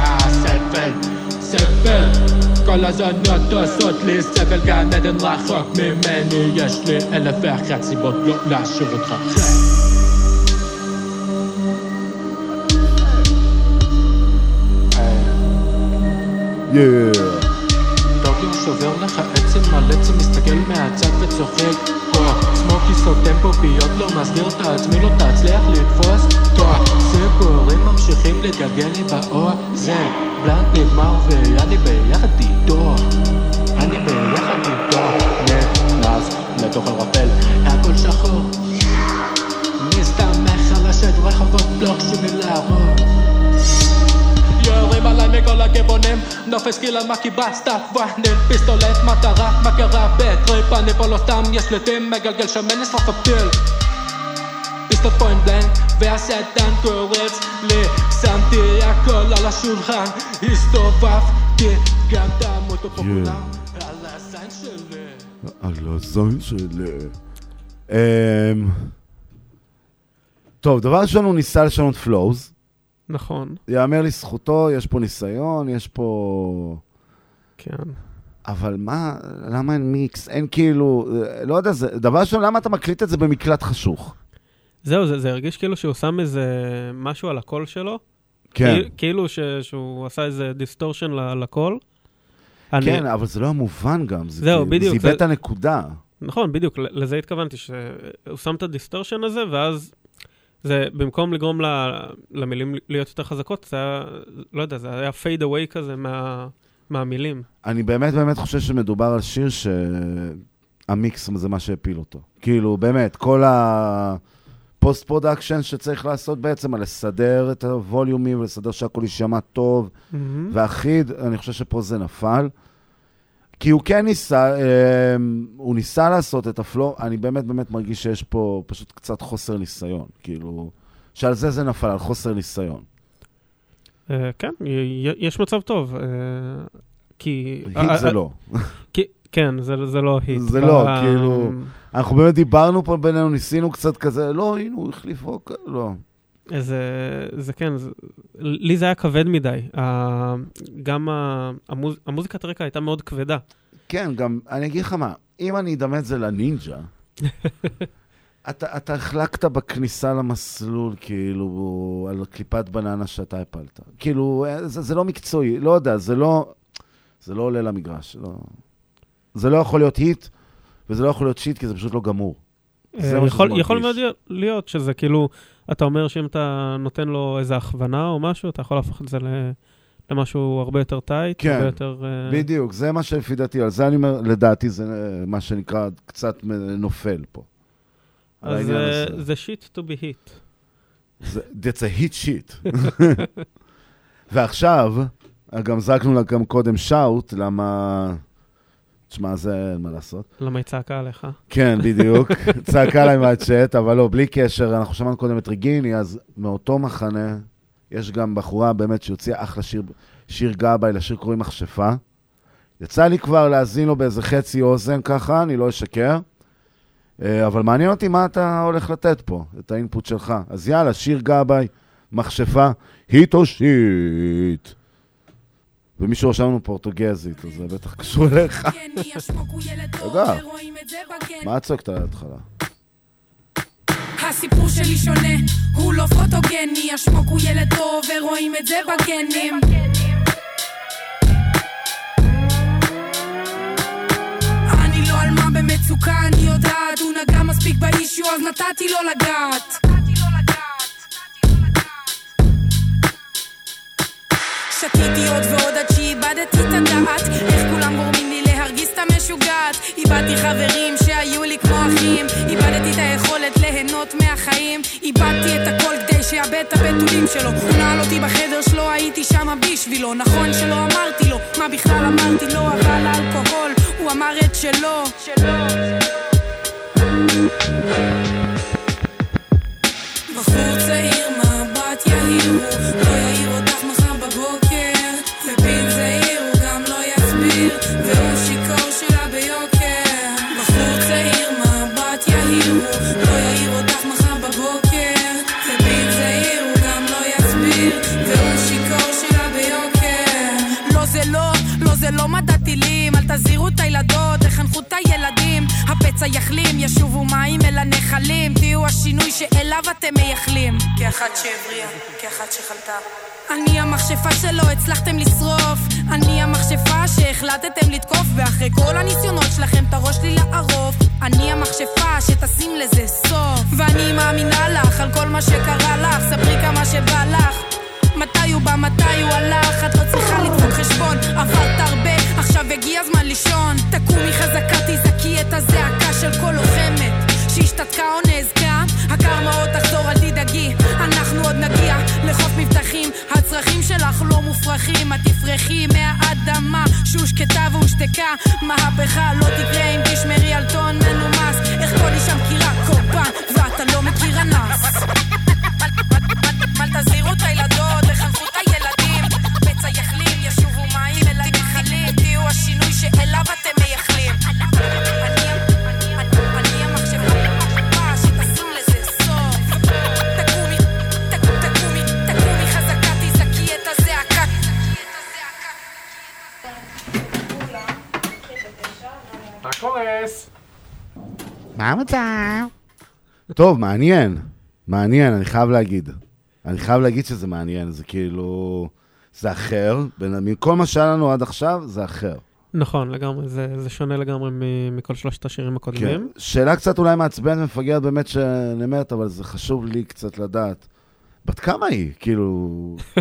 סבל כל הזונות עושות לי סבל, גן עדן רחוק ממני, יש לי 1,001 סיבות לא להשאיר אותך דוגר שובר לך עצם על עצם, מסתכל מהצד וצוחק סמוקי סותם פה פיות, לא מסגיר את עצמי, לא תצליח לתפוס סיפורים ממשיכים לגלגל לי באור, זה בלנק נגמר ואני ביחד איתו, אני ביחד איתו, נכנס לתוך הרפל, הכל שחור, מסתמך על השד רחבות בלוק שמילארות, יורים עליי מכל הכיוונים, נופס קיל על מה קיבצת ונל פיסטולט מטרה, מה קרה בטריפ, אני פה לא סתם, יש לטים מגלגל שמן נשרף הפיל פיסטול פוינט בלנק והשטן קורץ לי, שמתי הכל על השולחן, הסתובבתי גם תמות או פופולר על הזין שלי, על הזין שלי. טוב, דבר ראשון הוא ניסה לשנות פלואוז. נכון. יאמר לזכותו, יש פה ניסיון, יש פה... כן. אבל מה, למה אין מיקס? אין כאילו, לא יודע, דבר ראשון, למה אתה מקליט את זה במקלט חשוך? זהו, זה הרגיש כאילו שהוא שם איזה משהו על הקול שלו. כן. כאילו שהוא עשה איזה דיסטורשן לקול. כן, אבל זה לא המובן גם. זהו, בדיוק. זה איבד הנקודה. נכון, בדיוק. לזה התכוונתי, שהוא שם את הדיסטורשן הזה, ואז זה, במקום לגרום למילים להיות יותר חזקות, זה היה, לא יודע, זה היה fade away כזה מהמילים. אני באמת חושב שמדובר על שיר שהמיקס זה מה שהפיל אותו. כאילו, באמת, כל הפוסט פרודקשן שצריך לעשות בעצם, על לסדר את הווליומים, ולסדר שהכל יישמע טוב ואחיד, אני חושב שפה זה נפל. כי הוא כן ניסה, הוא ניסה לעשות את הפלואו, אני באמת מרגיש שיש פה פשוט קצת חוסר ניסיון, כאילו, שעל זה נפל, על חוסר ניסיון. כן, יש מצב טוב, כי... היט זה לא. כן, זה לא היט. זה לא, כאילו, אנחנו באמת דיברנו פה בינינו, ניסינו קצת כזה, לא, הנה, הוא החליף, לא. זה כן, לי זה היה כבד מדי. גם המוזיקת הרקע הייתה מאוד כבדה. כן, גם, אני אגיד לך מה, אם אני אדמה את זה לנינג'ה, אתה החלקת בכניסה למסלול, כאילו, על קליפת בננה שאתה הפלת. כאילו, זה לא מקצועי, לא יודע, זה לא עולה למגרש. זה לא יכול להיות היט, וזה לא יכול להיות שיט, כי זה פשוט לא גמור. יכול מאוד להיות שזה כאילו, אתה אומר שאם אתה נותן לו איזו הכוונה או משהו, אתה יכול להפוך את זה למשהו הרבה יותר טייט, כן, הרבה יותר... בדיוק, זה מה שלפי דעתי, על זה אני אומר, לדעתי זה מה שנקרא קצת נופל פה. אז זה shit to be hit. That's a hit shit. ועכשיו, גם זרקנו לה גם קודם שאוט, למה... תשמע, זה אין מה לעשות. למה היא צעקה עליך? כן, בדיוק. צעקה עליי מהצ'אט, אבל לא, בלי קשר, אנחנו שמענו קודם את ריגיני, אז מאותו מחנה, יש גם בחורה באמת שיוציאה אחלה שיר גבאי, לשיר קוראים מכשפה. יצא לי כבר להזין לו באיזה חצי אוזן ככה, אני לא אשקר. אבל מעניין אותי מה אתה הולך לתת פה, את האינפוט שלך. אז יאללה, שיר גבאי, מכשפה, היט או שיט. ומישהו רשמנו פורטוגזית, אז זה בטח קשור אליך. רגע, מה את צועקת על ההתחלה? הסיפור שלי שונה, הוא לא פוטוגני, השמוק הוא ילד טוב ורואים את זה בגנים. אני לא על מה במצוקה, אני יודעת, הוא נגע מספיק באישיו אז נתתי לו לגעת. שתיתי עוד ועוד עד שאיבדתי את הדעת, איך כולם גורמים לי להרגיז את המשוגעת. איבדתי חברים שהיו לי כמו אחים, איבדתי את היכולת ליהנות מהחיים, איבדתי את הכל כדי שיאבד את הבטולים שלו. הוא נעל אותי בחדר שלו, הייתי שמה בשבילו, נכון שלא אמרתי לו מה בכלל אמרתי לו, אבל האלכוהול הוא אמר את שלו. בחור צעיר מבט יהיר, הוא לא יעיר אותך מחר בבוקר, ובין זהיר הוא גם לא יסביר, והוא שיקור שלה ביוקר. בחור צעיר מבט יהיר, הוא לא יעיר אותך מחר בבוקר, ובין זהיר הוא גם לא יסביר, והוא שיקור שלה ביוקר. לא זה לא מדע טילים, אל תזירו את הילדות, תחנכו את הילדים, הפצע יחלים, ישובו מים אל הנחלים, תהיו השינוי שאליו אתם מייחלים. כאחת שהבריאה, כאחת שחלתה. אני המכשפה שלא הצלחתם לשרוף, אני המכשפה שהחלטתם לתקוף, ואחרי כל הניסיונות שלכם את הראש לי לערוף. אני המכשפה שתשים לזה סוף, ואני מאמינה לך על כל מה שקרה לך, ספרי כמה שבא לך, מתי הוא בא, מתי הוא הלך, את לא צריכה לדפוק חשבון, עברת הרבה, עכשיו הגיע הזמן לישון. תקומי חזקה, תזעקי את הזעקה של כל לוחמת שהשתתקה או נעזקה, הקרמה עוד תחזור, אל תדאגי, אנחנו עוד נגיע לחוף מבטחים, הצרכים שלך לא מופרכים, את תפרחי מהאדמה שהושקטה והושתקה, מהפכה לא תקרה אם תשמרי על טון מנומס, איך כל אישה מכירה קורבן ואתה לא מכיר אנס. אל תזהירו את הילדות, תחנכו את הילדים, פצע יחלים, ישובו מים אל הנחלים, תהיו השינוי שאליו אתם מייחלים. אני המחשבה שתשים לזה סוף. תקומי חזקה, תזעקי את הזעקה. מה קורס? מה המצב? טוב, מעניין, אני חייב להגיד שזה מעניין, זה כאילו, זה אחר, מכל מה שהיה לנו עד עכשיו, זה אחר. נכון, לגמרי, זה שונה לגמרי מכל שלושת השירים הקודמים. כן. שאלה קצת אולי מעצבנת ומפגרת באמת שנאמרת, אבל זה חשוב לי קצת לדעת. בת כמה היא? כאילו,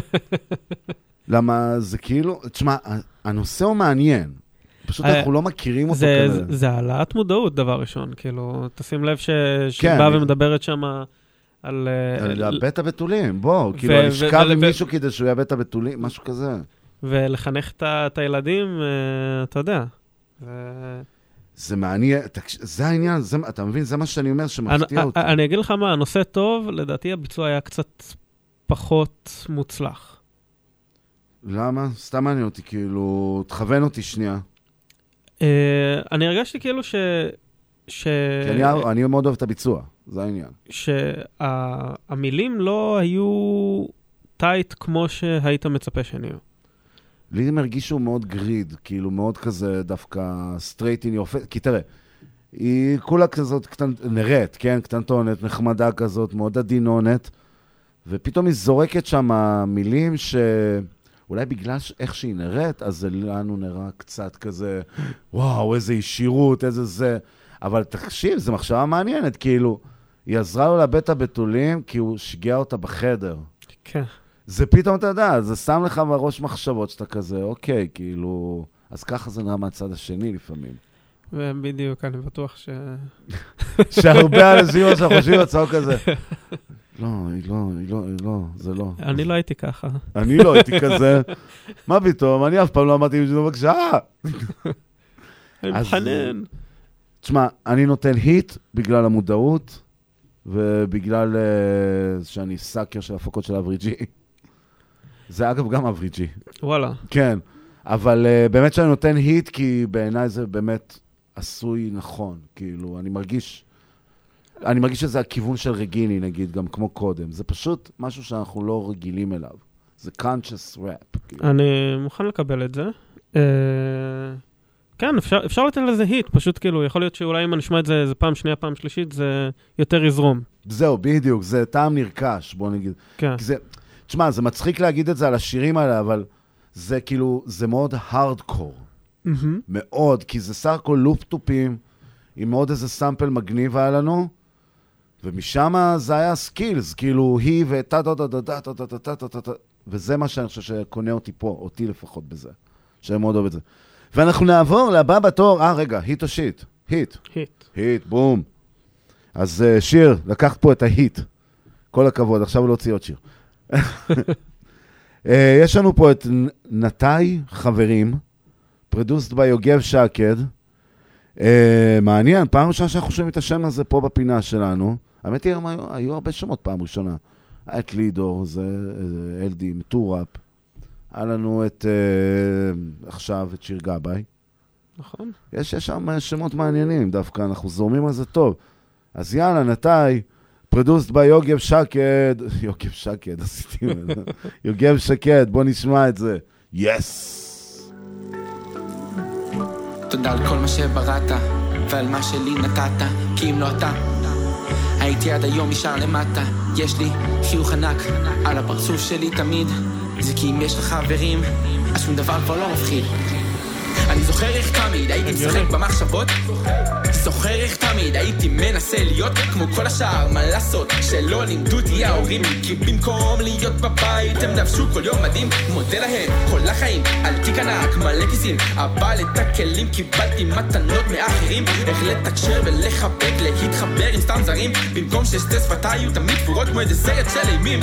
למה זה כאילו, תשמע, הנושא הוא מעניין. פשוט אנחנו לא מכירים אותו כנראה. זה העלאת מודעות, דבר ראשון, כאילו, תשים לב שבאה ומדברת שם על לאבד את הבתולים, בוא, כאילו, לשכב עם מישהו כדי שהוא יאבד את הבתולים, משהו כזה. ולחנך את הילדים, אתה יודע. זה מעניין, זה העניין, אתה מבין, זה מה שאני אומר שמפתיע אותי. אני אגיד לך מה, הנושא טוב, לדעתי הביצוע היה קצת פחות מוצלח. למה? סתם מעניין אותי, כאילו, תכוון אותי שנייה. אני הרגשתי כאילו כי אני מאוד אוהב את הביצוע, זה העניין. שהמילים לא היו טייט כמו שהיית מצפה שהן יהיו. לי הם הרגישו מאוד גריד, כאילו מאוד כזה דווקא straight in your face, כי תראה, היא כולה כזאת נראית, כן? קטנטונת, נחמדה כזאת, מאוד עדינונת, ופתאום היא זורקת שם מילים שאולי בגלל איך שהיא נראית, אז זה לנו נראה קצת כזה, וואו, איזה ישירות, איזה זה, אבל תקשיב, זו מחשבה מעניינת, כאילו, היא עזרה לו לאבד את הבתולים, כי הוא שגע אותה בחדר. כן. זה פתאום, אתה יודע, זה שם לך בראש מחשבות שאתה כזה, אוקיי, כאילו, אז ככה זה נראה מהצד השני לפעמים. ובדיוק, אני בטוח שהרבה אנשים שחושבים הצעות כזה. לא, זה לא. אני לא הייתי ככה. אני לא הייתי כזה. מה פתאום? אני אף פעם לא אמרתי בשביל בבקשה. אני מחנן. תשמע, אני נותן היט בגלל המודעות, ובגלל שאני סאקר של הפקות של אבריג'י. זה אגב גם אבריג'י. וואלה. כן, אבל באמת שאני נותן היט, כי בעיניי זה באמת עשוי נכון. כאילו, אני מרגיש שזה הכיוון של רגיני, נגיד, גם כמו קודם. זה פשוט משהו שאנחנו לא רגילים אליו. זה conscious rap. כאילו. אני מוכן לקבל את זה. כן, אפשר לתת לזה היט, פשוט כאילו, יכול להיות שאולי אם אני אשמע את זה פעם שנייה, פעם שלישית, זה יותר יזרום. זהו, בדיוק, זה טעם נרכש, בוא נגיד. כן. תשמע, זה מצחיק להגיד את זה על השירים האלה, אבל זה כאילו, זה מאוד הארדקור. מאוד, כי זה סך הכל לופטופים, עם מאוד איזה סאמפל מגניב היה לנו, ומשם זה היה סקילס, כאילו, היא וזה מה שאני חושב שקונה אותי פה, אותי לפחות בזה, שאני מאוד אוהב את זה. ואנחנו נעבור לבא בתור, רגע, היט או שיט? היט. היט, בום. אז שיר, לקחת פה את ההיט. כל הכבוד, עכשיו להוציא עוד שיר. יש לנו פה את נתאי חברים, פרודוסט ביוגב שקד. מעניין, פעם ראשונה שאנחנו חושבים את השם הזה פה בפינה שלנו. האמת היא, היו הרבה שמות פעם ראשונה. היה את לידור, זה אלדי, מטורפ. היה לנו את, עכשיו, את שיר גבאי. נכון. יש שם שמות מעניינים דווקא, אנחנו זורמים על זה טוב. אז יאללה, נתאי, פרודוסט ביוגב שקד, יוגב שקד, עשיתי ממנו. יוגב שקד, בוא נשמע את זה. יס! תודה על כל מה שבראת, ועל מה שלי נתת, כי אם לא אתה, הייתי עד היום נשאר למטה. יש לי חיוך ענק על הפרצוף שלי תמיד, זה כי אם יש לך חברים, אז שום דבר כבר לא מפחיד. אני זוכר איך תמיד הייתי משחק במחשבות, זוכר איך תמיד הייתי מנסה להיות כמו כל השאר, מה לעשות שלא לימדו אותי ההורים, כי במקום להיות בבית הם לבשו כל יום מדהים. מודה להם כל החיים, אל תיכנק מלא כיסים, אבל את הכלים קיבלתי מתנות מאחרים, איך לתקשר ולחבק, להתחבר עם סתם זרים, במקום ששתי שפתיי יהיו תמיד תפורות כמו איזה סרט של אימים.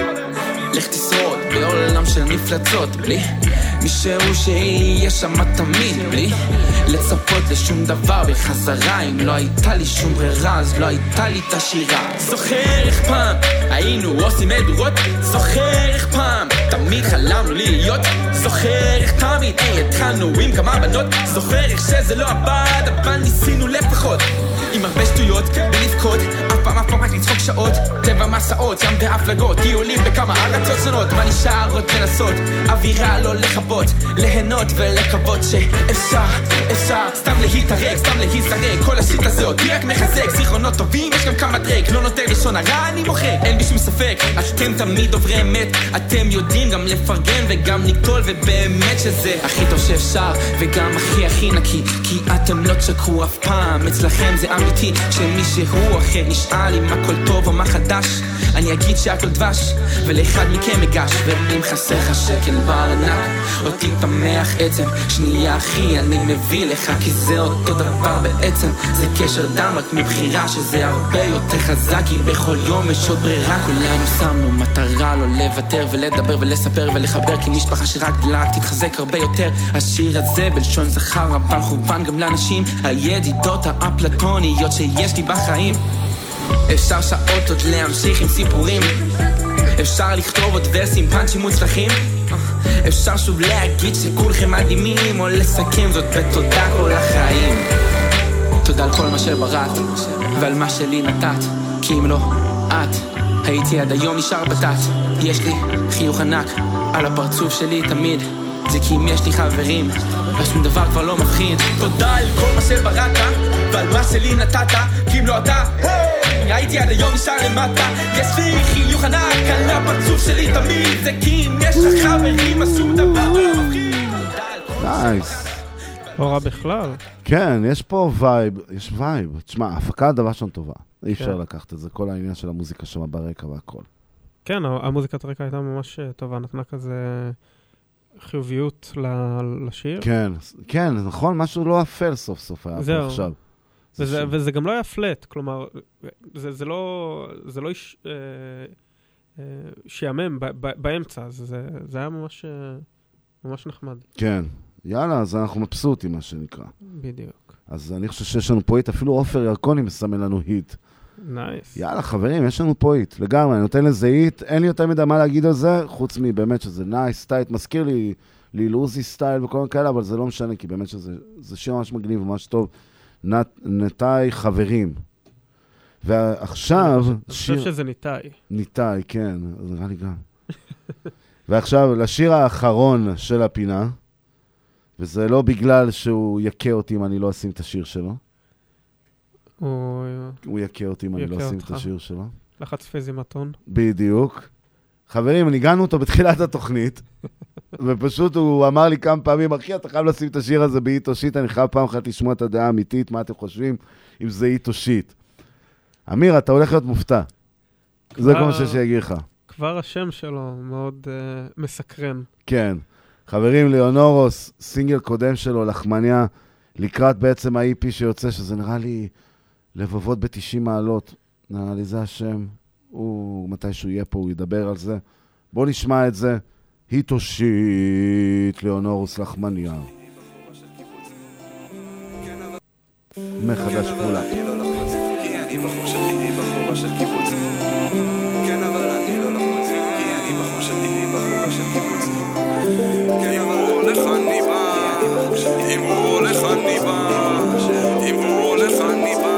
לך תשרוד בעולם של מפלצות, בלי מישהו שיהיה שם תמיד, בלי לצפות לשום דבר בחזרה. אם לא הייתה לי שום ברירה, אז לא הייתה לי את השירה. זוכר איך פעם היינו עושים מדורות, זוכר איך פעם תמיד חלמנו להיות, זוכר איך תמיד התחלנו עם כמה בנות, זוכר איך שזה לא עבד, אבל ניסינו לפחות, עם הרבה שטויות ולבכות, אף פעם רק לצחוק שעות, טבע מסעות, ים והפלגות, טיולים בכמה ארצות שונות, מה נשאר עוד לנסות, אווירה לא לחבות, ליהנות ולקוות שאפשר, סתם להתערק, סתם להיזרק, כל השיט הזה אותי רק מחזק, זיכרונות טובים, יש גם כמה דרק, לא נותר לשון הרע, אני מוחק, אין בשום ספק, אתם תמיד דוברי אמת, אתם יודעים גם לפרגן וגם לקטול, ובאמת שזה הכי טוב שאפשר, וגם הכי נקי, כי אתם לא תשקרו אף פעם, אצלכם זה אמיתי, שמישהו אחר נשאל אם הכל טוב או מה חדש, אני אגיד שהכל דבש, ולאחד מכם אגש, ואם חסר לך שקל בארנק, אותי תמח עצם, שנייה אחי אני מביא לך, כי זה אותו דבר בעצם, זה קשר דם רק מבחירה, שזה הרבה יותר חזק, כי בכל יום יש עוד ברירה, כולנו שמנו מטרה לא לוותר ולדבר ולספר ולחבר, כי משפחה שרק גדלה תתחזק הרבה יותר. השיר הזה בלשון זכר אבל חובן גם לאנשים, הידידות האפלטוניות שיש לי בחיים. אפשר שעות עוד להמשיך עם סיפורים, אפשר לכתוב עוד ורסים פאנצ'ים מוצלחים, אפשר שוב להגיד שכולכם מדהימים, או לסכם זאת בתודה כל החיים. תודה על כל מה שבראת ועל מה שלי נתת, כי אם לא את הייתי עד היום נשאר בתת. יש לי חיוך ענק על הפרצוף שלי תמיד, זה כי אם יש לי חברים ושום דבר כבר לא מפחיד. תודה על כל מה שבראת ועל מה שלי נתת, כי אם לא אתה הייתי עד היום נשאר למטה. יש לי חיוך ענק על הפרצוף שלי תמיד, זה כי אם יש לך חברים אז שום דבר לא מפחיד. נייס. לא רע בכלל. כן, יש פה וייב, יש וייב. תשמע, ההפקה הדבר שם טובה. אי אפשר לקחת את זה, כל העניין של המוזיקה שם ברקע והכל. כן, המוזיקת הרקע הייתה ממש טובה, נתנה כזה חיוביות לשיר. כן, כן, נכון, משהו לא אפל סוף סוף היה פה עכשיו. וזה גם לא היה פלט, כלומר, זה לא שיאמם באמצע, זה היה ממש נחמד. כן, יאללה, אז אנחנו מבסוטים, מה שנקרא. בדיוק. אז אני חושב שיש לנו פה היט, אפילו עופר ירקוני מסמן לנו היט. נייס. יאללה, חברים, יש לנו פה היט, לגמרי, אני נותן לזה היט, אין לי יותר מדי מה להגיד על זה, חוץ מבאמת שזה נייס, טייט, מזכיר לי לוזי סטייל וכל כאלה, אבל זה לא משנה, כי באמת שזה שיר ממש מגניב וממש טוב. נתאי חברים. ועכשיו... אני חושב שזה ניתאי. ניתאי, כן, זה נראה לי גם. ועכשיו, לשיר האחרון של הפינה, וזה לא בגלל שהוא יקה אותי אם אני לא אשים את השיר שלו. הוא יקה אותי אם אני לא אשים את השיר שלו. לחץ פיזי מתון. בדיוק. חברים, ניגענו אותו בתחילת התוכנית, ופשוט הוא אמר לי כמה פעמים, אחי, אתה חייב לשים את השיר הזה באית או שיט, אני חייב פעם אחת לשמוע את הדעה האמיתית, מה אתם חושבים, אם זה אית או שיט. אמיר, אתה הולך להיות מופתע. זה כל מה שיש להגיד לך. כבר השם שלו מאוד מסקרן. כן. חברים, ליאונורוס, סינגל קודם שלו, לחמניה, לקראת בעצם ה-EP שיוצא, שזה נראה לי לבבות ב-90 מעלות. נראה לי זה השם. הוא, מתי שהוא יהיה פה, הוא ידבר על זה. בואו נשמע את זה. היט או שיט, ליאונורוס, לחמניה. מחדש כולה. אני בחור של קיבוץ. כן, אבל אני לא לחוץ, כי אני בחור של קיבוץ. כן, אבל הולך אני בא, אם הוא הולך אני בא, אם הוא הולך אני בא.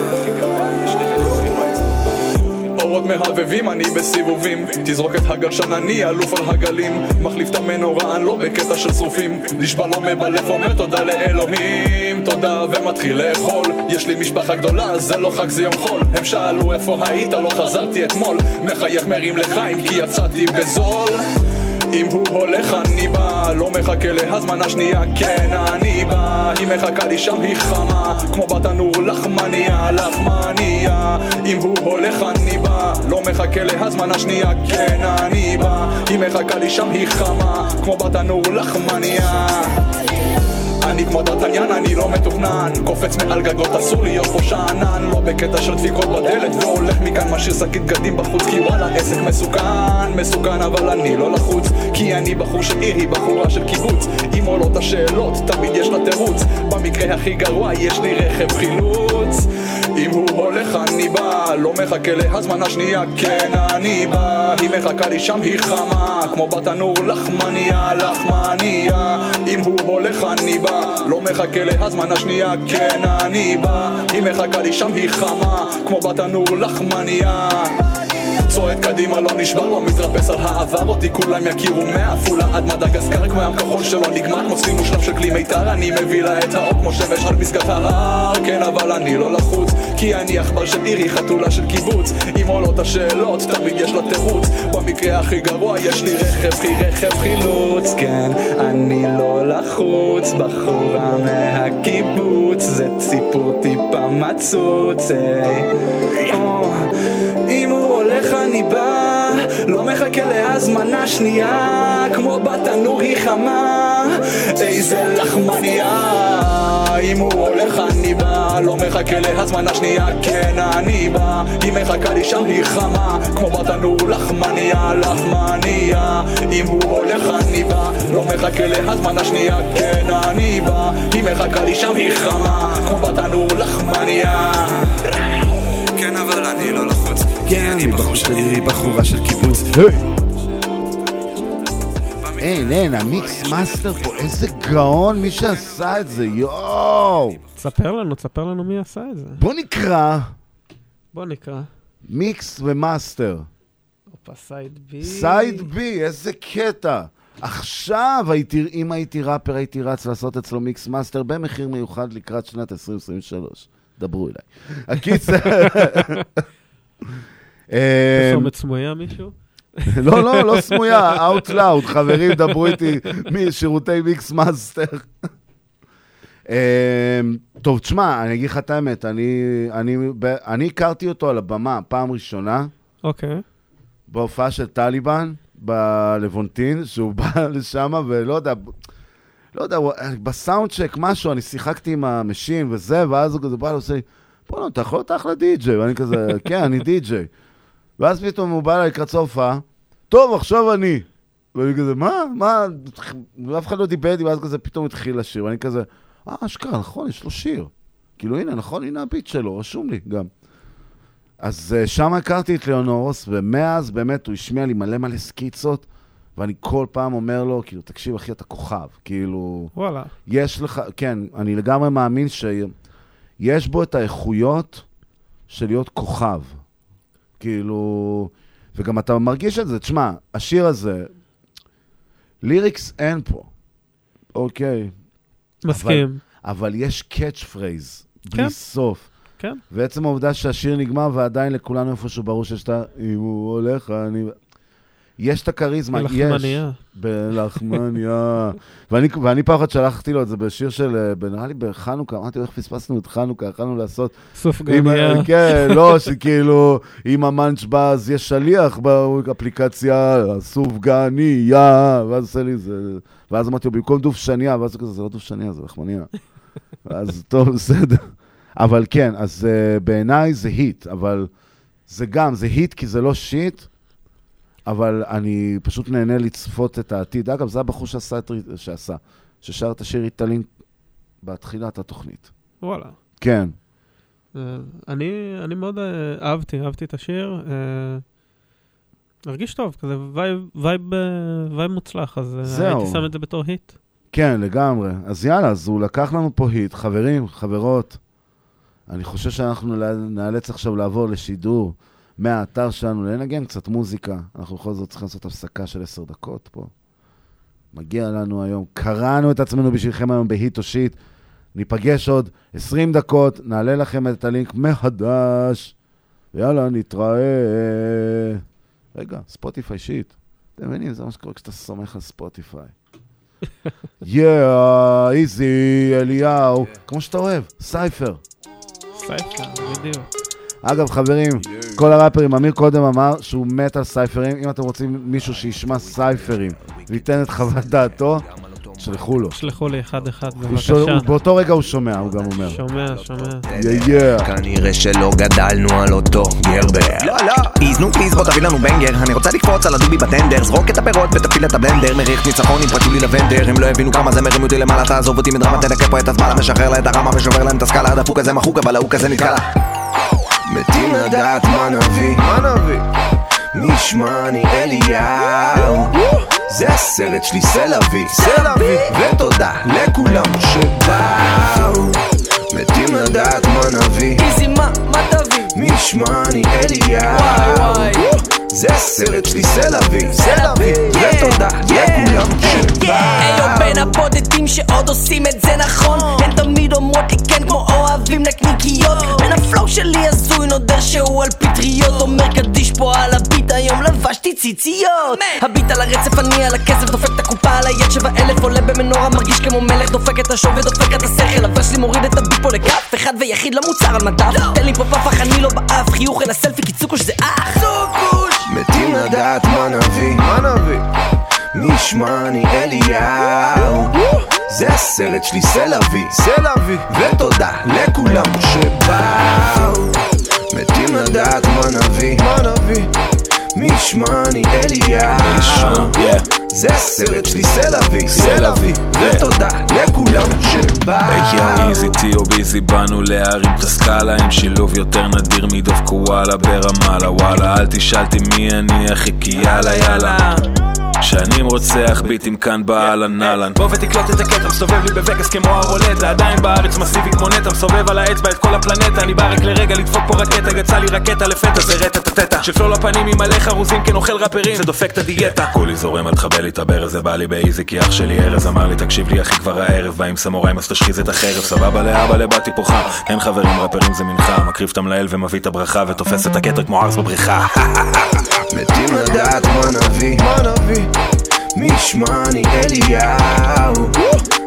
אורות מהבבים, אני בסיבובים, תזרוק את הגלשן, אני אלוף על הגלים, מחליף את המנורה, אני לא בקטע של שרופים, נשבע לא מבלף, אומר תודה לאלוהים, תודה ומתחיל לאכול, יש לי משפחה גדולה, זה לא חג, זה יום חול, הם שאלו איפה היית, לא חזרתי אתמול, מחייך מרים לחיים כי יצאתי בזול. אם הוא הולך אני בא, לא מחכה להזמנה שנייה, כן אני בא, היא מחכה לי שם, היא חמה, כמו בתנור לחמניה, לחמניה. אם הוא הולך אני בא, לא מחכה להזמנה שנייה, כן אני בא, היא מחכה לי שם, היא חמה, כמו בתנור לחמניה. אני כמו דרטניאן, אני לא מתוכנן, קופץ מעל גגות, אסור להיות פה שענן, לא בקטע של דפיקות בדלת והולך מכאן, משאיר שקית גדים בחוץ, כי וואלה עסק מסוכן, אבל אני לא לחוץ, כי אני בחור של עיר, היא בחורה של קיבוץ, אם עולות השאלות, תמיד יש לה תירוץ, במקרה הכי גרוע יש לי רכב חילוץ. אם הוא הולך אני בא, לא מחכה להזמנה שנייה, כן אני בא, היא מחכה לי שם, היא חמה, כמו בתנור לחמניה, לחמניה. אם הוא הולך אני בא, לא מחכה להזמנה שנייה, כן אני בא, היא מחכה לי שם, היא חמה, כמו בתנור לחמניה. צועד קדימה, לא נשבר, לא מתרפס על העבר, אותי כולם יכירו מעפולה עד מדגסקר, כמו ים כחול שלא נגמר, כמו סימו שלב של כלי מיתר, אני מביא לה את האור כמו שמש על פסגת ההר, כן אבל אני לא לחוץ, כי אני אכבר של עירי, חתולה של קיבוץ, אם עולות השאלות, תמיד יש לה תירוץ, במקרה הכי גרוע יש לי רכב חילוץ, כן אני לא לחוץ, בחורה מהקיבוץ, זה סיפור טיפה מצוץ, אם הוא הולך אני בא, לא מחכה להזמנה שנייה, כמו בתנור היא חמה, איזה לחמניה. אם הוא הולך אני בא, לא מחכה להזמנה שנייה, כן אני בא, היא מחכה לי שם, היא חמה, כמו בתנור לחמניה, לחמניה. אם הוא הולך אני בא, לא מחכה להזמנה שנייה, כן אני בא, היא מחכה לי שם, היא חמה, כמו בתנור לחמניה. כן אבל אני לא לחוץ, כן אני בחור של עירי, בחורה של קיבוץ. אין, המיקס מאסטר פה, איזה גאון מי שעשה את זה, יואו. תספר לנו מי עשה את זה. בוא נקרא. נקרא. מיקס ומאסטר. אופה, סייד בי. סייד בי, איזה קטע. עכשיו, אם הייתי ראפר, הייתי רץ לעשות אצלו מיקס מאסטר במחיר מיוחד לקראת שנת 2023. דברו אליי. הקיצר. פרסומת סמויה מישהו? לא סמויה, out loud, חברים, דברו איתי משירותי מיקס מאסטר. טוב, תשמע, אני אגיד לך את האמת, אני הכרתי אותו על הבמה פעם ראשונה. אוקיי. בהופעה של טליבן, בלוונטין, שהוא בא לשם, ולא יודע, בסאונד צ'ק משהו, אני שיחקתי עם המשין וזה, ואז הוא כזה בא ועושה לי, בוא, אתה יכול להיות אחלה די-ג'יי, ואני כזה, כן, אני די-ג'יי. ואז פתאום הוא בא לקראת סוף ההופעה, טוב, עכשיו אני. ואני כזה, מה? אף אחד לא דיבר איתי, ואז כזה פתאום התחיל לשיר, ואני כזה, אשכרה, נכון, יש לו שיר. כאילו, הנה, נכון, הנה הביט שלו, רשום לי גם. אז שם הכרתי את ליאונורוס, ומאז באמת הוא השמיע לי מלא סקיצות, ואני כל פעם אומר לו, כאילו, תקשיב, אחי, אתה כוכב. כאילו, וואלה. יש לך, כן, אני לגמרי מאמין שיש בו את האיכויות של להיות כוכב. כאילו, וגם אתה מרגיש את זה, תשמע, השיר הזה, ליריקס אין פה, אוקיי. מסכים. אבל יש קאץ' פרייז, כן. בלי סוף. כן. ועצם העובדה שהשיר נגמר, ועדיין לכולנו איפשהו ברור שיש את אם הוא הולך, אני... יש את הקריזמה, בלחמניה. בלחמניה. ואני פעם אחת שלחתי לו את זה בשיר של, נראה לי בחנוכה, אמרתי, איך פספסנו את חנוכה, יכלנו לעשות... סוף גניה. כן, לא, שכאילו, אם המנץ' בא, אז יש שליח באפליקציה, סוף גניה, ואז עושה לי זה... ואז אמרתי לו, במקום דוף שניה, ואז כזה, זה לא דוף שניה, זה לחמניה. אז טוב, בסדר. אבל כן, אז בעיניי זה היט, אבל זה גם, זה היט כי זה לא שיט, אבל אני פשוט נהנה לצפות את העתיד. אגב, זה הבחור ששר את השיר איטלין בתחילת התוכנית. וואלה. כן. אני מאוד אהבתי את השיר. הרגיש טוב, כזה וייב מוצלח, אז הייתי שם את זה בתור היט. כן, לגמרי. אז יאללה, אז הוא לקח לנו פה היט. חברים, חברות, אני חושב שאנחנו נאלץ עכשיו לעבור לשידור מהאתר שלנו, לנגן קצת מוזיקה. אנחנו בכל זאת צריכים לעשות הפסקה של 10 דקות פה. מגיע לנו היום. קראנו את עצמנו בשבילכם היום בהיט או שיט. ניפגש עוד 20 דקות, נעלה לכם את הלינק מחדש. יאללה, נתראה. רגע, ספוטיפיי שיט. אתם מבינים, זה מה שקורה כשאתה סומך על ספוטיפיי. איזי, אליהו. כמו שאתה אוהב, סייפר. סייפר, בדיוק. אגב, חברים, כל הראפרים, אמיר קודם אמר שהוא מת על סייפרים. אם אתם רוצים מישהו שישמע סייפרים וייתן את חוות דעתו, שלחו לו. שלחו לי אחד בבקשה. באותו רגע הוא שומע, הוא גם אומר. שומע. כנראה שלא גדלנו על אותו גרבר. לא. איזנו פליז, בוא תביא לנו בנגר. אני רוצה לקפוץ על הדובי בטנדר. זרוק את הפירות ותפיל את הבלנדר. מריח ניצחון עם פרצו לי לבנדר. הם לא הבינו כמה זה מרים אותי למעלה. תעזוב אותי מדרמה, תדקה פה את הזמן. משחרר לה את הרמה ושובר להם את הסקאלה. הדפוק הזה מחוק, אבל ההוא כזה נתקלה. מתים לדעת מה נביא. נשמע אני אליהו. זה הסרט שלי סלאבי. ותודה לכולם שבאו. מתים לדעת מה נביא. איזי מה תביא? נשמע אני אליהו. זה הסרט שלי סלאבי. ותודה לכולם שבאו. היו בין הבודדים שעוד עושים את זה נכון. הן תמיד אומרות לי כן כמו אוהבים נקניקיות. בין הפלואו שלי הזוי נודר שהוא על פטריות. אומר קדיש פה על הביט, היום לבשתי ציציות. הביט על הרצף, אני על הכסף, דופק את הקופה על היד 7,000. עולה במנורה, מרגיש כמו מלך, דופק את השוב ודופק את השכל. אבל שלי מוריד את הביט פה לכף אחד ויחיד למוצר על מדף. תן לי פה פפח, אני לא באף, חיוך אל הסלפי כי צוקוש זה אח. מתים לדעת מה נביא. נשמע אני אליהו. זה הסרט שלי סלאבי. ותודה לכולם שבאו. מתים לדעת מה נביא. נשמע אני אליהו. זה הסרט שלי סלאבי. ותודה לכולם שבאו. היי איזי טי או ביזי, באנו להרים את הסקאלה עם שילוב יותר נדיר מדוף קוואלה ברמאללה. וואלה אל תשאלתי מי אני אחי כי יאללה שנים רוצח ביטים כאן באלן נלן. בוא ותקלוט את הקטע, מסתובב לי בווגאס כמו הרולטה. עדיין בארץ מסיבי כמו נטע, מסובב על האצבע את כל הפלנטה. אני בא רק לרגע לדפוק פה רקטה, יצא לי רקטה לפתע, זה רטה שפלול לפנים עם מלא חרוזים כן אוכל רפרים, זה דופק את הדיאטה. כולי זורם על תחבל לי את הברז, זה בא לי באיזי כי אח שלי ארז אמר לי תקשיב לי אחי כבר הערב, בא עם סמוראים אז תשחיז את החרב. סבבה לאבא לבאתי פה חם, אין חברים רפרים זה מנחה, מקריב את המלאל ומביא את הברכה ותופס את הכתר כמו ארס בבריכה. מתים לדעת מה נביא. נשמע אני אליהו.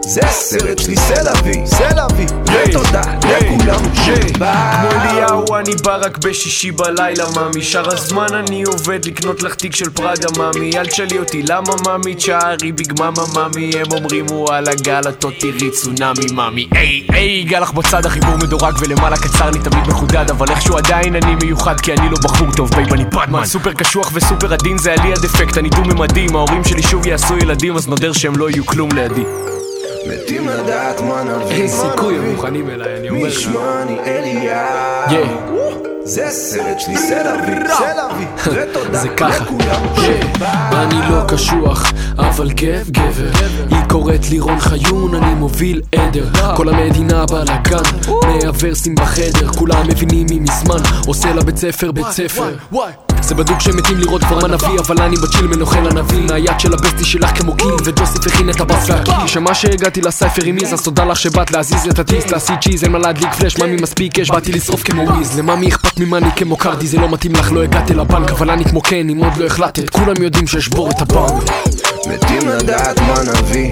זה הסרט שלי, סלאבי, סלאבי, ותודה לכולם שבא. כמו אליהו אני בא רק בשישי בלילה מאמי, שאר הזמן אני עובד לקנות לך תיק של פראדה מאמי, אל תשאלי אותי למה מאמי, תשארי בגממה מאמי, הם אומרים וואלה גל את תראי צונאמי מאמי. היי גל לך בצד החיבור מדורג ולמעלה קצר לי תמיד מחודד, אבל איכשהו עדיין אני מיוחד כי אני לא בחור טוב בייב אני פאדמן, סופר קשוח וסופר עדין זה עלי הדפקט, אני דו-ממדים, ההורים שלי שוב יעשו ילדים אז נודר שהם לא יהיו כלום לידי. מתים לדעת מה נביא, אין סיכוי הם מוכנים אליי, אני אומר לך משמעני אליהו, זה סרט שלי, סלאבי, סלאבי, ותודה לכולם שבא. אני לא קשוח, אבל כיף גבר, היא קוראת לי רון חיון, אני מוביל עדר, כל המדינה בלגן, 100 ורסים בחדר, כולם מבינים מי מזמן, עושה לה בית ספר, בית ספר זה בדוק שמתים לראות כבר מה נביא, אבל אני בצ'יל מנוכל הנביא, מהיד של הבסטי שלך כמו קיל, וג'וסיף הכין את הבאס והקי, שמה שהגעתי לסייפר עם איז, אז תודה לך שבאת להזיז את הטיס, להסיד צ'יז, אין מה להדליק פלש, ממי מספיק אש, באתי לשרוף כמו וויז, לממי אכפת ממני כמו קרדי, זה לא מתאים לך, לא הגעתי לבנק, אבל אני כמו קן, אם עוד לא החלטת, כולם יודעים שאשבור את הבנק. מתים לדעת מה נביא,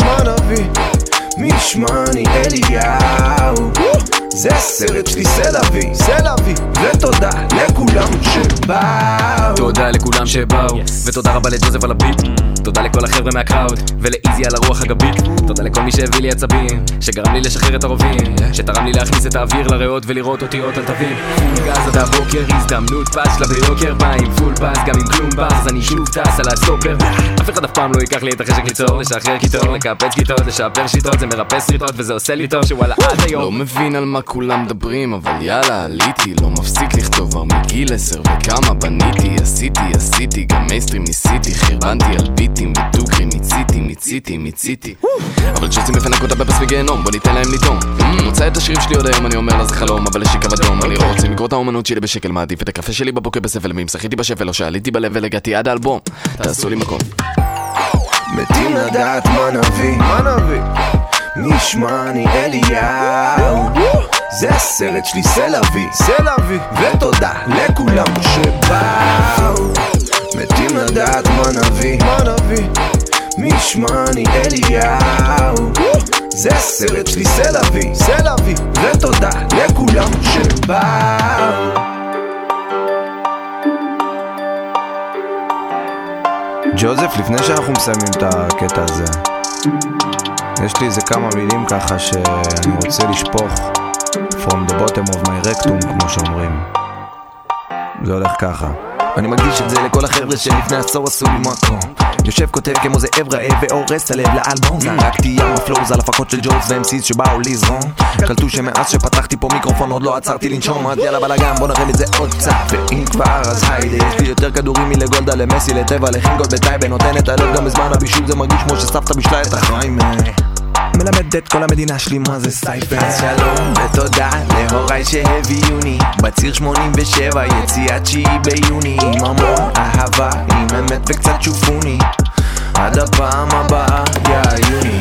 משמעני אליהו, זה הסרט שלי, סלאבי, סלאבי, ותודה לכולם שבאו. תודה לכולם שבאו, ותודה רבה לג'וזף על הביט, תודה לכל החבר'ה מהקראוד, ולאיזי על הרוח הגבית, תודה לכל מי שהביא לי עצבים, שגרם לי לשחרר את הרובים, שתרם לי להכניס את האוויר לריאות ולראות אותיות על תווים. פול גז עד הבוקר, הזדמנות פס לה ביוקר, בא עם פול פס, גם עם כלום פס, אז אני שוב טס על הסטופר. אף אחד אף פעם לא ייקח לי את החשק ליצור, לשחרר כיתות, לקפץ כיתות, לשפר שיטות, זה מרפס ריטות וזה עושה לי טוב שוואלה עד היום. לא מבין על מה כולם מדברים, אבל יאללה עליתי, לא מפסיק לכתוב כבר מגיל 10 וכמה בניתי, עשיתי, גם מייסטרים ניסיתי, חרבנתי על ביטים ודוגרי, מיציתי אבל כשרוצים לפנק אותה בפס מגיהנום, בוא ניתן להם לטעום. מוצא את השירים שלי עוד היום, אני אומר לה זה חלום, אבל יש לי קו אדום, אני לא רוצים לקרוא את האומנות שלי בשקל, מעדיף את הקפה שלי בבוקר בספל, ואם שחיתי בשפל או שעליתי בלב ולגעתי עד האלבום, תעשו לי מקום. מתים לדעת מה נביא, משמעני אליהו, זה הסרט שלי, סלאבי, סלאבי, ותודה לכולם שבאו. מתים לדעת מה נביא, משמעני אליהו, זה הסרט שלי, סלאבי, סלאבי, ותודה לכולם שבאו. ג'וזף, לפני שאנחנו מסיימים את הקטע הזה, יש לי איזה כמה מילים ככה שאני רוצה לשפוך from the bottom of my rectum, כמו שאומרים. זה הולך ככה. אני מקדיש את זה לכל החבר'ה שלפני עשור עשו לי מקום, יושב כותב כמו זה אב רעב והורס הלב לאלבום, זרקתי ים הפלוז על הפקות של ג'וז ואמסיס שבאו לזרום, קלטו שמאז שפתחתי פה מיקרופון עוד לא עצרתי לנשום, אז יאללה בלגן בוא נראה את זה עוד קצת, ואם כבר אז היידה, יש לי יותר כדורים מלגולדה למסי לטבע לחינגות בטייבה, נותן את הלב גם בזמן הבישול, זה מרגיש כמו שסבתא בישלה את החיים, מלמד את כל המדינה שלי מה זה סייפר. אז שלום ותודה להוריי שהביאוני בציר 87 יציאת 9 ביוני, עם המון אהבה, עם אמת וקצת שופוני, עד הפעם הבאה יאיוני.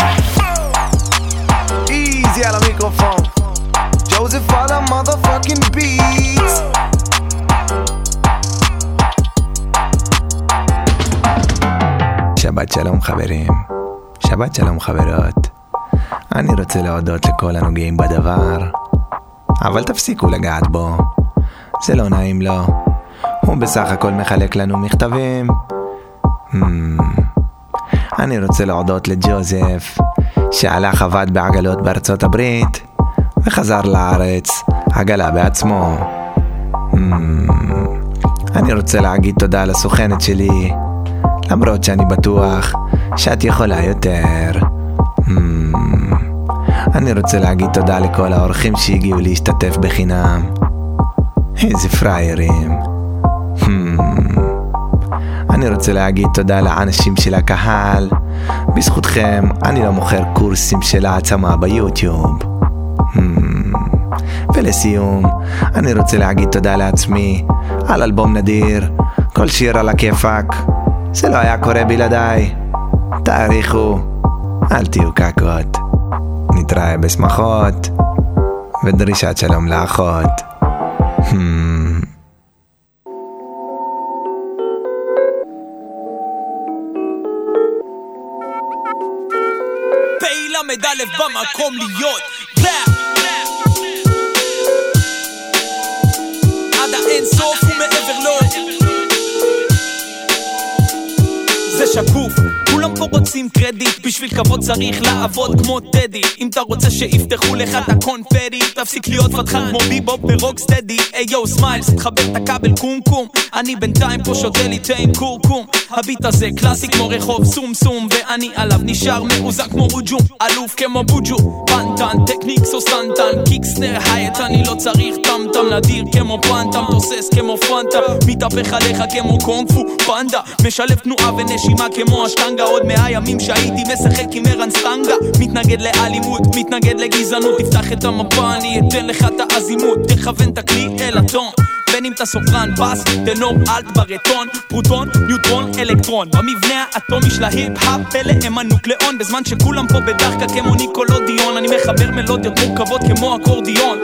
איזי על המיקרופון, ג'וזף על המotherfucking beats. שבת שלום חברים, שבת שלום חברות, אני רוצה להודות לכל הנוגעים בדבר, אבל תפסיקו לגעת בו, זה לא נעים לו, הוא בסך הכל מחלק לנו מכתבים. אני רוצה להודות לג'וזף שהלך עבד בעגלות בארצות הברית וחזר לארץ עגלה בעצמו. אני רוצה להגיד תודה לסוכנת שלי, למרות שאני בטוח שאת יכולה יותר. אני רוצה להגיד תודה לכל האורחים שהגיעו להשתתף בחינם, איזה פריירים. אני רוצה להגיד תודה לאנשים של הקהל, בזכותכם אני לא מוכר קורסים של העצמה ביוטיוב. ולסיום, אני רוצה להגיד תודה לעצמי על אלבום נדיר, כל שיר על הכיפק, זה לא היה קורה בלעדיי. תעריכו, אל תהיו קקות, נתראה בשמחות ודרישת שלום לאחות. Pay la למד א' במקום להיות עד האין סוף ומעבר לו זה שקוף כולם פה רוצים קרדיט בשביל כבוד צריך לעבוד כמו טדי אם אתה רוצה שיפתחו לך את הקונפטי תפסיק להיות פתחן כמו ביבופ ברוק סטדי איי יו סמיילס תחבר את הכבל קומקום אני בינתיים פה שותה לי תה עם קורקום הביט הזה קלאסי כמו רחוב סום סום ואני עליו נשאר מעוזק כמו רוג'ום אלוף כמו בוג'ו פנטן טקניקס או סטנטן קיקסנר הייט אני לא צריך טמטם נדיר כמו פנטם תוסס כמו פנטה מתהפך עליך כמו קונג-פו פנדה משלב תנועה ונשימה כמו השטנגה עוד 100 ימים שהייתי משחק עם ערן סטנגה מתנגד לאלימות, מתנגד לגזענות תפתח את המפה, אני אתן לך את האזימות תכוון את הכלי אל הטון בין אם אתה סופרן, בס, טנור, אלט, ברטון פרוטון, ניוטרון, אלקטרון במבנה האטומי של ההיפ-האפ פלא הם הנוקלאון בזמן שכולם פה בדחקה כמו ניקולודיון אני מחבר מלודיות מורכבות כמו אקורדיון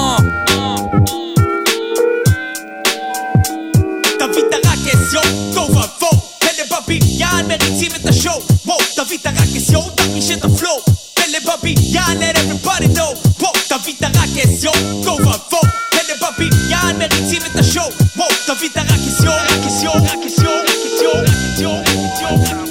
תביא את הרקס, יו, טוב עבור בבי, יען מריצים את השואו וואו, תביא את הרקס, יו, תרגיש את הפלואו פלא בבי, יען let everybody know וואו, תביא את הרקס, יו, טוב עבור פלא בבי, יען מריצים את השואו וואו, תביא את הרקס, יו, רקס, יו, רקס, יו, רקס, יו, רקס, יו, רקס, יו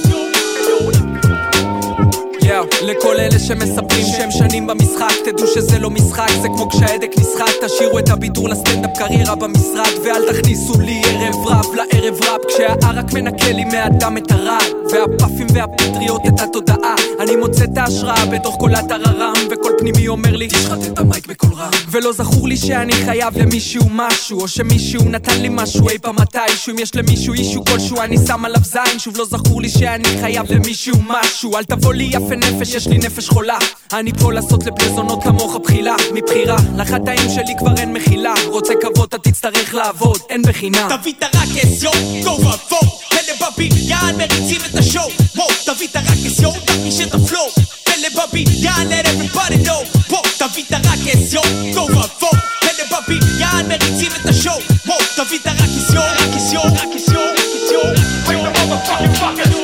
לכל אלה שמספרים שהם שנים במשחק תדעו שזה לא משחק, זה כמו כשהדק נשחק תשאירו את הבידור לסטנדאפ קריירה במשרד ואל תכניסו לי ערב רב לערב רב כשהערק מנקה לי מהדם את הרע והפאפים והפטריות את התודעה אני מוצא את ההשראה בתוך כל הטררם וכל פנימי אומר לי תשחט את המייק בכל רם ולא זכור לי שאני חייב למישהו משהו או שמישהו נתן לי משהו אי פעם מתישהו אם יש למישהו אישו כלשהו אני שם עליו זין שוב לא זכור לי שאני חייב למישהו משהו אל תבוא לי יפה נפש יש לי נפש חולה אני פה לעשות לפלזונות כמוך בחילה מבחירה לחטאים שלי כבר אין מחילה רוצה כבוד אתה תצטרך לעבוד אין בחינה תביא את הרקס יו טוב עבור פלא בבי יען מריצים את השואו וואו תביא את הרקס יו תרגיש את הפלואו פלא בבי יען let everybody know וואו תביא את הרקס יו טוב עבור פלא בבי יען מריצים את השואו וואו תביא את הרקס יו רקס יו רקס יו רקס יו bring the motherfucking fuckers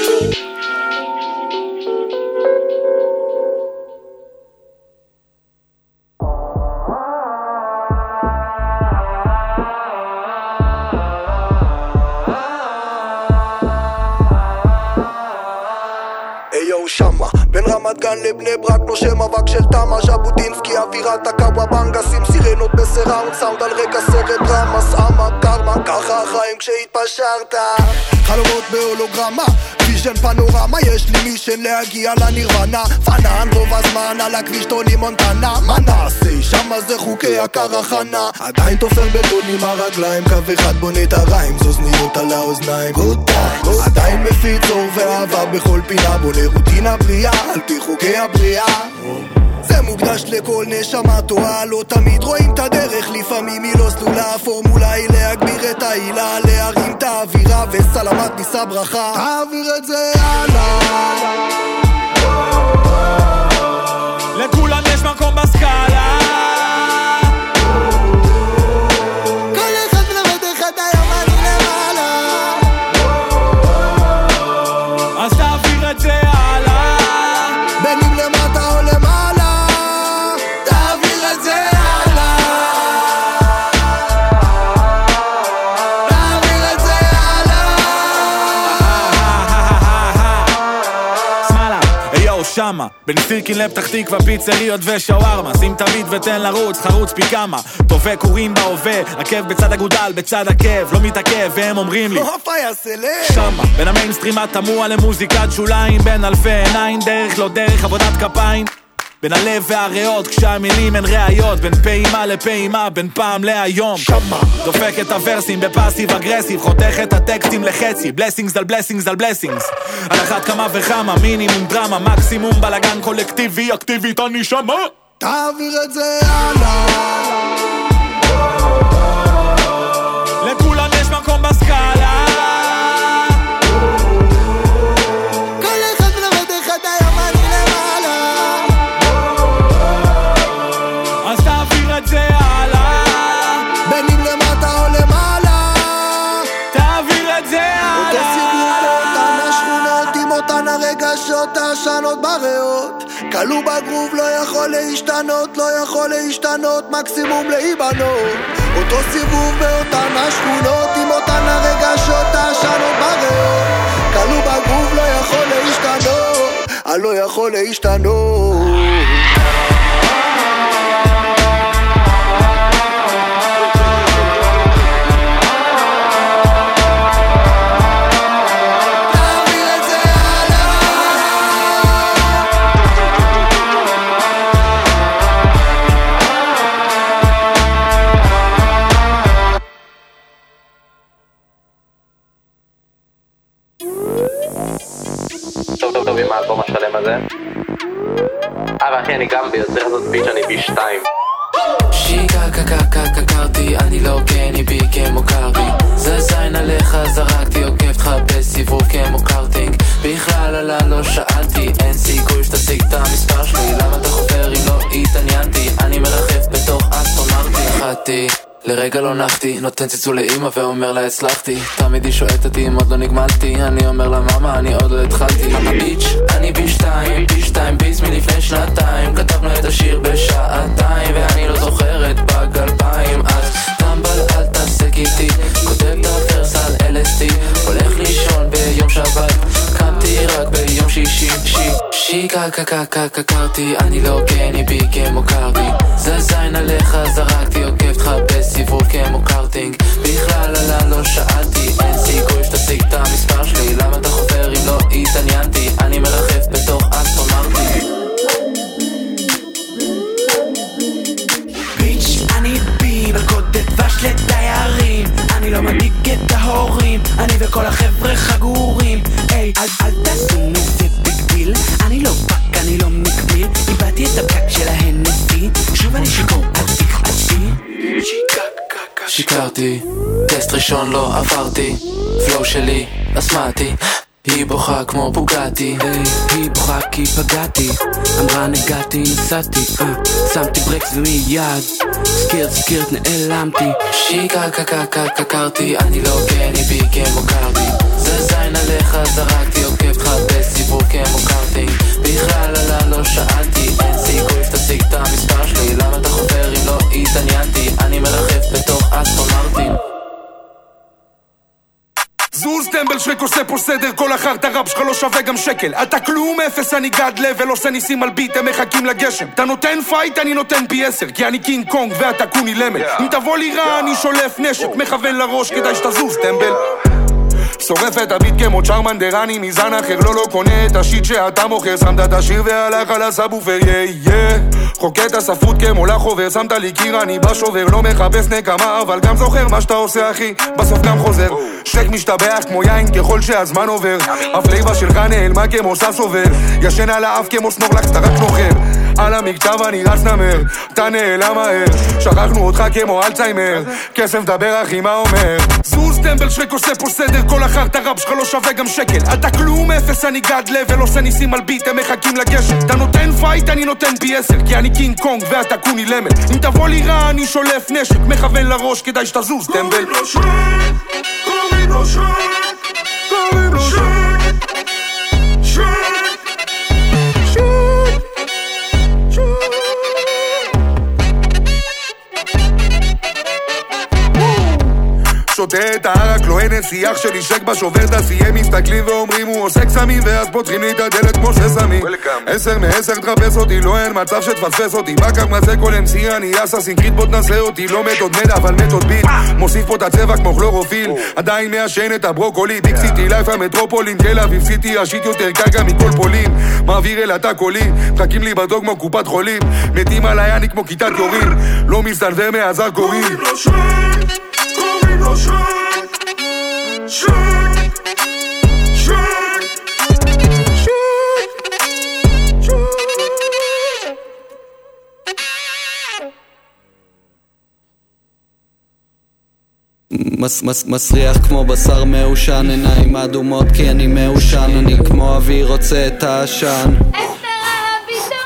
שמה בין רמת גן לבני ברק נושם אבק של תמה ז'בוטינסקי אווירת הקוואבנגה שים סירנות בסראונד סאונד על רקע סרט דרמה סאמה קרמה ככה החיים כשהתפשרת חלומות בהולוגרמה ויז'ן פנורמה יש לי מישן להגיע לנירוונה פנן רוב הזמן על הכביש טוני מונטנה מה נעשה שמה זה חוקי הקרחנה עדיין תופר בטון עם הרגליים קו אחד בונה את הריים זוזניות על האוזניים עדיין מפיץ אור ואהבה בכל פינה בונה רוטינה בריאה על פי חוקי הבריאה זה מוקדש לכל נשמה תועה לא תמיד רואים את הדרך לפעמים היא לא סלולה הפורמולה היא להגביר את העילה להרים את האווירה וסלמת ניסה ברכה תעביר את זה הלאה לכולם יש מקום בסקאלה כל אחד מלמד אחד היום אני למעלה אז תעביר את זה הלאה בין אם למטה או למעלה תעביר את זה הלאה תעביר את זה הלאה סמאלה היו שמה בין סירקין לפתח תקווה פיצריות ושווארמה שים תמיד ותן לרוץ חרוץ פי כמה טובה קוראים בהווה עקב בצד הגודל בצד עקב לא מתעכב והם אומרים לי שמה בין המיינסטרים התמוה למוזיקת שוליים בין אלפי עיניים דרך לא דרך עבודת כפיים בין הלב והריאות כשהמילים הן ראיות בין פעימה לפעימה בין פעם להיום שמה דופק את הוורסים בפאסיב אגרסיב חותך את הטקסטים לחצי בלסינגס על בלסינגס על בלסינגס על אחת כמה וכמה מינימום דרמה מקסימום בלגן קולקטיבי אקטיבית אני שמה תעביר את זה הלאה לכולם יש מקום בסקאלה כל אחד מלמד אחד היום אני למעלה אז תעביר את זה הלאה בין אם למטה או למעלה תעביר את זה הלאה אותו סיפור באותן השכונות עם אותן הרגשות רגשות העשנות בריאות קלו בגרוב לא יכול להשתנות, לא יכול להשתנות, מקסימום להיבנות אותו סיבוב באותן השכונות עם אותן הרגשות העשנות בריאות קלו בגרוב לא יכול להשתנות, לא יכול להשתנות טוב עם האלבום השלם הזה. ואחי אני גם צריך לעשות ביט שאני בי 2. קרתי, אני לא גני בי כמו קרבי זה זין עליך זרקתי, עוקבת לך בסיבוב כמו קרטינג בכלל עלה לא שאלתי, אין סיכוי שתשיג את המספר שלי למה אתה חופר אם לא התעניינתי אני מרחף בתוך אסטרונאוטי חדתי לרגע לא נחתי, נותן ציצול לאמא ואומר לה הצלחתי תמיד היא שואלת אותי אם עוד לא נגמלתי אני אומר לה מאמה, אני עוד לא התחלתי ביץ', אני בי 2 ביס מלפני שנתיים כתבנו את השיר בשעתיים ואני לא זוכרת בגלפיים אז טמבל אל תעסק איתי כותב את הוורס על LSD הולך לישון ביום שבת קמתי רק ביום שישי קרתי, אני לא גני בי כמו קרבי זה זין עליך זרקתי, עוקבת לך בסיבוב כמו קרטינג בכלל עלה לא שאלתי, אין סיכוי שתשיג את המספר שלי למה אתה חופר אם לא התעניינתי אני מרחף בתוך אסטרונאוטי ביץ' אני בי מלכודת דבש לדיירים אני לא מנהיג את ההורים אני וכל החבר'ה חגורים היי, אל תעשו מזה ביג דיל אני לא פאק, אני לא מקביל איבדתי את הפקק של ההנסי שוב אני שיקור עדי שיקרתי, טסט ראשון לא עברתי פלואו שלי, אסמאתי היא בוכה כמו בוגאטי היא בוכה כי פגעתי אמרה נגעתי, נסעתי שמתי ברקס ומיד סקירט נעלמתי קרתי, אני לא גני בי כמו קרבי זה זין עליך זרקתי, עוקבת לך בסיבוב כמו קרטינג בכלל עלה לא שאלתי אין סיכוי שתשיג את המספר שלי למה אתה חופר אם לא התעניינתי אני מרחף בתוך אסטרונאוטים זוז טמבל שרק עושה פה סדר כל אחר הרב שלך לא שווה גם שקל אתה כלום אפס אני גד לבל עושה ניסים על ביט הם מחכים לגשם אתה נותן פייט אני נותן פי 10 כי אני קינג קונג ואתה קוני למל אם תבוא לי רע אני שולף נשק מכוון לראש כדאי שתזוז טמבל שורף את הביט כמו צ'רמנדר אני מזן אחר לא קונה את השיט שאתה מוכר שמת את השיר והלך על הסבופר חוקת הספרות כמו לחובר שמת לי קיר אני בשובר לא מחפש נקמה אבל גם זוכר מה שאתה עושה אחי בסוף גם חוזר שק משתבח כמו יין ככל שהזמן עובר הפלייבה שלך נעלמה כמו סס עובר ישן על האף כמו סנורלקס אתה רק נוחר על המקצב אני רץ נמר אתה נעלם מהר שכחנו אותך כמו אלציימר כסף דבר אחי מה אומר זוז טמבל שרק עושה פה סדר כל אחר הרב שלך לא שווה גם שקל אתה כלום אפס אני גד לבל עושה ניסים על ביט הם מחכים לגשם אתה נותן פייט אני נותן פי 10 כי אני קינג קונג ואתה קוני למל אם תבוא לי רע אני שולף נשק מכוון לראש כדאי שתזוז טמבל קוראים לו שרק קוראים לו שרק שותה את הערק, לא אין נסיח שלי שק בשובר את הסייה מסתכלים ואומרים הוא עושה קסמים ואז פותחים לי את הדלת כמו שסמים 10 מ-10 תחפש אותי, לא אין מצב שתפספס אותי בקר מזה כל MC אני אסאסין קריד בוא תנסה אותי לא מתוד מד אבל מתוד ביט מוסיף פה את הצבע כמו כלורופיל עדיין מעשן את הברוקולי ביג סיטי לייף המטרופולין תל אביב סיטי השיט יותר קרקע מכל פולין מעביר אל התא קולי מחכים לי בדוג כמו קופת חולים מתים עליי אני כמו כיתת יורים לא מסתנבר מהזר קוראים לו שרק, שרק, שרק, מסריח כמו בשר מעושן עיניים אדומות כי אני מעושן אני כמו אבי רוצה את העשן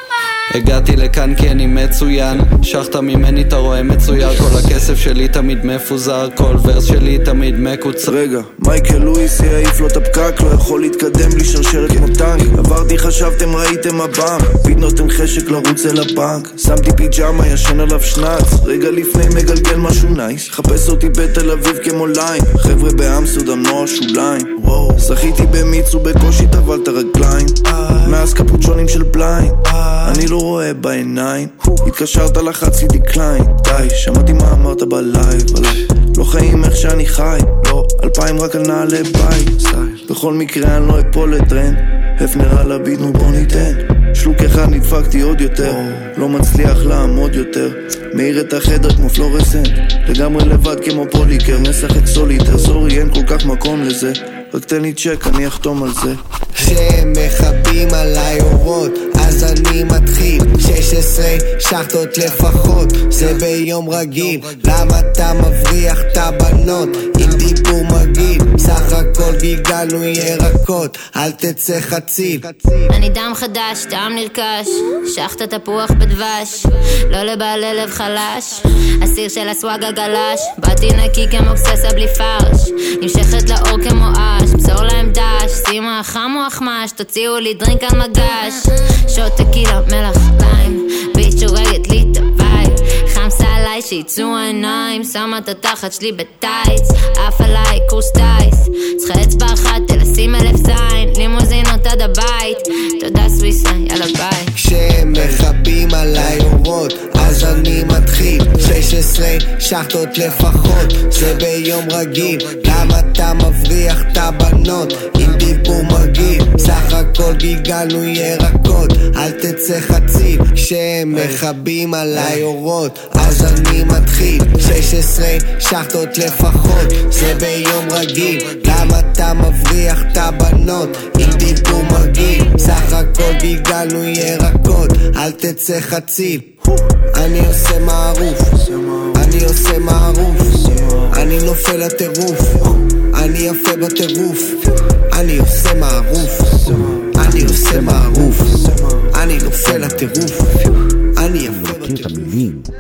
הגעתי לכאן כי אני מצוין, שחת ממני אתה רואה מצויר, כל הכסף שלי תמיד מפוזר, כל ורס שלי תמיד מקוצר. רגע, מייקל לואיס יעיף לו את הפקק, לא יכול להתקדם בלי שרשרת כמו טנק. עברתי חשבתם ראיתם הבנק, פיד נותן חשק לרוץ אל הבנק, שמתי פיג'מה ישן עליו שנץ, רגע לפני מגלגל משהו נייס, חפש אותי בתל אביב כמו ליין, חבר'ה באמסטרדם נוער שוליים, זכיתי במיץ ובקושי טבל את הרגליים, מאז קפוצ'ונים של בליין, אני לא רואה בעיניים, התקשרת לחצי דקליין, די, שמעתי מה אמרת בלייב, לא חיים איך שאני חי, לא, 2000 רק על נעלי בית, בכל מקרה אני לא אפול לטרנד, הפנר על הביט נו בוא ניתן, שלוק אחד נדפקתי עוד יותר, לא מצליח לעמוד יותר, מאיר את החדר כמו פלורסנט, לגמרי לבד כמו פוליקר, משחק סוליטר, סורי אין כל כך מקום לזה, רק תן לי צ'ק אני אחתום על זה. שהם מחבים עליי אורות, אז אני מתחיל 16 שחטות לפחות, זה ביום רגיל, למה אתה מבריח את הבנות עם דיבור מגעיל, סך הכל גיגלנו ירקות, אל תצא חציל. אני דם חדש, טעם נרכש, שחת תפוח בדבש, לא לבעלי לב חלש, הסיר של הסווג הגלש, באתי נקי כמו קססה בלי פרש, נמשכת לאור כמו אש, בסור להם דש, שימה חם או החמש, תוציאו לי דרינק על מגש, שוט טקילה מלח טיים, ביט שורגת לי את הווייב, חמסה עליי שיצאו העיניים, שמה את התחת שלי בטייץ, אף עליי קורס טייס, צריכה אצבע אחת לשים 1000 זין, לימוזינות עד הבית, תודה סוויסה יאללה ביי. כשהם מחבים עליי אורות, אז אני מתחיל 16 שחטות לפחות, זה ביום רגיל, למה אתה מבריח את הבנות עם דיבור מגעיל, סך הכל גיגלנו ירקות, אל תצא חציל. כשהם מחבים עליי אורות, אז אני מתחיל 16 שחטות לפחות, זה ביום רגיל, למה אתה מבריח את הבנות עם דיבור מגעיל, סך הכל גיגלנו ירקות, אל תצא חציל. אני עושה מערוף, אני עושה מערוף, אני נופל לטירוף, אני יפה בטירוף, אני עושה מערוף, אני עושה מערוף, אני נופל לטירוף, אני יפה בטירוף.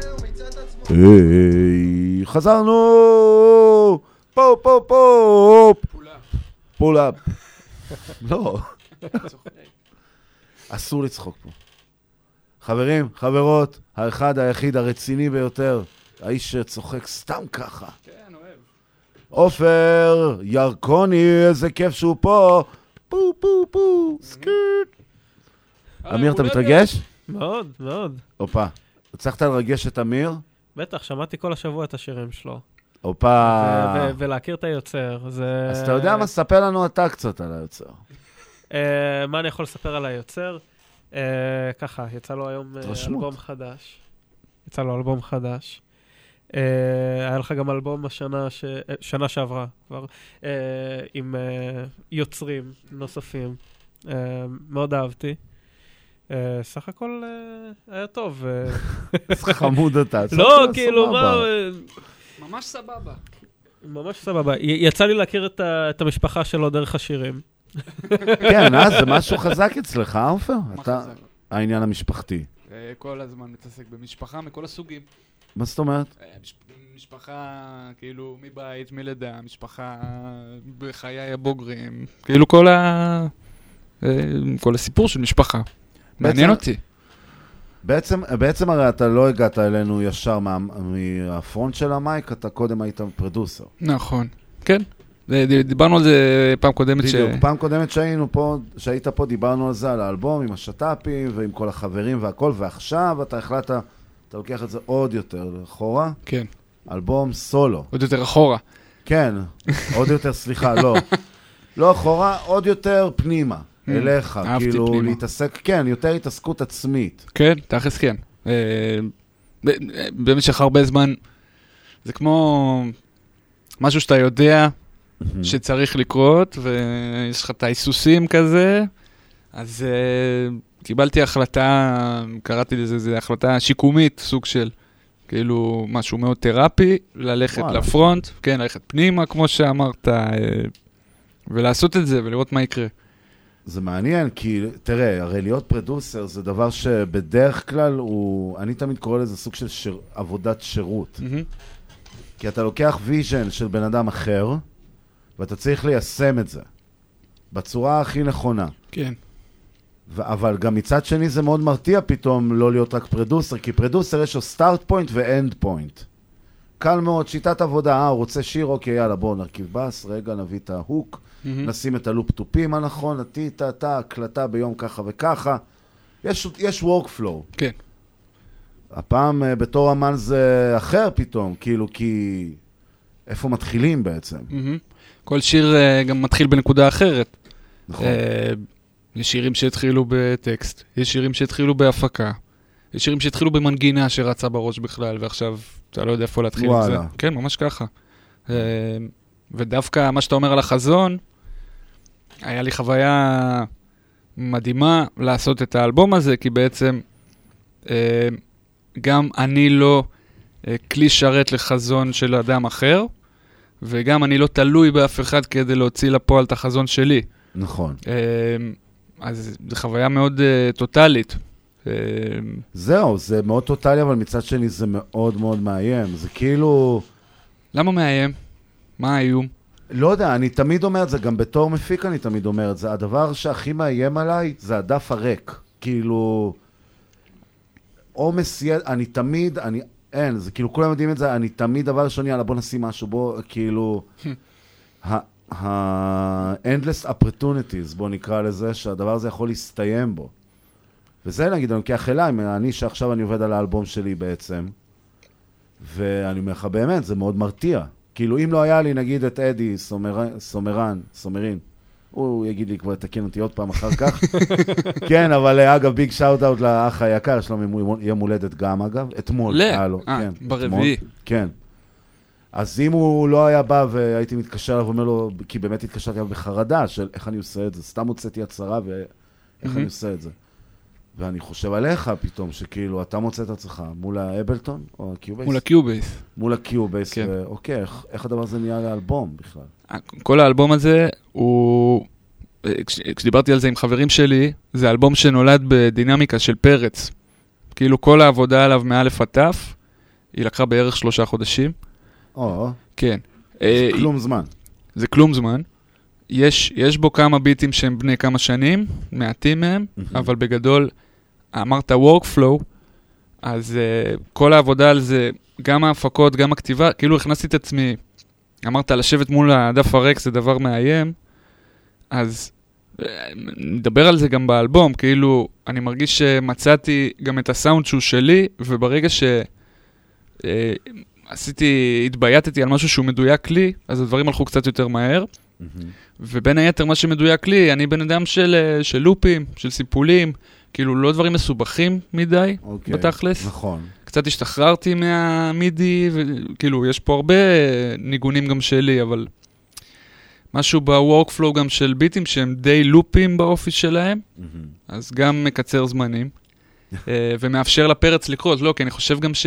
היי, חזרנו! פופ פופ פופ! פולאפ. לא. אסור לצחוק פה. חברים, חברות, האחד היחיד הרציני ביותר, האיש שצוחק סתם ככה. כן, אוהב. עופר ירקוני, איזה כיף שהוא פה. פו פו פו, סקוט. אמיר, אתה מתרגש? מאוד, מאוד. אופה, הצלחת לרגש את אמיר? בטח, שמעתי כל השבוע את השירים שלו. אופה. ולהכיר את היוצר. אז אתה יודע מה? ספר לנו אתה קצת על היוצר. מה אני יכול לספר על היוצר? ככה, יצא לו היום אלבום חדש. יצא לו אלבום חדש. היה לך גם אלבום שנה שעברה כבר, עם יוצרים נוספים. מאוד אהבתי. סך הכל היה טוב. חמוד אתה. לא, כאילו, מה... ממש סבבה. ממש סבבה. יצא לי להכיר את המשפחה שלו דרך השירים. כן, אז זה משהו חזק אצלך, עופר? אתה העניין המשפחתי. כל הזמן מתעסק במשפחה מכל הסוגים. מה זאת אומרת? משפחה, כאילו, מבית, מלידה, משפחה בחיי הבוגרים. כאילו כל הסיפור של משפחה. מעניין אותי. בעצם הרי אתה לא הגעת אלינו ישר מהפרונט של המייק, אתה קודם היית פרודוסר. נכון, כן. דיברנו על זה פעם קודמת. בדיוק, פעם קודמת שהיית פה, דיברנו על זה, על האלבום, עם השטאפים ועם כל החברים והכל, ועכשיו אתה החלטת, אתה לוקח את זה עוד יותר אחורה. כן. אלבום סולו. עוד יותר אחורה. כן, עוד יותר, סליחה, לא. לא אחורה, עוד יותר פנימה, אליך. כאילו להתעסק, כן, יותר התעסקות עצמית. כן, תכלס כן. במשך הרבה זמן, זה כמו משהו שאתה יודע שצריך לקרות, ויש לך את ההיסוסים כזה, אז קיבלתי החלטה, קראתי לזה, זה החלטה שיקומית, סוג של, כאילו, משהו מאוד תרפי, ללכת לפרונט, כן, ללכת פנימה, כמו שאמרת, ולעשות את זה, ולראות מה יקרה. זה מעניין, כי תראה, הרי להיות פרודוסר זה דבר שבדרך כלל אני תמיד קורא לזה סוג של עבודת שירות. כי אתה לוקח ויז'ן של בן אדם אחר, ואתה צריך ליישם את זה בצורה הכי נכונה. כן. אבל גם מצד שני זה מאוד מרתיע פתאום לא להיות רק פרודוסר, כי פרודוסר יש לו סטארט פוינט ואנד פוינט. קל מאוד, שיטת עבודה, הוא רוצה שיר, אוקיי, יאללה, בואו נרכיב בס, רגע, נביא את ההוק, נשים את הלופ טופים הנכון, הקלטה ביום ככה וככה. יש workflow. כן. הפעם בתור אמן זה אחר פתאום, כאילו, כי איפה מתחילים בעצם? כל שיר גם מתחיל בנקודה אחרת. נכון. יש שירים שהתחילו בטקסט, יש שירים שהתחילו בהפקה, יש שירים שהתחילו במנגינה שרצה בראש בכלל, ועכשיו אתה לא יודע איפה להתחיל עם זה. כן, ממש ככה. ודווקא מה שאתה אומר על החזון, היה לי חוויה מדהימה לעשות את האלבום הזה, כי בעצם גם אני לא כלי שרת לחזון של אדם אחר, וגם אני לא תלוי באף אחד כדי להוציא לפועל את החזון שלי. נכון. אז זו חוויה מאוד טוטלית. זהו, זה מאוד טוטלי, אבל מצד שני זה מאוד מאוד מאיים. זה כאילו... למה מאיים? מה האיום? לא יודע, אני תמיד אומר את זה, גם בתור מפיק אני תמיד אומר את זה. הדבר שהכי מאיים עליי זה הדף הריק. כאילו... עומס יד... אני תמיד... אין, זה כאילו כולם יודעים את זה, אני תמיד דבר ראשוני, יאללה, בוא נשים משהו, בוא, כאילו... ה-endless opportunities, בוא נקרא לזה, שהדבר הזה יכול להסתיים בו. וזה נגיד, אני לוקח אליי, שעכשיו אני עובד על האלבום שלי בעצם, ואני אומר לך באמת, זה מאוד מרתיע. כאילו, אם לא היה לי, נגיד, את אדי סומרין, הוא יגיד לי כבר, תקן אותי עוד פעם אחר כך. כן, אבל אגב, ביג שאוט-אוט לאח היקר, יש לו יום הולדת גם, אגב, אתמול. ברביעי. כן. אז אם הוא לא היה בא והייתי מתקשר אליו ואומר לו, כי באמת התקשרתי אליו בחרדה של איך אני עושה את זה, סתם הוצאתי הצהרה ואיך אני עושה את זה. ואני חושב עליך פתאום, שכאילו אתה מוצא את עצמך מול האבלטון או הקיובייס? מול הקיובייס. מול הקיובייס, ואוקיי, איך הדבר הזה נהיה לאלבום בכלל? כל האלבום הזה הוא, כשדיברתי על זה עם חברים שלי, זה אלבום שנולד בדינמיקה של פרץ. כאילו כל העבודה עליו מאלף עד תף, היא לקחה בערך 3 חודשים. כן. זה כלום זמן. זה כלום זמן. יש בו כמה ביטים שהם בני כמה שנים, מעטים מהם, אבל בגדול, אמרת workflow, אז כל העבודה על זה, גם ההפקות, גם הכתיבה, כאילו הכנסתי את עצמי, אמרת לשבת מול הדף הריק זה דבר מאיים, אז נדבר על זה גם באלבום, כאילו אני מרגיש שמצאתי גם את הסאונד שהוא שלי, וברגע התבייתתי על משהו שהוא מדויק לי, אז הדברים הלכו קצת יותר מהר, ובין היתר מה שמדויק לי, אני בן אדם של לופים, של סיפולים, כאילו לא דברים מסובכים מדי, בתכלס. נכון. קצת השתחררתי מהמידי, וכאילו יש פה הרבה ניגונים גם שלי, אבל משהו ב-workflow גם של ביטים שהם די לופים באופי שלהם, אז גם מקצר זמנים, ומאפשר לפרץ לקרות, לא, כי אני חושב גם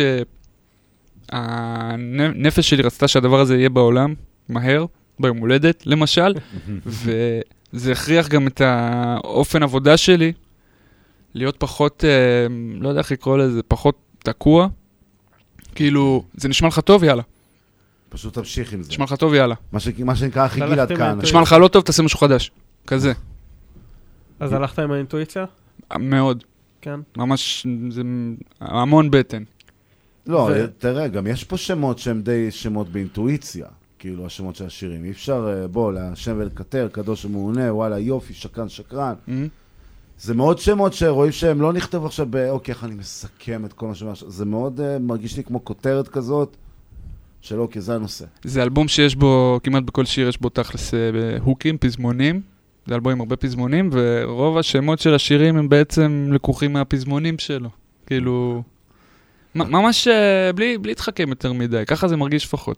שהנפש שלי רצתה שהדבר הזה יהיה בעולם, מהר, ביום הולדת, למשל, וזה הכריח גם את האופן עבודה שלי, להיות פחות, לא יודע איך לקרוא לזה, פחות תקוע, כאילו, זה נשמע לך טוב, יאללה. פשוט תמשיך עם זה. נשמע לך טוב, יאללה. מה שנקרא הכי גלעד כאן. נשמע לך לא טוב, תעשה משהו חדש. כזה. אז הלכת עם האינטואיציה? מאוד. כן. ממש, זה המון בטן. לא, תראה, גם יש פה שמות שהם די שמות באינטואיציה. כאילו, השמות של השירים. אי אפשר, בוא, לשם ולקטר, קדוש ומעונה, וואלה, יופי, שקרן, שקרן. זה מאוד שמות שרואים שהם לא נכתבו עכשיו אוקיי, איך אני מסכם את כל מה שמש... זה מאוד מרגיש לי כמו כותרת כזאת, שלא, כי זה הנושא. זה אלבום שיש בו, כמעט בכל שיר יש בו תכלס הוקים, פזמונים. זה אלבום עם הרבה פזמונים, ורוב השמות של השירים הם בעצם לקוחים מהפזמונים שלו. כאילו, ממש בלי להתחכם יותר מדי, ככה זה מרגיש לפחות.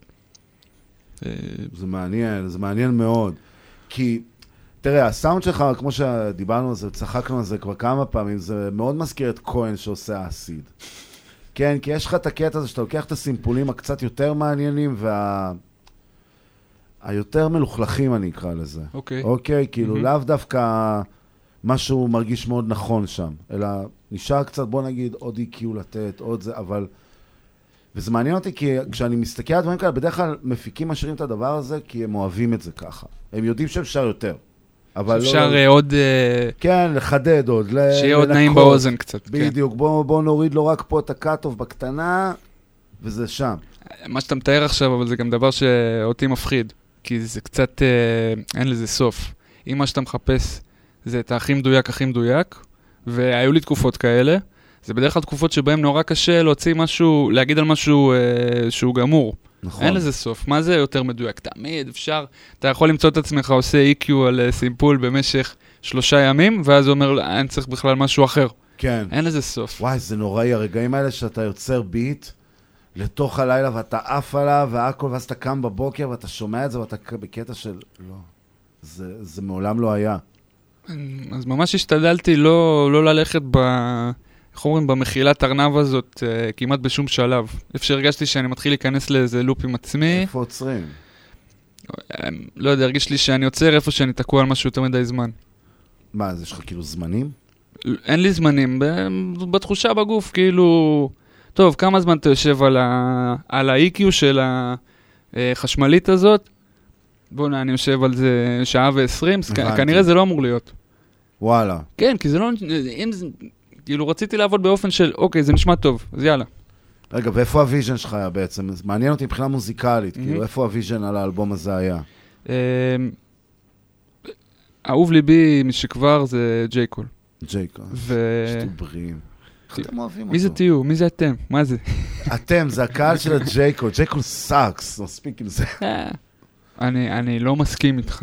זה מעניין מאוד. כי, תראה, הסאונד שלך, כמו שדיברנו על זה, צחקנו על זה כבר כמה פעמים, זה מאוד מזכיר את כהן שעושה אסיד. כן, כי יש לך את הקטע הזה שאתה לוקח את הסימפולים הקצת יותר מעניינים, היותר מלוכלכים אני אקרא לזה. אוקיי. אוקיי, כאילו לאו דווקא משהו מרגיש מאוד נכון שם, אלא נשאר קצת, בוא נגיד, עוד EQ לתת, עוד זה, אבל... וזה מעניין אותי, כי כשאני מסתכל על דברים כאלה, בדרך כלל מפיקים משאירים את הדבר הזה, כי הם אוהבים את זה ככה. הם יודעים שאפשר יותר. אפשר עוד... כן, לחדד עוד. שיהיה עוד נעים באוזן קצת. בדיוק, בוא נוריד לו רק פה את הקאט-אוף בקטנה, וזה שם. מה שאתה מתאר עכשיו, אבל זה גם דבר שאותי מפחיד, כי זה קצת, אין לזה סוף. אם מה שאתה מחפש זה את הכי מדויק, והיו לי תקופות כאלה, זה בדרך כלל תקופות שבהן נורא קשה להוציא משהו, להגיד על משהו שהוא גמור. נכון. אין לזה סוף. מה זה יותר מדויק? תמיד אפשר, אתה יכול למצוא את עצמך, עושה EQ על סימפול במשך 3 ימים, ואז הוא אומר, אני צריך בכלל משהו אחר. כן. אין לזה סוף. וואי, זה נוראי, הרגעים האלה שאתה יוצר ביט, לתוך הלילה ואתה עף עליו, והכל, ואז אתה קם בבוקר ואתה שומע את זה, ואתה בקטע של, לא, זה מעולם לא היה. אז ממש השתדלתי לא ללכת איך אומרים, במחילת ארנב הזאת, כמעט בשום שלב. איפה שהרגשתי שאני מתחיל להיכנס לאיזה לופ עם עצמי. איפה עוצרים? לא יודע, הרגיש לי שאני עוצר איפה שאני תקוע על משהו יותר מדי זמן. מה, אז יש לך כאילו זמנים? אין לי זמנים, בתחושה בגוף, כאילו... טוב, כמה זמן אתה יושב על ה-EQ של החשמלית הזאת? בואו אני יושב על זה 1:20 שעה, כנראה זה לא אמור להיות. וואלה. כן, כי זה לא... כאילו רציתי לעבוד באופן של, אוקיי, זה נשמע טוב, אז יאללה. רגע, ואיפה הוויז'ן שלך היה בעצם? מעניין אותי מבחינה מוזיקלית, כאילו, איפה הוויז'ן על האלבום הזה היה? אהוב ליבי משכבר זה ג'ייקול. ג'ייקול. שתוברים. איך אתם אוהבים אותו? מי זה תהיו? מי זה אתם? מה זה? אתם, זה הקהל של הג'ייקול. ג'ייקול סאקס, מספיק עם זה. אני לא מסכים איתך.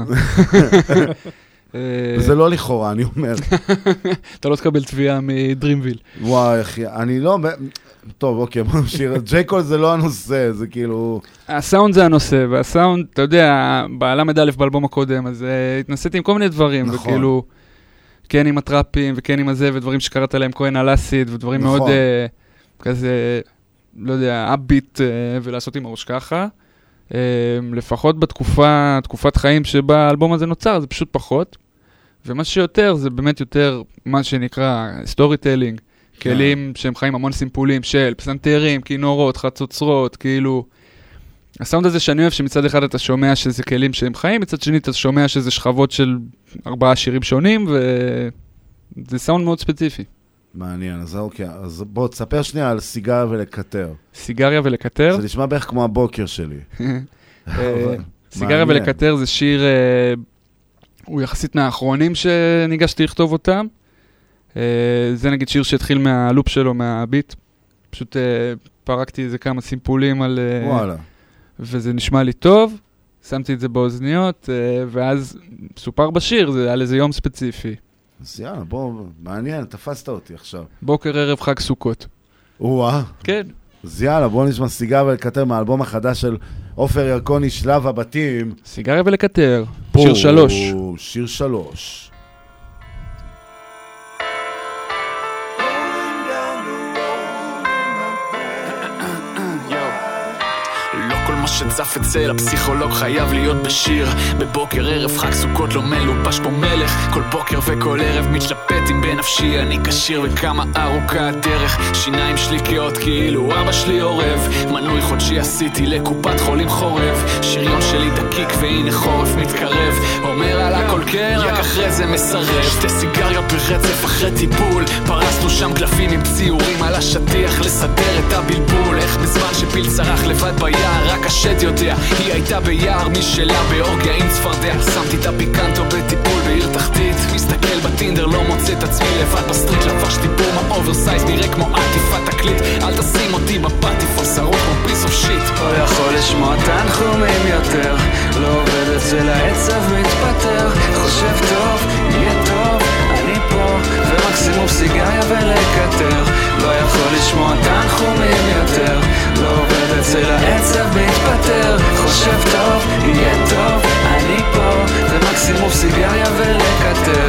וזה לא לכאורה, אני אומר. אתה לא תקבל תביעה מדרימוויל. וואי, אחי, אני לא... טוב, אוקיי, בוא נמשיך. ג'ייקול זה לא הנושא, זה כאילו... הסאונד זה הנושא, והסאונד, אתה יודע, בעלה א' באלבום הקודם, אז התנסיתי עם כל מיני דברים, וכאילו, כן עם הטראפים, וכן עם הזה, ודברים שקראת עליהם כהן על אסיד, ודברים מאוד כזה, לא יודע, אפביט, ולעשות עם הראש ככה. לפחות תקופת חיים שבה האלבום הזה נוצר, זה פשוט פחות. ומה שיותר, זה באמת יותר מה שנקרא סטורי טלינג, כלים שהם חיים המון סימפולים של פסנתרים, כינורות, חצוצרות, כאילו... הסאונד הזה שאני אוהב שמצד אחד אתה שומע שזה כלים שהם חיים, מצד שני אתה שומע שזה שכבות של 4 שירים שונים, וזה סאונד מאוד ספציפי. מעניין, אז אוקיי, אז בוא תספר שנייה על סיגריה ולקטר. סיגריה ולקטר? זה נשמע בערך כמו הבוקר שלי. סיגריה ולקטר זה שיר, הוא יחסית מהאחרונים שניגשתי לכתוב אותם. זה נגיד שיר שהתחיל מהלופ שלו, מהביט. פשוט פרקתי איזה כמה סימפולים על... וואלה. וזה נשמע לי טוב, שמתי את זה באוזניות, ואז סופר בשיר, זה על איזה יום ספציפי. אז יאללה, בוא, מעניין, תפסת אותי עכשיו. בוקר ערב חג סוכות. וואה. כן. אז יאללה, בוא נשמע סיגריה ולקטר מהאלבום החדש של עופר ירקוני, שלב הבתים. סיגריה ולקטר, שיר 3. שיר 3. שצף אצל הפסיכולוג חייב להיות בשיר בבוקר ערב חג סוכות לא מלובש פה מלך כל בוקר וכל ערב מתלפט עם בנפשי אני קשיר וכמה ארוכה הדרך שיניים שליקיות כאילו אבא שלי עורב מנוי חודשי עשיתי לקופת חולים חורב שריון שלי דקיק והנה חורף מתקרב אומר על הכל כן רק אחרי זה מסרב 2 סיגריות ברצף אחרי טיפול פרסנו שם קלפים עם ציורים על השטיח לסדר את הבלבול איך בזמן שפיל צרח לבד ביער רק השד יודע היא הייתה ביער משלה באורגיה עם צפרדע שמתי את הפיקנטו בטיפול בעיר תחתית מסתכל בטינדר לא מוצא את עצמי לבד בסטריט לבשתי בום האוברסייז נראה כמו עטיפת תקליט אל תשים אותי בפטיפון שרות כמו פיס אוף שיט לא יכול לשמוע תנחומים יותר לא עובד אצל העצב מתפטר חושב טוב, יהיה טוב אני פה ומקסימום סיגריה ולקטר לא יכול לשמוע תנחומים יותר לא עובד אצל העצב מתפטר חושב טוב, יהיה טוב אני פה ומקסימום סיגריה ולקטר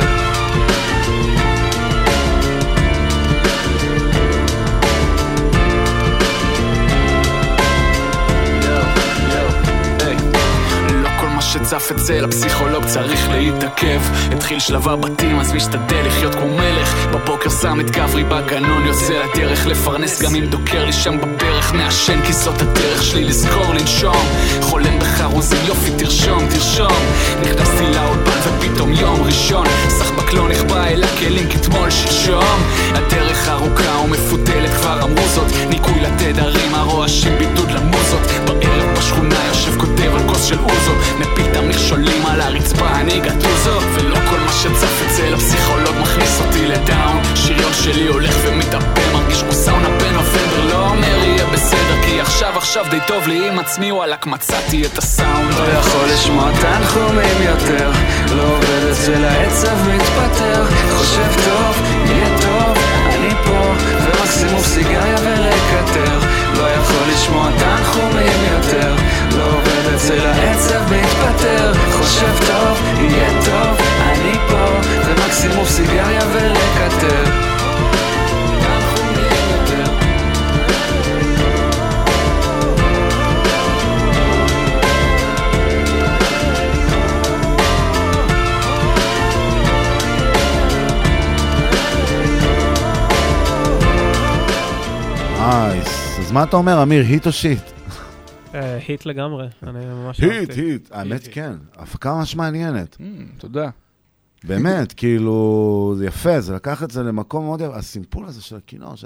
שצף אצל הפסיכולוג צריך להתעכב. התחיל שלב הבתים אז משתדל לחיות כמו מלך. בבוקר שם את גברי בגנון, יוצא לדרך לפרנס גם אם דוקר לי שם בברך. מעשן כי זאת הדרך שלי לזכור לנשום. חולם בחרוזים יופי תרשום תרשום. נכנסתי לאולפן ופתאום יום ראשון סחבק לא נחבא אל הכלים כתמול שלשום. הדרך ארוכה ומפותלת כבר אמרו זאת. ניקוי לתדרים הרועשים בידוד למוזות. בערב בשכונה יושב כותב על כוס של אוזו. מפיל את המכשולים על הרצפה אני גטוזו. ולא כל מה שצף אצל הפסיכולוג מכניס אותי לדאון. שריון שלי הולך ומתאפה מרגיש כמו סאונה בנובמבר. לא אומר יהיה בסדר כי עכשיו די טוב לי עם עצמי וואלק מצאתי את הסאונד. לא יכול לשמוע תנחומים יותר, לא עובד אצל העצב מתפטר. חושב טוב, יהיה טוב, אני פה ומקסימום סיגריה ולקטר. לא יכול לשמוע תנחומים יותר, לא עובד אצל העצב מתפטר. חושב טוב, יהיה טוב, אני פה ומקסימום סיגריה ולקטר. אז מה אתה אומר, אמיר, היט או שיט? היט לגמרי, אני ממש היט, האמת כן, הפקה ממש מעניינת. תודה. באמת, כאילו, זה יפה, זה לקח את זה למקום מאוד יפה, הסימפול הזה של הכינור,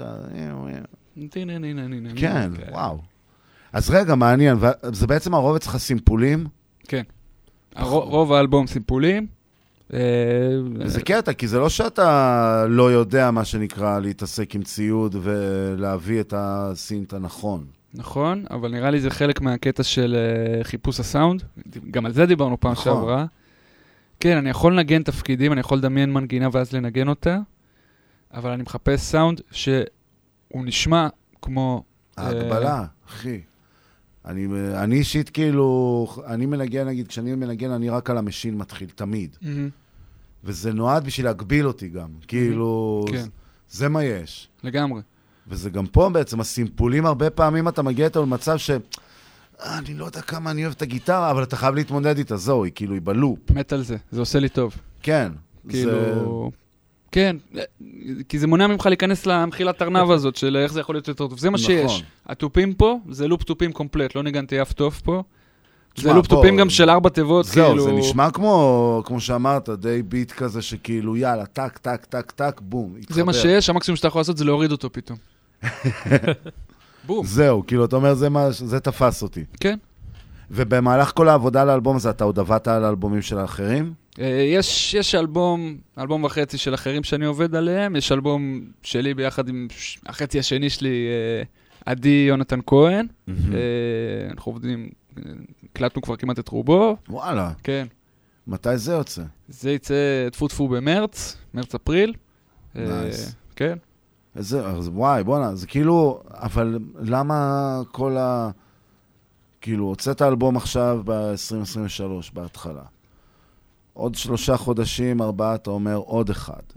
כן, וואו. אז רגע, מעניין, זה בעצם הרוב אצלך סימפולים? כן, רוב האלבום סימפולים. זה קטע, כי זה לא שאתה לא יודע מה שנקרא להתעסק עם ציוד ולהביא את הסינט הנכון. נכון, אבל נראה לי זה חלק מהקטע של חיפוש הסאונד. גם על זה דיברנו פעם שעברה. כן, אני יכול לנגן תפקידים, אני יכול לדמיין מנגינה ואז לנגן אותה, אבל אני מחפש סאונד שהוא נשמע כמו... ההגבלה, אחי. אני אישית כאילו, אני מנגן, נגיד, כשאני מנגן, אני רק על המשין מתחיל, תמיד. וזה נועד בשביל להגביל אותי גם. כאילו, זה מה יש. לגמרי. וזה גם פה בעצם, הסימפולים הרבה פעמים אתה מגיע איתו למצב ש... אני לא יודע כמה אני אוהב את הגיטרה, אבל אתה חייב להתמודד איתה, זהו, היא כאילו, היא בלופ. מת על זה, זה עושה לי טוב. כן. כאילו... כן, כי זה מונע ממך להיכנס למחילת ארנב הזאת של איך זה יכול להיות יותר טוב. זה מה שיש. הטופים פה, זה לופ טופים קומפלט, לא ניגנתי אף טוב פה. זה לופ טופים גם של 4 תיבות, כאילו... זהו, זה נשמע כמו שאמרת, די ביט כזה שכאילו, יאללה, טק, טק, טק, טק, בום, התחבר. זה מה שיש, המקסימום שאתה יכול לעשות זה להוריד אותו פתאום. בום. זהו, כאילו, אתה אומר, זה תפס אותי. כן. ובמהלך כל העבודה על האלבום הזה, אתה עוד עבדת על האלבומים של האחרים? יש אלבום וחצי של אחרים שאני עובד עליהם, יש אלבום שלי ביחד עם החצי השני שלי, עדי יונתן כהן, אנחנו עובדים, הקלטנו כבר כמעט את רובו. וואלה. כן. מתי זה יוצא? זה יצא טפו במרץ, מרץ-אפריל. נייס. כן. אז וואי, בוא'נה, זה כאילו, אבל למה כל כאילו, הוצאת האלבום עכשיו ב-2023, בהתחלה. עוד 3 חודשים, 4, אתה אומר, עוד 1.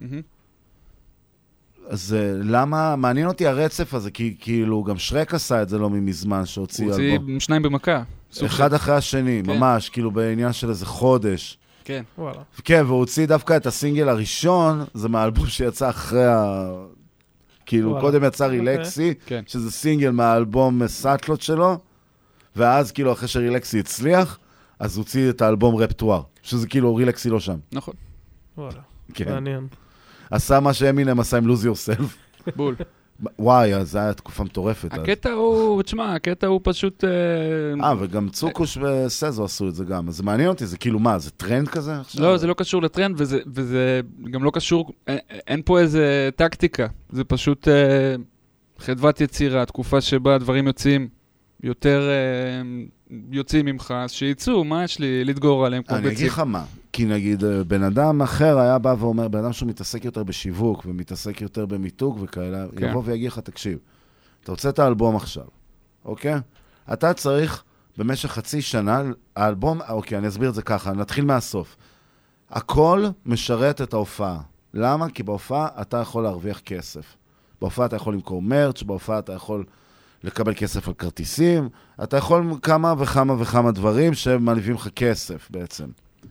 אז למה, מעניין אותי הרצף הזה, כי כאילו, גם שרק עשה את זה לא מזמן, שהוציא אלבום. הוא הוציא 2 במכה. אחד אחרי השני, ממש, כאילו בעניין של איזה חודש. כן. וואלה. כן, והוא הוציא דווקא את הסינגל הראשון, זה מהאלבום שיצא אחרי כאילו, קודם יצא רילקסי, שזה סינגל מהאלבום סאטלות שלו, ואז כאילו, אחרי שרילקסי הצליח, אז הוא הוציא את האלבום רפטואר, שזה כאילו רילקסי לא שם. נכון. וואלה, מעניין. עשה מה שאמינם עשה עם Lose Yourself. בול. וואי, אז זה היה תקופה מטורפת. הקטע הוא, תשמע, הקטע הוא פשוט... וגם צוקוש וסזו עשו את זה גם. אז זה מעניין אותי, זה כאילו מה, זה טרנד כזה? לא, זה לא קשור לטרנד, וזה גם לא קשור, אין פה איזה טקטיקה. זה פשוט חדוות יצירה, תקופה שבה דברים יוצאים יותר... יוצאים ממך, אז שיצאו, מה יש לי לדגור עליהם כמו ביצים? אני אגיד לך מה, כי נגיד בן אדם אחר היה בא ואומר, בן אדם שהוא מתעסק יותר בשיווק ומתעסק יותר במיתוג וכאלה, יבוא ויגיד לך, תקשיב, אתה רוצה את האלבום עכשיו, אוקיי? אתה צריך במשך חצי שנה, האלבום, אוקיי, אני אסביר את זה ככה, נתחיל מהסוף. הכל משרת את ההופעה. למה? כי בהופעה אתה יכול להרוויח כסף. בהופעה אתה יכול למכור מרץ', בהופעה אתה יכול... לקבל כסף על כרטיסים, אתה יכול כמה וכמה וכמה דברים שמלווים לך כסף בעצם.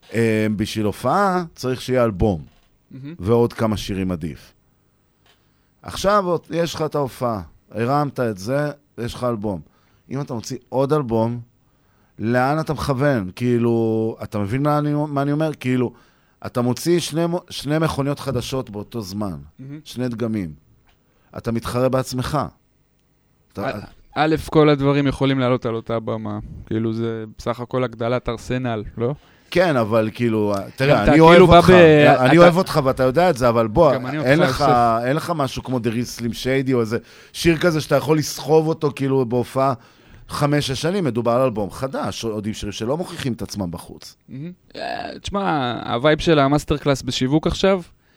בשביל הופעה צריך שיהיה אלבום, ועוד כמה שירים עדיף. עכשיו יש לך את ההופעה, הרמת את זה, יש לך אלבום. אם אתה מוציא עוד אלבום, לאן אתה מכוון? כאילו, אתה מבין מה אני אומר? כאילו, אתה מוציא שני מכוניות חדשות באותו זמן, שני דגמים. אתה מתחרה בעצמך. א', כל הדברים יכולים לעלות על אותה במה. כאילו, זה בסך הכל הגדלת ארסנל, לא? כן, אבל כאילו, תראה, אני אוהב אותך, אני אוהב אותך ואתה יודע את זה, אבל בוא, אין לך משהו כמו דריס סלים שיידי או איזה שיר כזה שאתה יכול לסחוב אותו כאילו בהופעה 5-6 שנים, מדובר על אלבום חדש, עוד עם שירים שלא מוכיחים את עצמם בחוץ. תשמע, הווייב של המאסטר קלאס בשיווק עכשיו,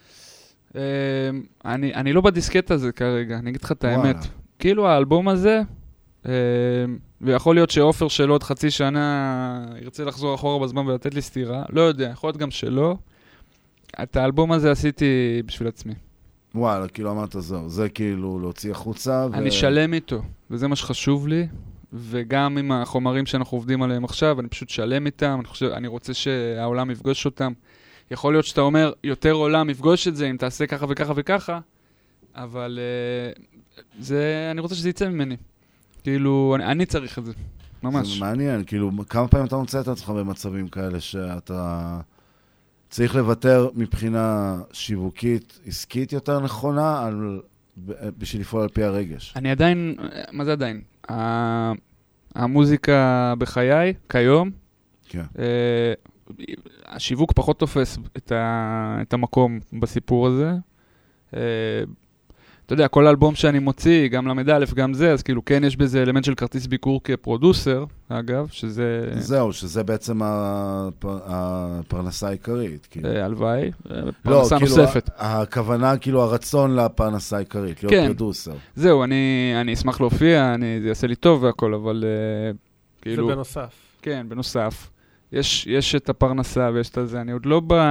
אני לא בדיסקט הזה כרגע, אני אגיד לך את האמת. כאילו האלבום הזה, ויכול להיות שאופר שלו עוד חצי שנה ירצה לחזור אחורה בזמן ולתת לי סתירה, לא יודע, יכול להיות גם שלא. את האלבום הזה עשיתי בשביל עצמי. וואלה, כאילו אמרת זהו, זה כאילו להוציא החוצה. אני שלם איתו, וזה מה שחשוב לי, וגם עם החומרים שאנחנו עובדים עליהם עכשיו, אני פשוט שלם איתם, אני רוצה שהעולם יפגוש אותם. יכול להיות שאתה אומר, יותר עולם יפגוש את זה אם תעשה ככה וככה וככה, אבל אני רוצה שזה יצא ממני. כאילו, אני צריך את זה, ממש. זה מעניין, כאילו, כמה פעמים אתה מוצא את עצמך במצבים כאלה שאתה צריך לוותר מבחינה שיווקית, עסקית יותר נכונה, בשביל לפעול על פי הרגש. אני עדיין, מה זה עדיין? המוזיקה בחיי, כיום, כן. השיווק פחות תופס את המקום בסיפור הזה. אתה יודע, כל האלבום שאני מוציא, גם למד א', גם זה, אז כאילו כן יש בזה אלמנט של כרטיס ביקור כפרודוסר, אגב, שזה... זהו, שזה בעצם הפרנסה העיקרית. הלוואי, פרנסה נוספת. הכוונה, כאילו הרצון לפרנסה העיקרית, להיות פרודוסר. זהו, אני אשמח להופיע, זה יעשה לי טוב והכל, אבל כאילו... זה בנוסף. כן, בנוסף. יש את הפרנסה ויש את זה, אני עוד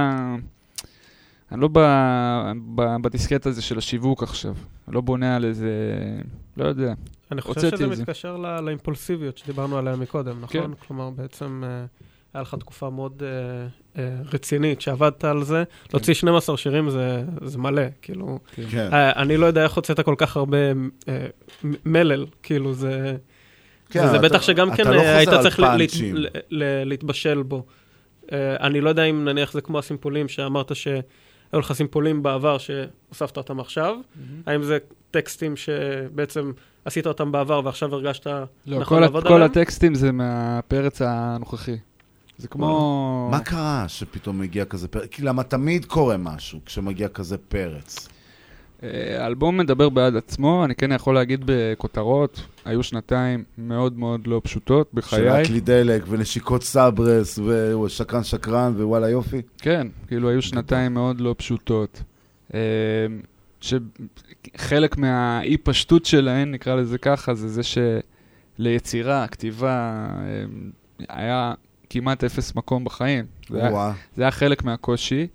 לא בדיסקט הזה של השיווק עכשיו. אני לא בונה על איזה... לא יודע. אני חושב שזה מתקשר לאימפולסיביות שדיברנו עליה מקודם, נכון? כלומר, בעצם היה לך תקופה מאוד רצינית שעבדת על זה. להוציא 12 שירים זה מלא, כאילו. אני לא יודע איך הוצאת כל כך הרבה מלל, כאילו זה... זה בטח שגם כן היית צריך להתבשל בו. אני לא יודע אם נניח זה כמו הסימפולים שאמרת שהיו לך סימפולים בעבר שהוספת אותם עכשיו. האם זה טקסטים שבעצם עשית אותם בעבר ועכשיו הרגשת נכון לעבוד עליהם? כל הטקסטים זה מהפרץ הנוכחי. זה כמו... מה קרה שפתאום מגיע כזה פרץ? כי למה תמיד קורה משהו כשמגיע כזה פרץ? האלבום מדבר בעד עצמו, אני כן יכול להגיד בכותרות, היו שנתיים מאוד מאוד לא פשוטות בחיי. שרק לי דלק ונשיקות סברס ושקרן שקרן ווואלה יופי. כן, כאילו היו שנתיים מאוד לא פשוטות. שחלק מהאי פשטות שלהן, נקרא לזה ככה, זה שליצירה, כתיבה, היה כמעט אפס מקום בחיים. זה היה חלק מהקושי.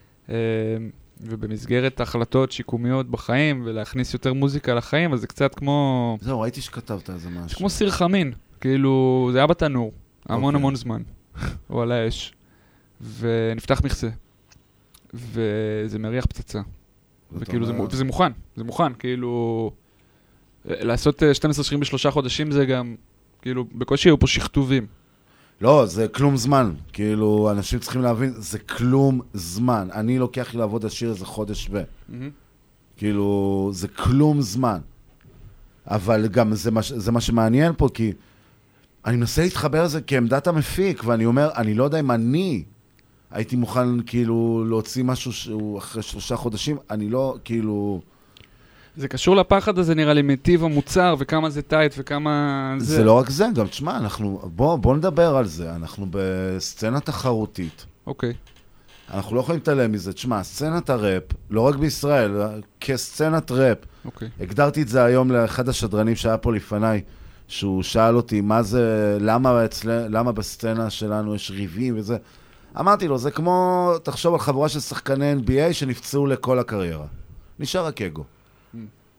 ובמסגרת החלטות שיקומיות בחיים, ולהכניס יותר מוזיקה לחיים, אז זה קצת כמו... זהו, ראיתי שכתבת על זה משהו. כמו סיר חמין, כאילו, זה היה בתנור, המון זמן, או על האש, ונפתח מכסה, וזה מריח פצצה, וכאילו, וזה מוכן, כאילו, לעשות 12 שירים ב3 חודשים זה גם, כאילו, בקושי היו פה שכתובים. לא, זה כלום זמן. כאילו, אנשים צריכים להבין, זה כלום זמן. אני לוקח לי לעבוד השיר איזה חודש כאילו, זה כלום זמן. אבל גם זה מה שמעניין פה, כי אני מנסה להתחבר לזה כעמדת המפיק, ואני אומר, אני לא יודע אם אני הייתי מוכן, כאילו, להוציא משהו שהוא אחרי 3 חודשים, אני לא, כאילו... זה קשור לפחד הזה, נראה לי, מטיב המוצר, וכמה זה טייט, וכמה זה... זה לא רק זה, גם תשמע, בוא נדבר על זה, אנחנו בסצנה תחרותית. אוקיי. אנחנו לא יכולים להתעלם מזה, תשמע, סצנת הראפ, לא רק בישראל, כסצנת ראפ. אוקיי. הגדרתי את זה היום לאחד השדרנים שהיה פה לפניי, שהוא שאל אותי, מה זה, למה בסצנה שלנו יש ריבים וזה? אמרתי לו, זה כמו, תחשוב על חבורה של שחקני NBA שנפצעו לכל הקריירה. נשאר רק אגו.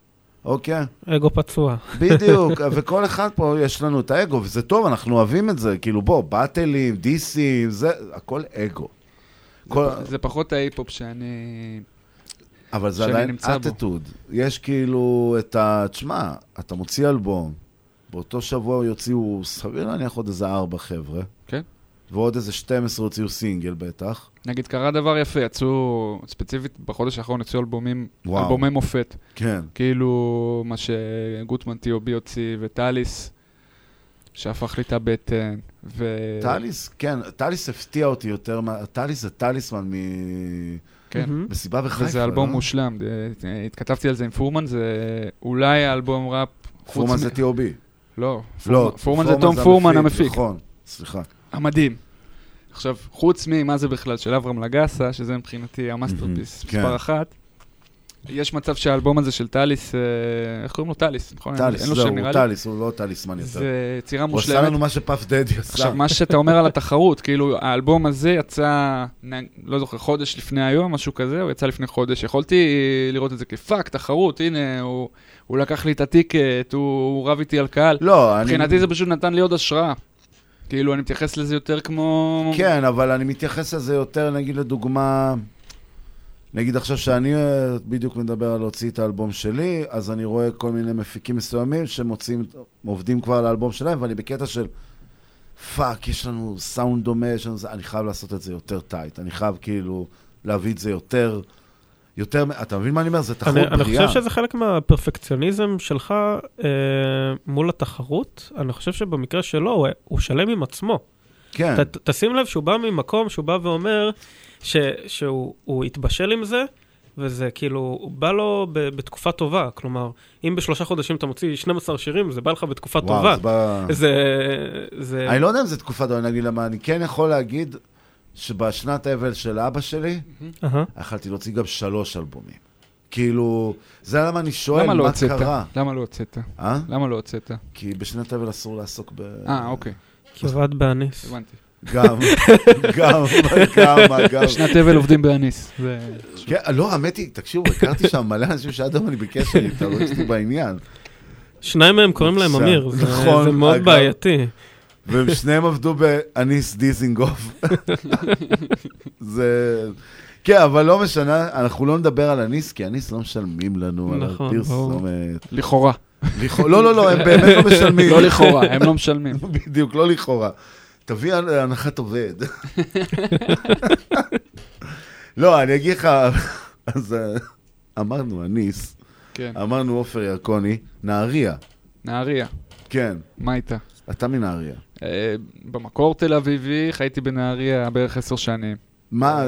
אוקיי? אגו פצוע. בדיוק, וכל אחד פה יש לנו את האגו, וזה טוב, אנחנו אוהבים את זה, כאילו בוא, באטלים, דיסים, זה, הכל אגו. זה פחות ההיפ-הופ שאני... אבל זה עדיין אטטוד. יש כאילו את ה... תשמע, אתה מוציא אלבום, באותו שבוע יוציאו, סביר להניח עוד איזה 4 חבר'ה. כן. ועוד איזה 12 הוציאו סינגל בטח. נגיד, קרה דבר יפה, יצאו, ספציפית בחודש האחרון יצאו אלבומי מופת. כן. כאילו, מה שגוטמן T.O.B הוציא, וטליס, שהפך לי את הבטן, טליס, כן, טליס הפתיע אותי יותר, טליס זה טליסמן כן. מסיבה בחיפה. וזה אלבום מושלם, התכתבתי על זה עם פורמן, זה אולי האלבום ראפ... פורמן זה T.O.B. לא, פורמן זה תום פורמן המפיק. נכון, סליחה. המדהים. עכשיו, חוץ ממה זה בכלל של אברהם לגסה, שזה מבחינתי המאסטרפיס מספר 1, יש מצב שהאלבום הזה של טליס, איך קוראים לו? טליס, נכון? טליס, זהו, הוא טליס, הוא לא טליסמן יותר. זה יצירה מושלמת. הוא עשה לנו מה שפאף דדי עשה. עכשיו, מה שאתה אומר על התחרות, כאילו, האלבום הזה יצא, לא זוכר, חודש לפני היום, משהו כזה, הוא יצא לפני חודש. יכולתי לראות את זה כפאק, תחרות, הנה, הוא לקח לי את הטיקט, הוא רב איתי על קהל. לא, מבחינתי זה פשוט נתן לי עוד השראה. כאילו, אני מתייחס לזה יותר כמו... כן, אבל אני מתייחס לזה יותר, נגיד לדוגמה, נגיד עכשיו שאני בדיוק מדבר על להוציא את האלבום שלי, אז אני רואה כל מיני מפיקים מסוימים שמוצאים, עובדים כבר על האלבום שלהם, ואני בקטע של, פאק, יש לנו סאונד דומה, אני חייב לעשות את זה יותר טייט, אני חייב כאילו להביא את זה יותר, אתה מבין מה אני אומר? זה תחרות בריאה. אני חושב שזה חלק מהפרפקציוניזם שלך מול התחרות. אני חושב שבמקרה שלו, הוא שלם עם עצמו. כן. תשים לב שהוא בא ממקום, שהוא בא ואומר שהוא התבשל עם זה, וזה כאילו, הוא בא לו בתקופה טובה. כלומר, אם ב3 חודשים אתה מוציא 12 שירים, זה בא לך בתקופה טובה. אני לא יודע אם זה תקופה טובה, נגיד למה, אני כן יכול להגיד שבשנת אבל של אבא שלי, יכלתי להוציא גם 3 אלבומים. כאילו, זה למה אני שואל מה קרה. למה לא הוצאת? למה לא הוצאת? כי בשנת אבל אסור לעסוק אוקיי. כי עבד באניס. הבנתי. גם. בשנת אבל עובדים באניס. לא, האמת היא, תקשיבו, הכרתי שם מלא אנשים שעד היום אני בקשר איתה, לא יש לי בעניין. 2 מהם קוראים להם אמיר, זה מאוד בעייתי. והם שניהם עבדו באניס דיזינגוף. זה... כן, אבל לא משנה, אנחנו לא נדבר על אניס, כי אניס לא משלמים לנו על הפרסומת. לכאורה. לא, הם באמת לא משלמים. לא לכאורה, הם לא משלמים. בדיוק, לא לכאורה. תביא הנחת עובד. לא, אני אגיד לך, אז אמרנו אניס, אמרנו עופר ירקוני, נהריה. נהריה. כן. מה איתה? אתה מנהריה. במקור תל אביבי, חייתי בנהריה בערך 10 שנים. מה?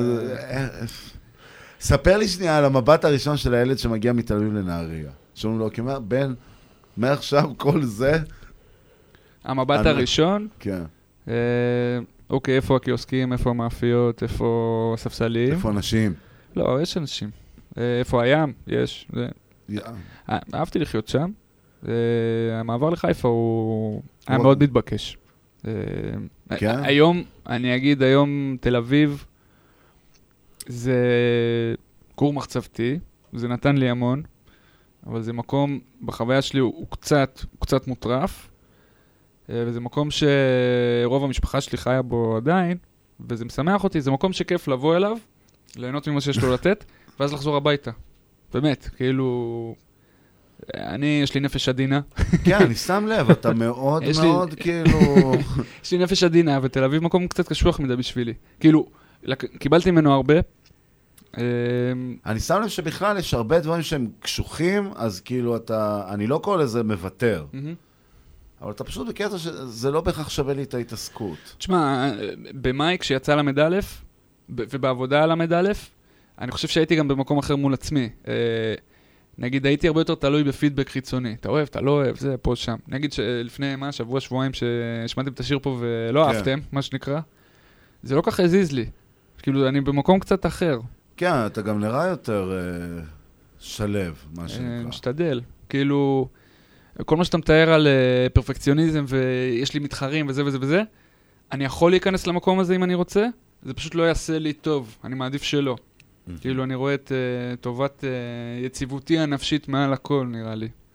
ספר לי שנייה על המבט הראשון של הילד שמגיע מתל אביב לנהריה. שאומרים לו, כמעט, בן, מעכשיו כל זה... המבט הראשון? כן. אוקיי, איפה הקיוסקים, איפה המאפיות, איפה הספסלים? איפה אנשים? לא, יש אנשים. איפה הים? יש. אהבתי לחיות שם. המעבר לחיפה הוא היה מאוד מתבקש. היום, אני אגיד, היום תל אביב זה קור מחצבתי, זה נתן לי המון, אבל זה מקום, בחוויה שלי הוא קצת מוטרף, וזה מקום שרוב המשפחה שלי חיה בו עדיין, וזה משמח אותי, זה מקום שכיף לבוא אליו, ליהנות ממה שיש לו לתת, ואז לחזור הביתה. באמת, כאילו... יש לי נפש עדינה. כן, אני שם לב, אתה מאוד מאוד כאילו... יש לי נפש עדינה, ותל אביב מקום קצת קשוח מדי בשבילי. כאילו, קיבלתי ממנו הרבה. אני שם לב שבכלל יש הרבה דברים שהם קשוחים, אז כאילו אני לא קורא לזה מוותר. אבל אתה פשוט בקטע שזה לא בהכרח שווה לי את ההתעסקות. תשמע, במאי כשיצא למד א', ובעבודה על למד א', אני חושב שהייתי גם במקום אחר מול עצמי. נגיד, הייתי הרבה יותר תלוי בפידבק חיצוני. אתה אוהב, אתה לא אוהב, זה פה שם. נגיד שלפני שבוע, שבועיים שהשמעתם את השיר פה ולא אהבתם, מה שנקרא, זה לא ככה הזיז לי. כאילו, אני במקום קצת אחר. כן, אתה גם נראה יותר שלב, מה שנקרא. משתדל. כאילו, כל מה שאתה מתאר על פרפקציוניזם ויש לי מתחרים וזה וזה וזה, אני יכול להיכנס למקום הזה אם אני רוצה, זה פשוט לא יעשה לי טוב. אני מעדיף שלא. כאילו, אני רואה את טובת יציבותי הנפשית מעל הכל, נראה לי.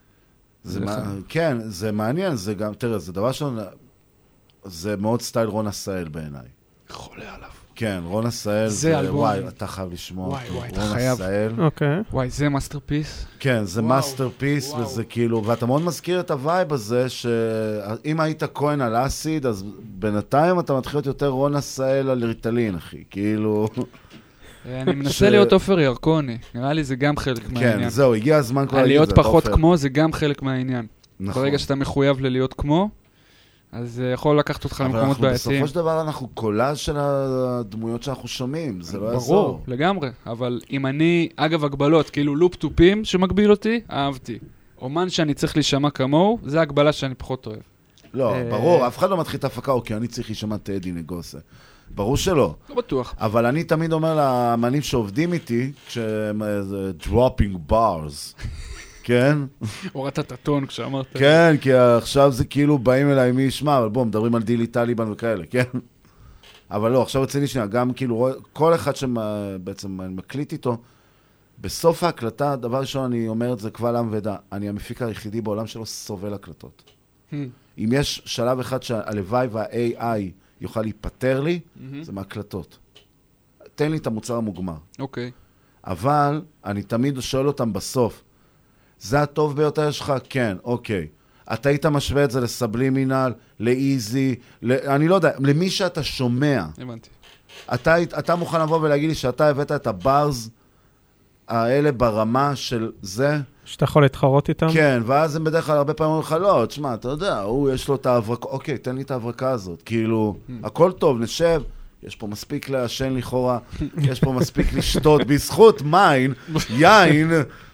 כן, זה מעניין, זה גם, תראה, זה דבר שלנו, זה מאוד סטייל רון עשאל בעיניי. חולה עליו. כן, רון עשאל, זה אלבום. וואי, אתה חייב לשמוע. וואי, אתה חייב. אוקיי. וואי, זה מאסטרפיס. כן, זה מאסטרפיס, וזה כאילו, ואתה מאוד מזכיר את הווייב הזה, שאם היית כהן על אסיד, אז בינתיים אתה מתחיל להיות יותר רון עשאל על ריטלין, אחי, כאילו... אני מנסה להיות אופר ירקוני, נראה לי זה גם חלק מהעניין. כן, זהו, הגיע הזמן כבר להגיד להיות פחות כמו זה גם חלק מהעניין. נכון. ברגע שאתה מחויב ללהיות כמו, אז זה יכול לקחת אותך למקומות בעייתיים. בסופו של דבר אנחנו קולאז' של הדמויות שאנחנו שומעים, זה לא יעזור. ברור, לגמרי, אבל אם אני, אגב הגבלות, כאילו לופ טופים שמגביל אותי, אהבתי. אומן שאני צריך להישמע כמוהו, זה הגבלה שאני פחות אוהב. לא, ברור, אף אחד לא מתחיל את ההפקה, אוקיי, אני צריך להישמע טדי נגוסה. ברור שלא. לא בטוח. אבל אני תמיד אומר לאמנים שעובדים איתי, כשהם dropping bars, כן? הורדת את הטון כשאמרת. כן, כי עכשיו זה כאילו באים אליי מי ישמע, אבל בוא, מדברים על דילי טליבן וכאלה, כן? אבל לא, עכשיו רציני שנייה, גם כאילו, כל אחד שבעצם מקליט איתו, בסוף ההקלטה, דבר ראשון אני אומר את זה קבל עם ודע, אני המפיק היחידי בעולם שלא סובל הקלטות. אם יש שלב אחד שהלוואי וה-AI יוכל להיפטר לי, זה מהקלטות. תן לי את המוצר המוגמר. אוקיי. אבל אני תמיד שואל אותם בסוף, זה הטוב ביותר שלך? כן, אוקיי. אתה היית משווה את זה לסבלימינל, לאיזי, אני לא יודע, למי שאתה שומע. הבנתי. אתה מוכן לבוא ולהגיד לי שאתה הבאת את הברז האלה ברמה של זה? שאתה יכול להתחרות איתם? כן, ואז הם בדרך כלל הרבה פעמים אומרים לך, לא, תשמע, אתה יודע, הוא יש לו את ההברקה, אוקיי, תן לי את ההברקה הזאת. כאילו, הכל טוב, נשב, יש פה מספיק לעשן לכאורה, יש פה מספיק לשתות, בזכות יין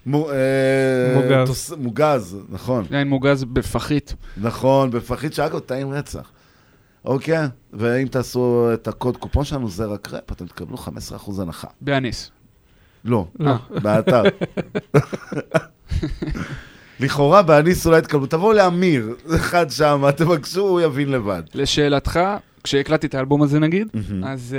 מוגז, נכון. יין מוגז בפחית. נכון, בפחית שאגב, טעים רצח. אוקיי, ואם תעשו את הקוד קופון שלנו, זה רק רפ, אתם תקבלו 15% הנחה. באניס. לא, באתר. לכאורה באניס אולי תקבלו, תבואו לאמיר, אחד שם, תבקשו, הוא יבין לבד. לשאלתך, כשהקלטתי את האלבום הזה נגיד, אז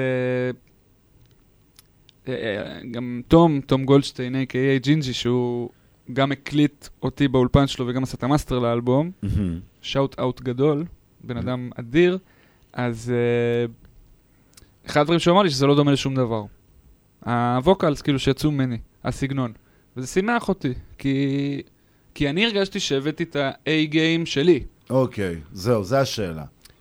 גם תום גולדשטיין, a.k.a. ג'ינג'י, שהוא גם הקליט אותי באולפן שלו וגם עשה את המאסטר לאלבום, שאוט אאוט גדול, בן אדם אדיר, אז אחד הדברים שהוא אמר לי שזה לא דומה לשום דבר. הווקלס כאילו שיצאו ממני, הסגנון. וזה שימח אותי, כי אני הרגשתי שהבאתי את ה-A-game שלי. אוקיי, זהו, זה השאלה.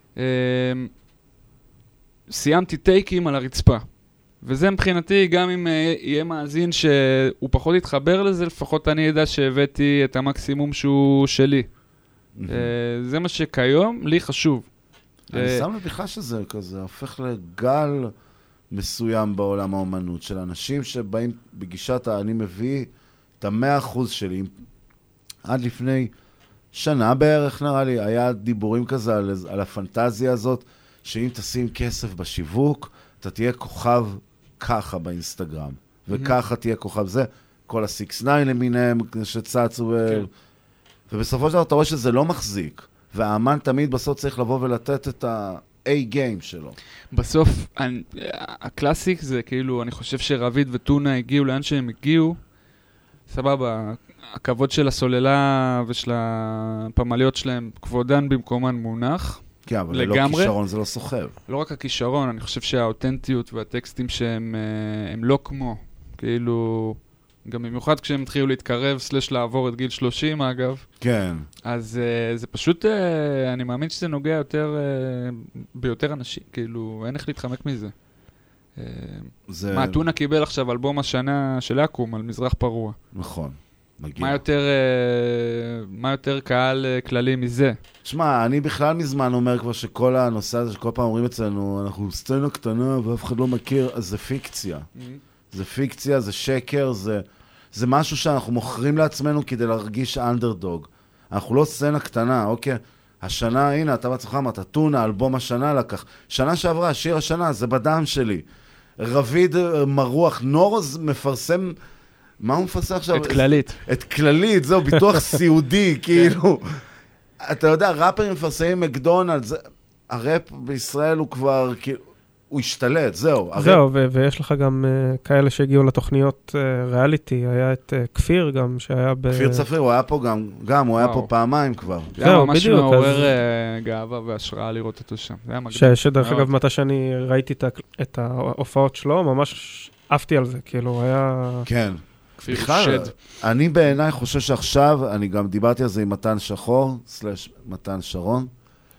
סיימתי טייקים על הרצפה. וזה מבחינתי, גם אם יהיה מאזין שהוא פחות יתחבר לזה, לפחות אני יודע שהבאתי את המקסימום שהוא שלי. זה מה שכיום לי חשוב. אני שם לבכלל שזה כזה, הופך לגל מסוים בעולם האומנות, של אנשים שבאים בגישת אני מביא את 100% שלי. עד לפני שנה בערך נראה לי, היה דיבורים כזה על הפנטזיה הזאת, שאם תשים כסף בשיווק, אתה תהיה כוכב ככה באינסטגרם, וככה תהיה כוכב זה, כל ה-6-9 למיניהם שצצו, ובסופו של דבר אתה רואה שזה לא מחזיק, והאמן תמיד בסוף צריך לבוא ולתת את ה-A-game שלו. בסוף, הקלאסיק זה כאילו, אני חושב שרביד וטונה הגיעו לאן שהם הגיעו, סבבה, הכבוד של הסוללה ושל הפמליות שלהם, כבודן במקומן מונח, כן, אבל לא כישרון, זה לא סוחב. לא רק הכישרון, אני חושב שהאותנטיות והטקסטים שהם לא כמו, כאילו, גם במיוחד כשהם התחילו להתקרב, לעבור את גיל 30 אגב. כן. אז זה פשוט, אני מאמין שזה נוגע יותר, ביותר אנשים, כאילו, אין איך להתחמק מזה. מה, טונה קיבל עכשיו אלבום השנה של אקו"ם על מזרח פרוע. נכון. מה יותר קהל כללי מזה? תשמע, אני בכלל מזמן אומר כבר שכל הנושא הזה שכל פעם אומרים אצלנו, אנחנו סצנה קטנה ואף אחד לא מכיר, אז זה פיקציה. זה פיקציה, זה שקר, זה משהו שאנחנו מוכרים לעצמנו כדי להרגיש אנדרדוג. אנחנו לא סצנה קטנה, אוקיי? השנה, הנה, אתה בעצמך אמרת, טונה, אלבום השנה לקח. שנה שעברה, שיר השנה, זה בדם שלי. רביד מרוח, נורוז מפרסם... מה הוא מפרסם עכשיו? את כללית. את כללית, זהו, ביטוח סיעודי, כאילו. אתה יודע, ראפרים מפרסמים מקדונלדס, הראפ בישראל הוא כבר, כאילו, הוא השתלט, זהו. זהו, ויש לך גם כאלה שהגיעו לתוכניות ריאליטי, היה את כפיר גם, שהיה כפיר צפריר, הוא היה פה גם, הוא היה פה פעמיים כבר. זהו, ממש בדיוק. מעורר גאווה והשראה לראות אותו שם. שדרך אגב, מתי שאני ראיתי את ההופעות שלו, ממש עפתי על זה, כאילו, היה... כן. בכלל, אני בעיניי חושב שעכשיו, אני גם דיברתי על זה עם מתן שחור, מתן שרון,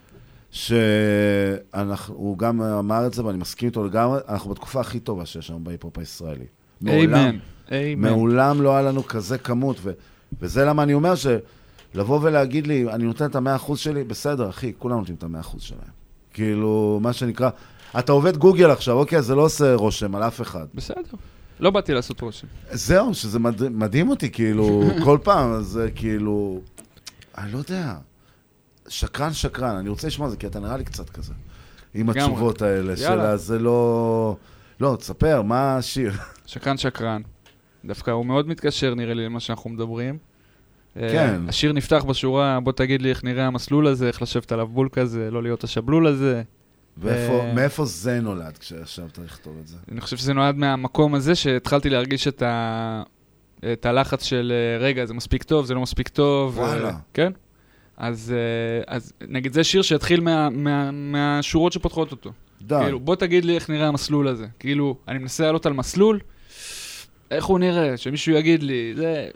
שהוא גם אמר את זה, ואני מסכים איתו לגמרי, אנחנו בתקופה הכי טובה שיש לנו בהיפ-הופ הישראלי. מעולם לא היה לנו כזה כמות, וזה למה אני אומר שלבוא ולהגיד לי, אני נותן את ה100% שלי, בסדר, אחי, כולם נותנים את ה100% שלהם. כאילו, מה שנקרא, אתה עובד גוגל עכשיו, אוקיי, זה לא עושה רושם על אף אחד. בסדר. לא באתי לעשות רושם. זהו, שזה מדהים אותי, כאילו, כל פעם, זה כאילו, אני לא יודע, שקרן, אני רוצה לשמוע את זה, כי אתה נראה לי קצת כזה, עם התשובות האלה, שלה, זה לא, תספר, מה השיר? שקרן. דווקא הוא מאוד מתקשר, נראה לי, למה שאנחנו מדברים. כן. השיר נפתח בשורה, בוא תגיד לי איך נראה המסלול הזה, איך לשבת עליו בול כזה, לא להיות השבלול הזה. מאיפה זה נולד כשישבת לכתוב את זה? אני חושב שזה נולד מהמקום הזה שהתחלתי להרגיש את הלחץ של רגע, זה מספיק טוב, זה לא מספיק טוב. וואלה. כן? אז נגיד זה שיר שהתחיל מהשורות שפותחות אותו. די. כאילו, בוא תגיד לי איך נראה המסלול הזה. כאילו, אני מנסה לעלות על מסלול, איך הוא נראה? שמישהו יגיד לי, זה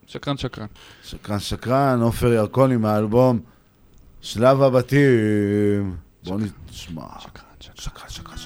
שקרן, עופר ירקוני מהאלבום שלב הבתים. בוא נשמע. שקרן.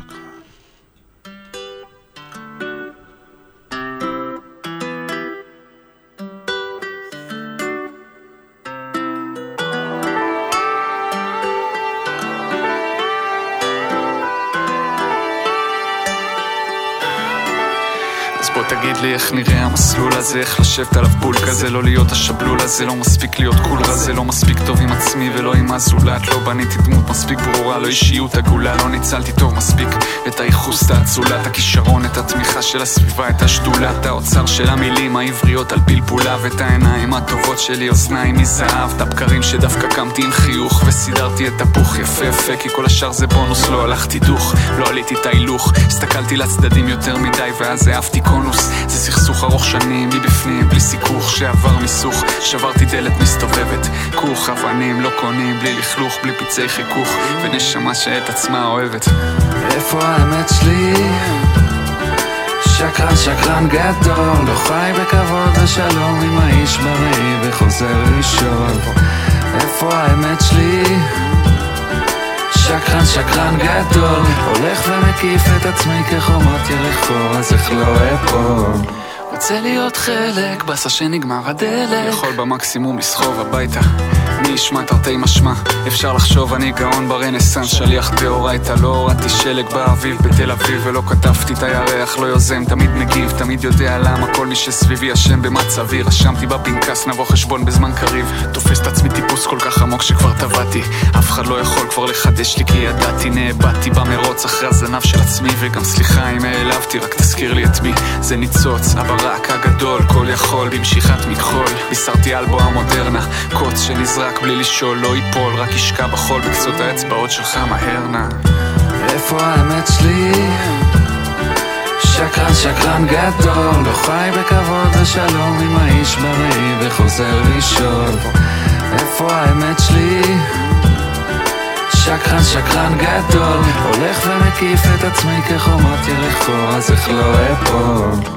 בוא תגיד לי איך נראה המסלול הזה, איך לשבת עליו בול כזה, לא להיות השבלול הזה, לא מספיק להיות קול רזה, לא מספיק טוב עם עצמי ולא עם הזולת, לא בניתי דמות מספיק ברורה, לא אישיות עגולה, לא ניצלתי טוב מספיק את הייחוס, את האצולה, את הכישרון, את התמיכה של הסביבה, את השדולה, את האוצר של המילים העבריות על פלפולה, ואת העיניים הטובות שלי, אוזניים מזהב, את הבקרים שדווקא קמתי עם חיוך וסידרתי את הפוך יפה, כי כל השאר זה בונוס, לא הלכתי דוך, לא עליתי את ההילוך, הסתכלתי לצדדים יותר מדי ואז העפתי קונוס, זה סכסוך ארוך שנים מבפנים, בלי סיכוך שעבר מיסוך, שברתי דלת מסתובבת, כוך אבנים לא קונים, בלי לכלוך, בלי פיצי חיכוך, ונשמה שאת עצמה אוהבת. איפה האמת שלי? שקרן גדול, לא חי בכבוד ושלום עם האיש בריא וחוזר לישון. איפה האמת שלי? שקרן גדול, הולך ומקיף את עצמי כחומות ירחו, אז איך לא אפול? רוצה להיות חלק, בסה שנגמר הדלק, יכול במקסימום לסחוב הביתה, מי ישמע תרתי משמע, אפשר לחשוב אני גאון ברנסנס, שליח דאורייתא, לא הורדתי שלג באביב בתל אביב ולא כתבתי את הירח, לא יוזם, תמיד מגיב, תמיד יודע למה כל מי שסביבי אשם במצבי, רשמתי בפנקס, נבוא חשבון בזמן קריב, תופס את עצמי טיפוס כל כך עמוק שכבר טבעתי, אף אחד לא יכול כבר לחדש לי כי ידעתי, נאבדתי במרוץ אחרי הזנב של עצמי, וגם סליחה אם העלבתי, רק תזכיר לי את מי, זה ניצוץ, הברק הגדול, כל יכול במשיכת מכחול, בישרתי על בו המודרנה, קוץ שנזרק בלי לשאול, לא ייפול, רק ישקע בחול בקצות האצבעות שלך מהר נע. איפה האמת שלי? שקרן גדול, לא חי בכבוד ושלום עם האיש בריא וחוזר לישון. איפה האמת שלי? שקרן גדול, הולך ומקיף את עצמי כחומות ירחו, אז איך לא אפול?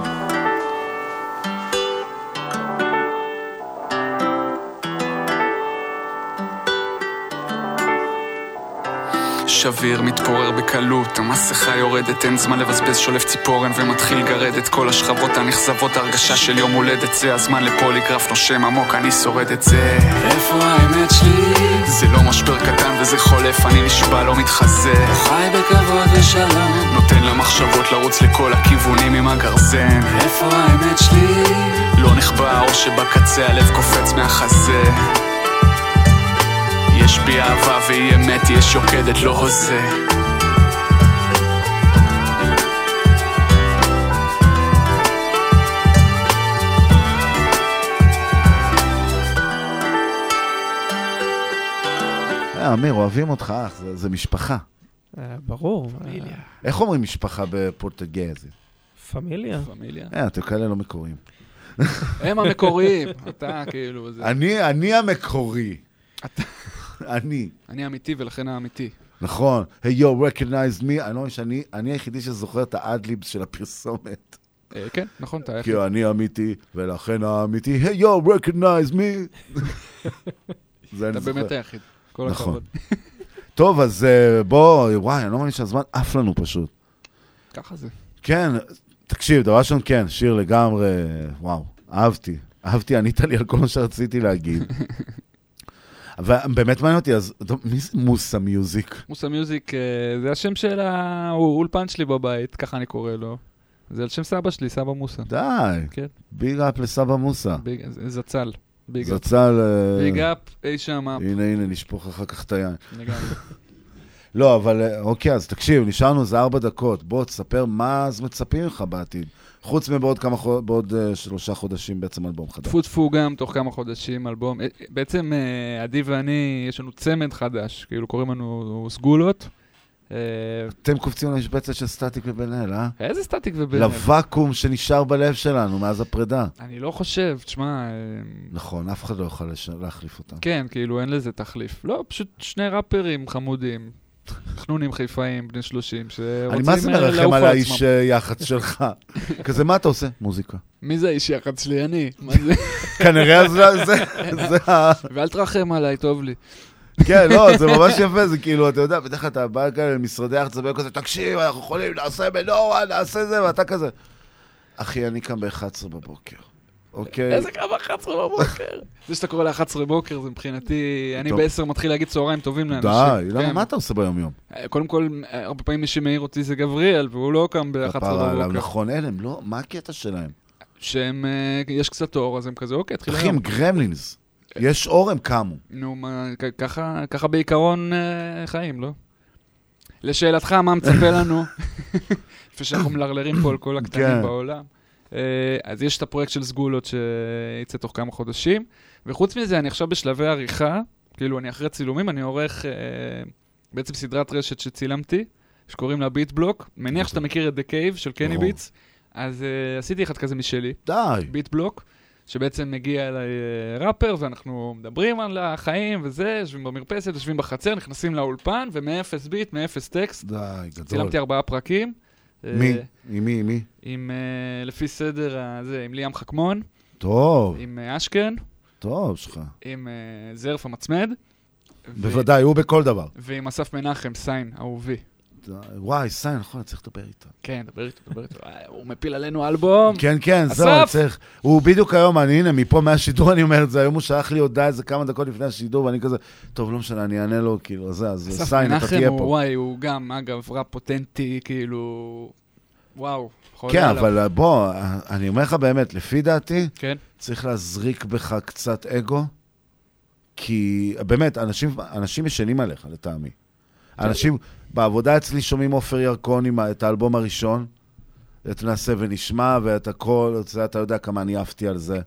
שביר מתפורר בקלות, המסכה יורדת, אין זמן לבזבז, שולף ציפורן ומתחיל גרד את כל השכבות הנכזבות, הרגשה של יום הולדת, זה הזמן לפוליגרף נושם עמוק, אני שורד את זה. איפה האמת שלי? זה לא משבר קטן וזה חולף, אני נשבע לא מתחזה, חי בכבוד ושלום, נותן למחשבות לרוץ לכל הכיוונים עם הגרזן. איפה האמת שלי? לא נחבא האור שבקצה, הלב קופץ מהחזה, יש בי אהבה והיא אמת, יש יוקדת לא הוזה. אמיר, אוהבים אותך אח, זה משפחה. ברור. איך אומרים משפחה בפורטוגזית? פמיליה. אתם כאלה לא מקוריים. הם המקוריים, אתה כאילו... אני המקורי. אני אמיתי ולכן האמיתי. נכון. Hey, yo, recognize me. אני היחידי שזוכר את האדליבס של הפרסומת. כן, נכון, אתה היחיד. כי אני אמיתי, ולכן האמיתי, hey, yo, recognize me. אתה באמת היחיד. כל הכבוד. טוב, אז בוא, וואי, אני לא מאמין שהזמן עף לנו פשוט. ככה זה. כן, תקשיב, דבר ראשון, כן, שיר לגמרי, וואו, אהבתי, ענית לי על כל מה שרציתי להגיד. ובאמת מעניין אותי, אז מי זה מוסה מיוזיק? מוסה מיוזיק, זה השם של האולפן שלי בבית, ככה אני קורא לו. זה על שם סבא שלי, סבא מוסה. די, ביג אפ לסבא מוסה. זצ"ל. זצ"ל. ביג אפ, אי שם אפ. הנה, נשפוך אחר כך את היין. לא, אבל אוקיי, אז תקשיב, נשארנו זה 4 דקות. בוא, תספר מה אז מצפים לך בעתיד. חוץ מבעוד 3 חודשים בעצם אלבום חדש. טפו גם תוך כמה חודשים אלבום. בעצם עדי ואני, יש לנו צמד חדש, כאילו קוראים לנו סגולות. אתם קופצים למשבצת של סטטיק ובן-אל, אה? איזה סטטיק ובן-אל? לוואקום שנשאר בלב שלנו מאז הפרידה. אני לא חושב, תשמע... נכון, אף אחד לא יכול להחליף אותם. כן, כאילו אין לזה תחליף. לא, פשוט 2 ראפרים חמודים, חנונים חיפאים, בני 30, שרוצים אני מה זה מרחם על האיש יח"צ שלך? כזה, מה אתה עושה? מוזיקה. מי זה האיש יח"צ שלי? אני. כנראה זה... ואל תרחם עליי, טוב לי. כן, לא, זה ממש יפה, זה כאילו, אתה יודע, בדרך כלל אתה בא כאלה למשרדי יח"צ, זה כזה, תקשיב, אנחנו יכולים, נעשה בנורא, נעשה זה, ואתה כזה. אחי, אני קם ב-11 בבוקר. אוקיי. איזה קם ב-11 בבוקר? זה שאתה קורא ל-11 בבוקר, זה מבחינתי, אני ב-10 מתחיל להגיד צהריים טובים לאנשים. די, למה, מה אתה עושה ביום יום? קודם כל, הרבה פעמים מי שמעיר אותי זה גבריאל, והוא לא קם ב-11 בבוקר. נכון, אלה, לא, מה הקטע שלהם? שהם, יש קצת אור, אז הם כזה, אוקיי, תחיל אחי, הם גרמלינס. יש אור, הם קמו. נו, ככה בעיקרון חיים, לא? לשאלתך, מה מצפה לנו? לפי שאנחנו מלרלרים פה על כל הקטנים בעולם. אז יש את הפרויקט של סגולות שיצא תוך כמה חודשים, וחוץ מזה אני עכשיו בשלבי עריכה, כאילו אני אחרי צילומים, אני עורך בעצם סדרת רשת שצילמתי, שקוראים לה ביט בלוק, מניח שאתה מכיר את The Cave של קני ביטס, אז עשיתי אחד כזה משלי, ביט בלוק, שבעצם מגיע אליי ראפר, ואנחנו מדברים על החיים וזה, יושבים במרפסת, יושבים בחצר, נכנסים לאולפן, ומאפס ביט, מאפס טקסט. די, גדול. צילמתי 4 פרקים. מי? עם מי? עם, לפי סדר הזה, עם ליאם חכמון. טוב. עם אשכן. טוב, שלך. עם זרף המצמד. בוודאי, הוא בכל דבר. ועם אסף מנחם, סיין, אהובי. וואי, סיין, נכון, צריך לדבר איתו. כן, דבר איתו. הוא מפיל עלינו אלבום. כן, זהו, צריך. הוא בדיוק היום, הנה, מפה מהשידור אני אומר את זה, היום הוא שלח לי הודעה איזה כמה דקות לפני השידור, ואני כזה, טוב, לא משנה, אני אענה לו, כאילו, אז סיין, אתה תהיה פה. וואי, הוא גם, אגב, ראפ פוטנטי, כאילו, וואו. כן, אבל בוא, אני אומר לך באמת, לפי דעתי, צריך להזריק בך קצת אגו, כי באמת, אנשים ישנים עליך, לטעמי. אנשים, בעבודה אצלי שומעים עופר ירקון את האלבום הראשון, את נעשה ונשמע, ואת הכל, אתה יודע כמה אני אהבתי על זה.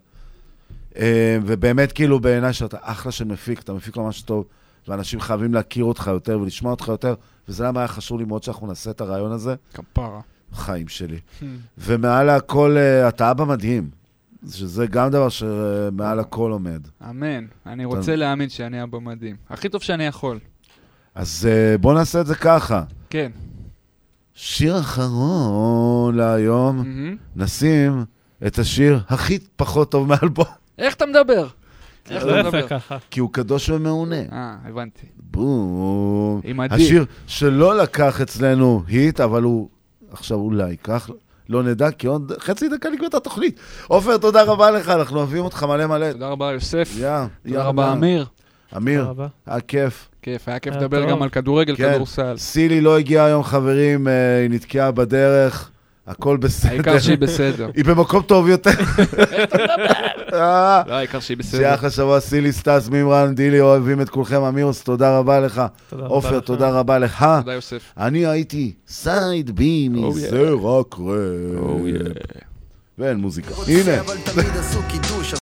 ובאמת כאילו בעיניי שאתה אחלה של מפיק, אתה מפיק ממש טוב, ואנשים חייבים להכיר אותך יותר ולשמוע אותך יותר, וזה למה היה חשוב לי מאוד שאנחנו נעשה את הרעיון הזה. כפרה. חיים שלי. ומעל הכל, אתה אבא מדהים. שזה גם דבר שמעל הכל עומד. אמן. אני רוצה להאמין שאני אבא מדהים. הכי טוב שאני יכול. אז בוא נעשה את זה ככה. כן. שיר אחרון להיום, נשים את השיר הכי פחות טוב מהאלבום. איך אתה מדבר? כי הוא קדוש ומעונה. הבנתי. בום. השיר שלא לקח אצלנו היט, אבל הוא עכשיו אולי ייקח, לא נדע, כי עוד חצי דקה נקרא את התוכנית. עופר, תודה רבה לך, אנחנו אוהבים אותך מלא. תודה רבה, יוסף. תודה רבה, אמיר, היה כיף. היה כיף לדבר גם על כדורגל, כדורסל. סילי לא הגיעה היום, חברים, היא נתקעה בדרך, הכל בסדר. העיקר שהיא בסדר. היא במקום טוב יותר. לא, העיקר שהיא בסדר. שיהיה אחלה שבוע, סילי, סטס, מימרן, דילי, אוהבים את כולכם. אמירוס, תודה רבה לך. עופר, תודה רבה לך. תודה, יוסף. אני הייתי סייד בי מזה רק רב. ואין מוזיקה. הנה.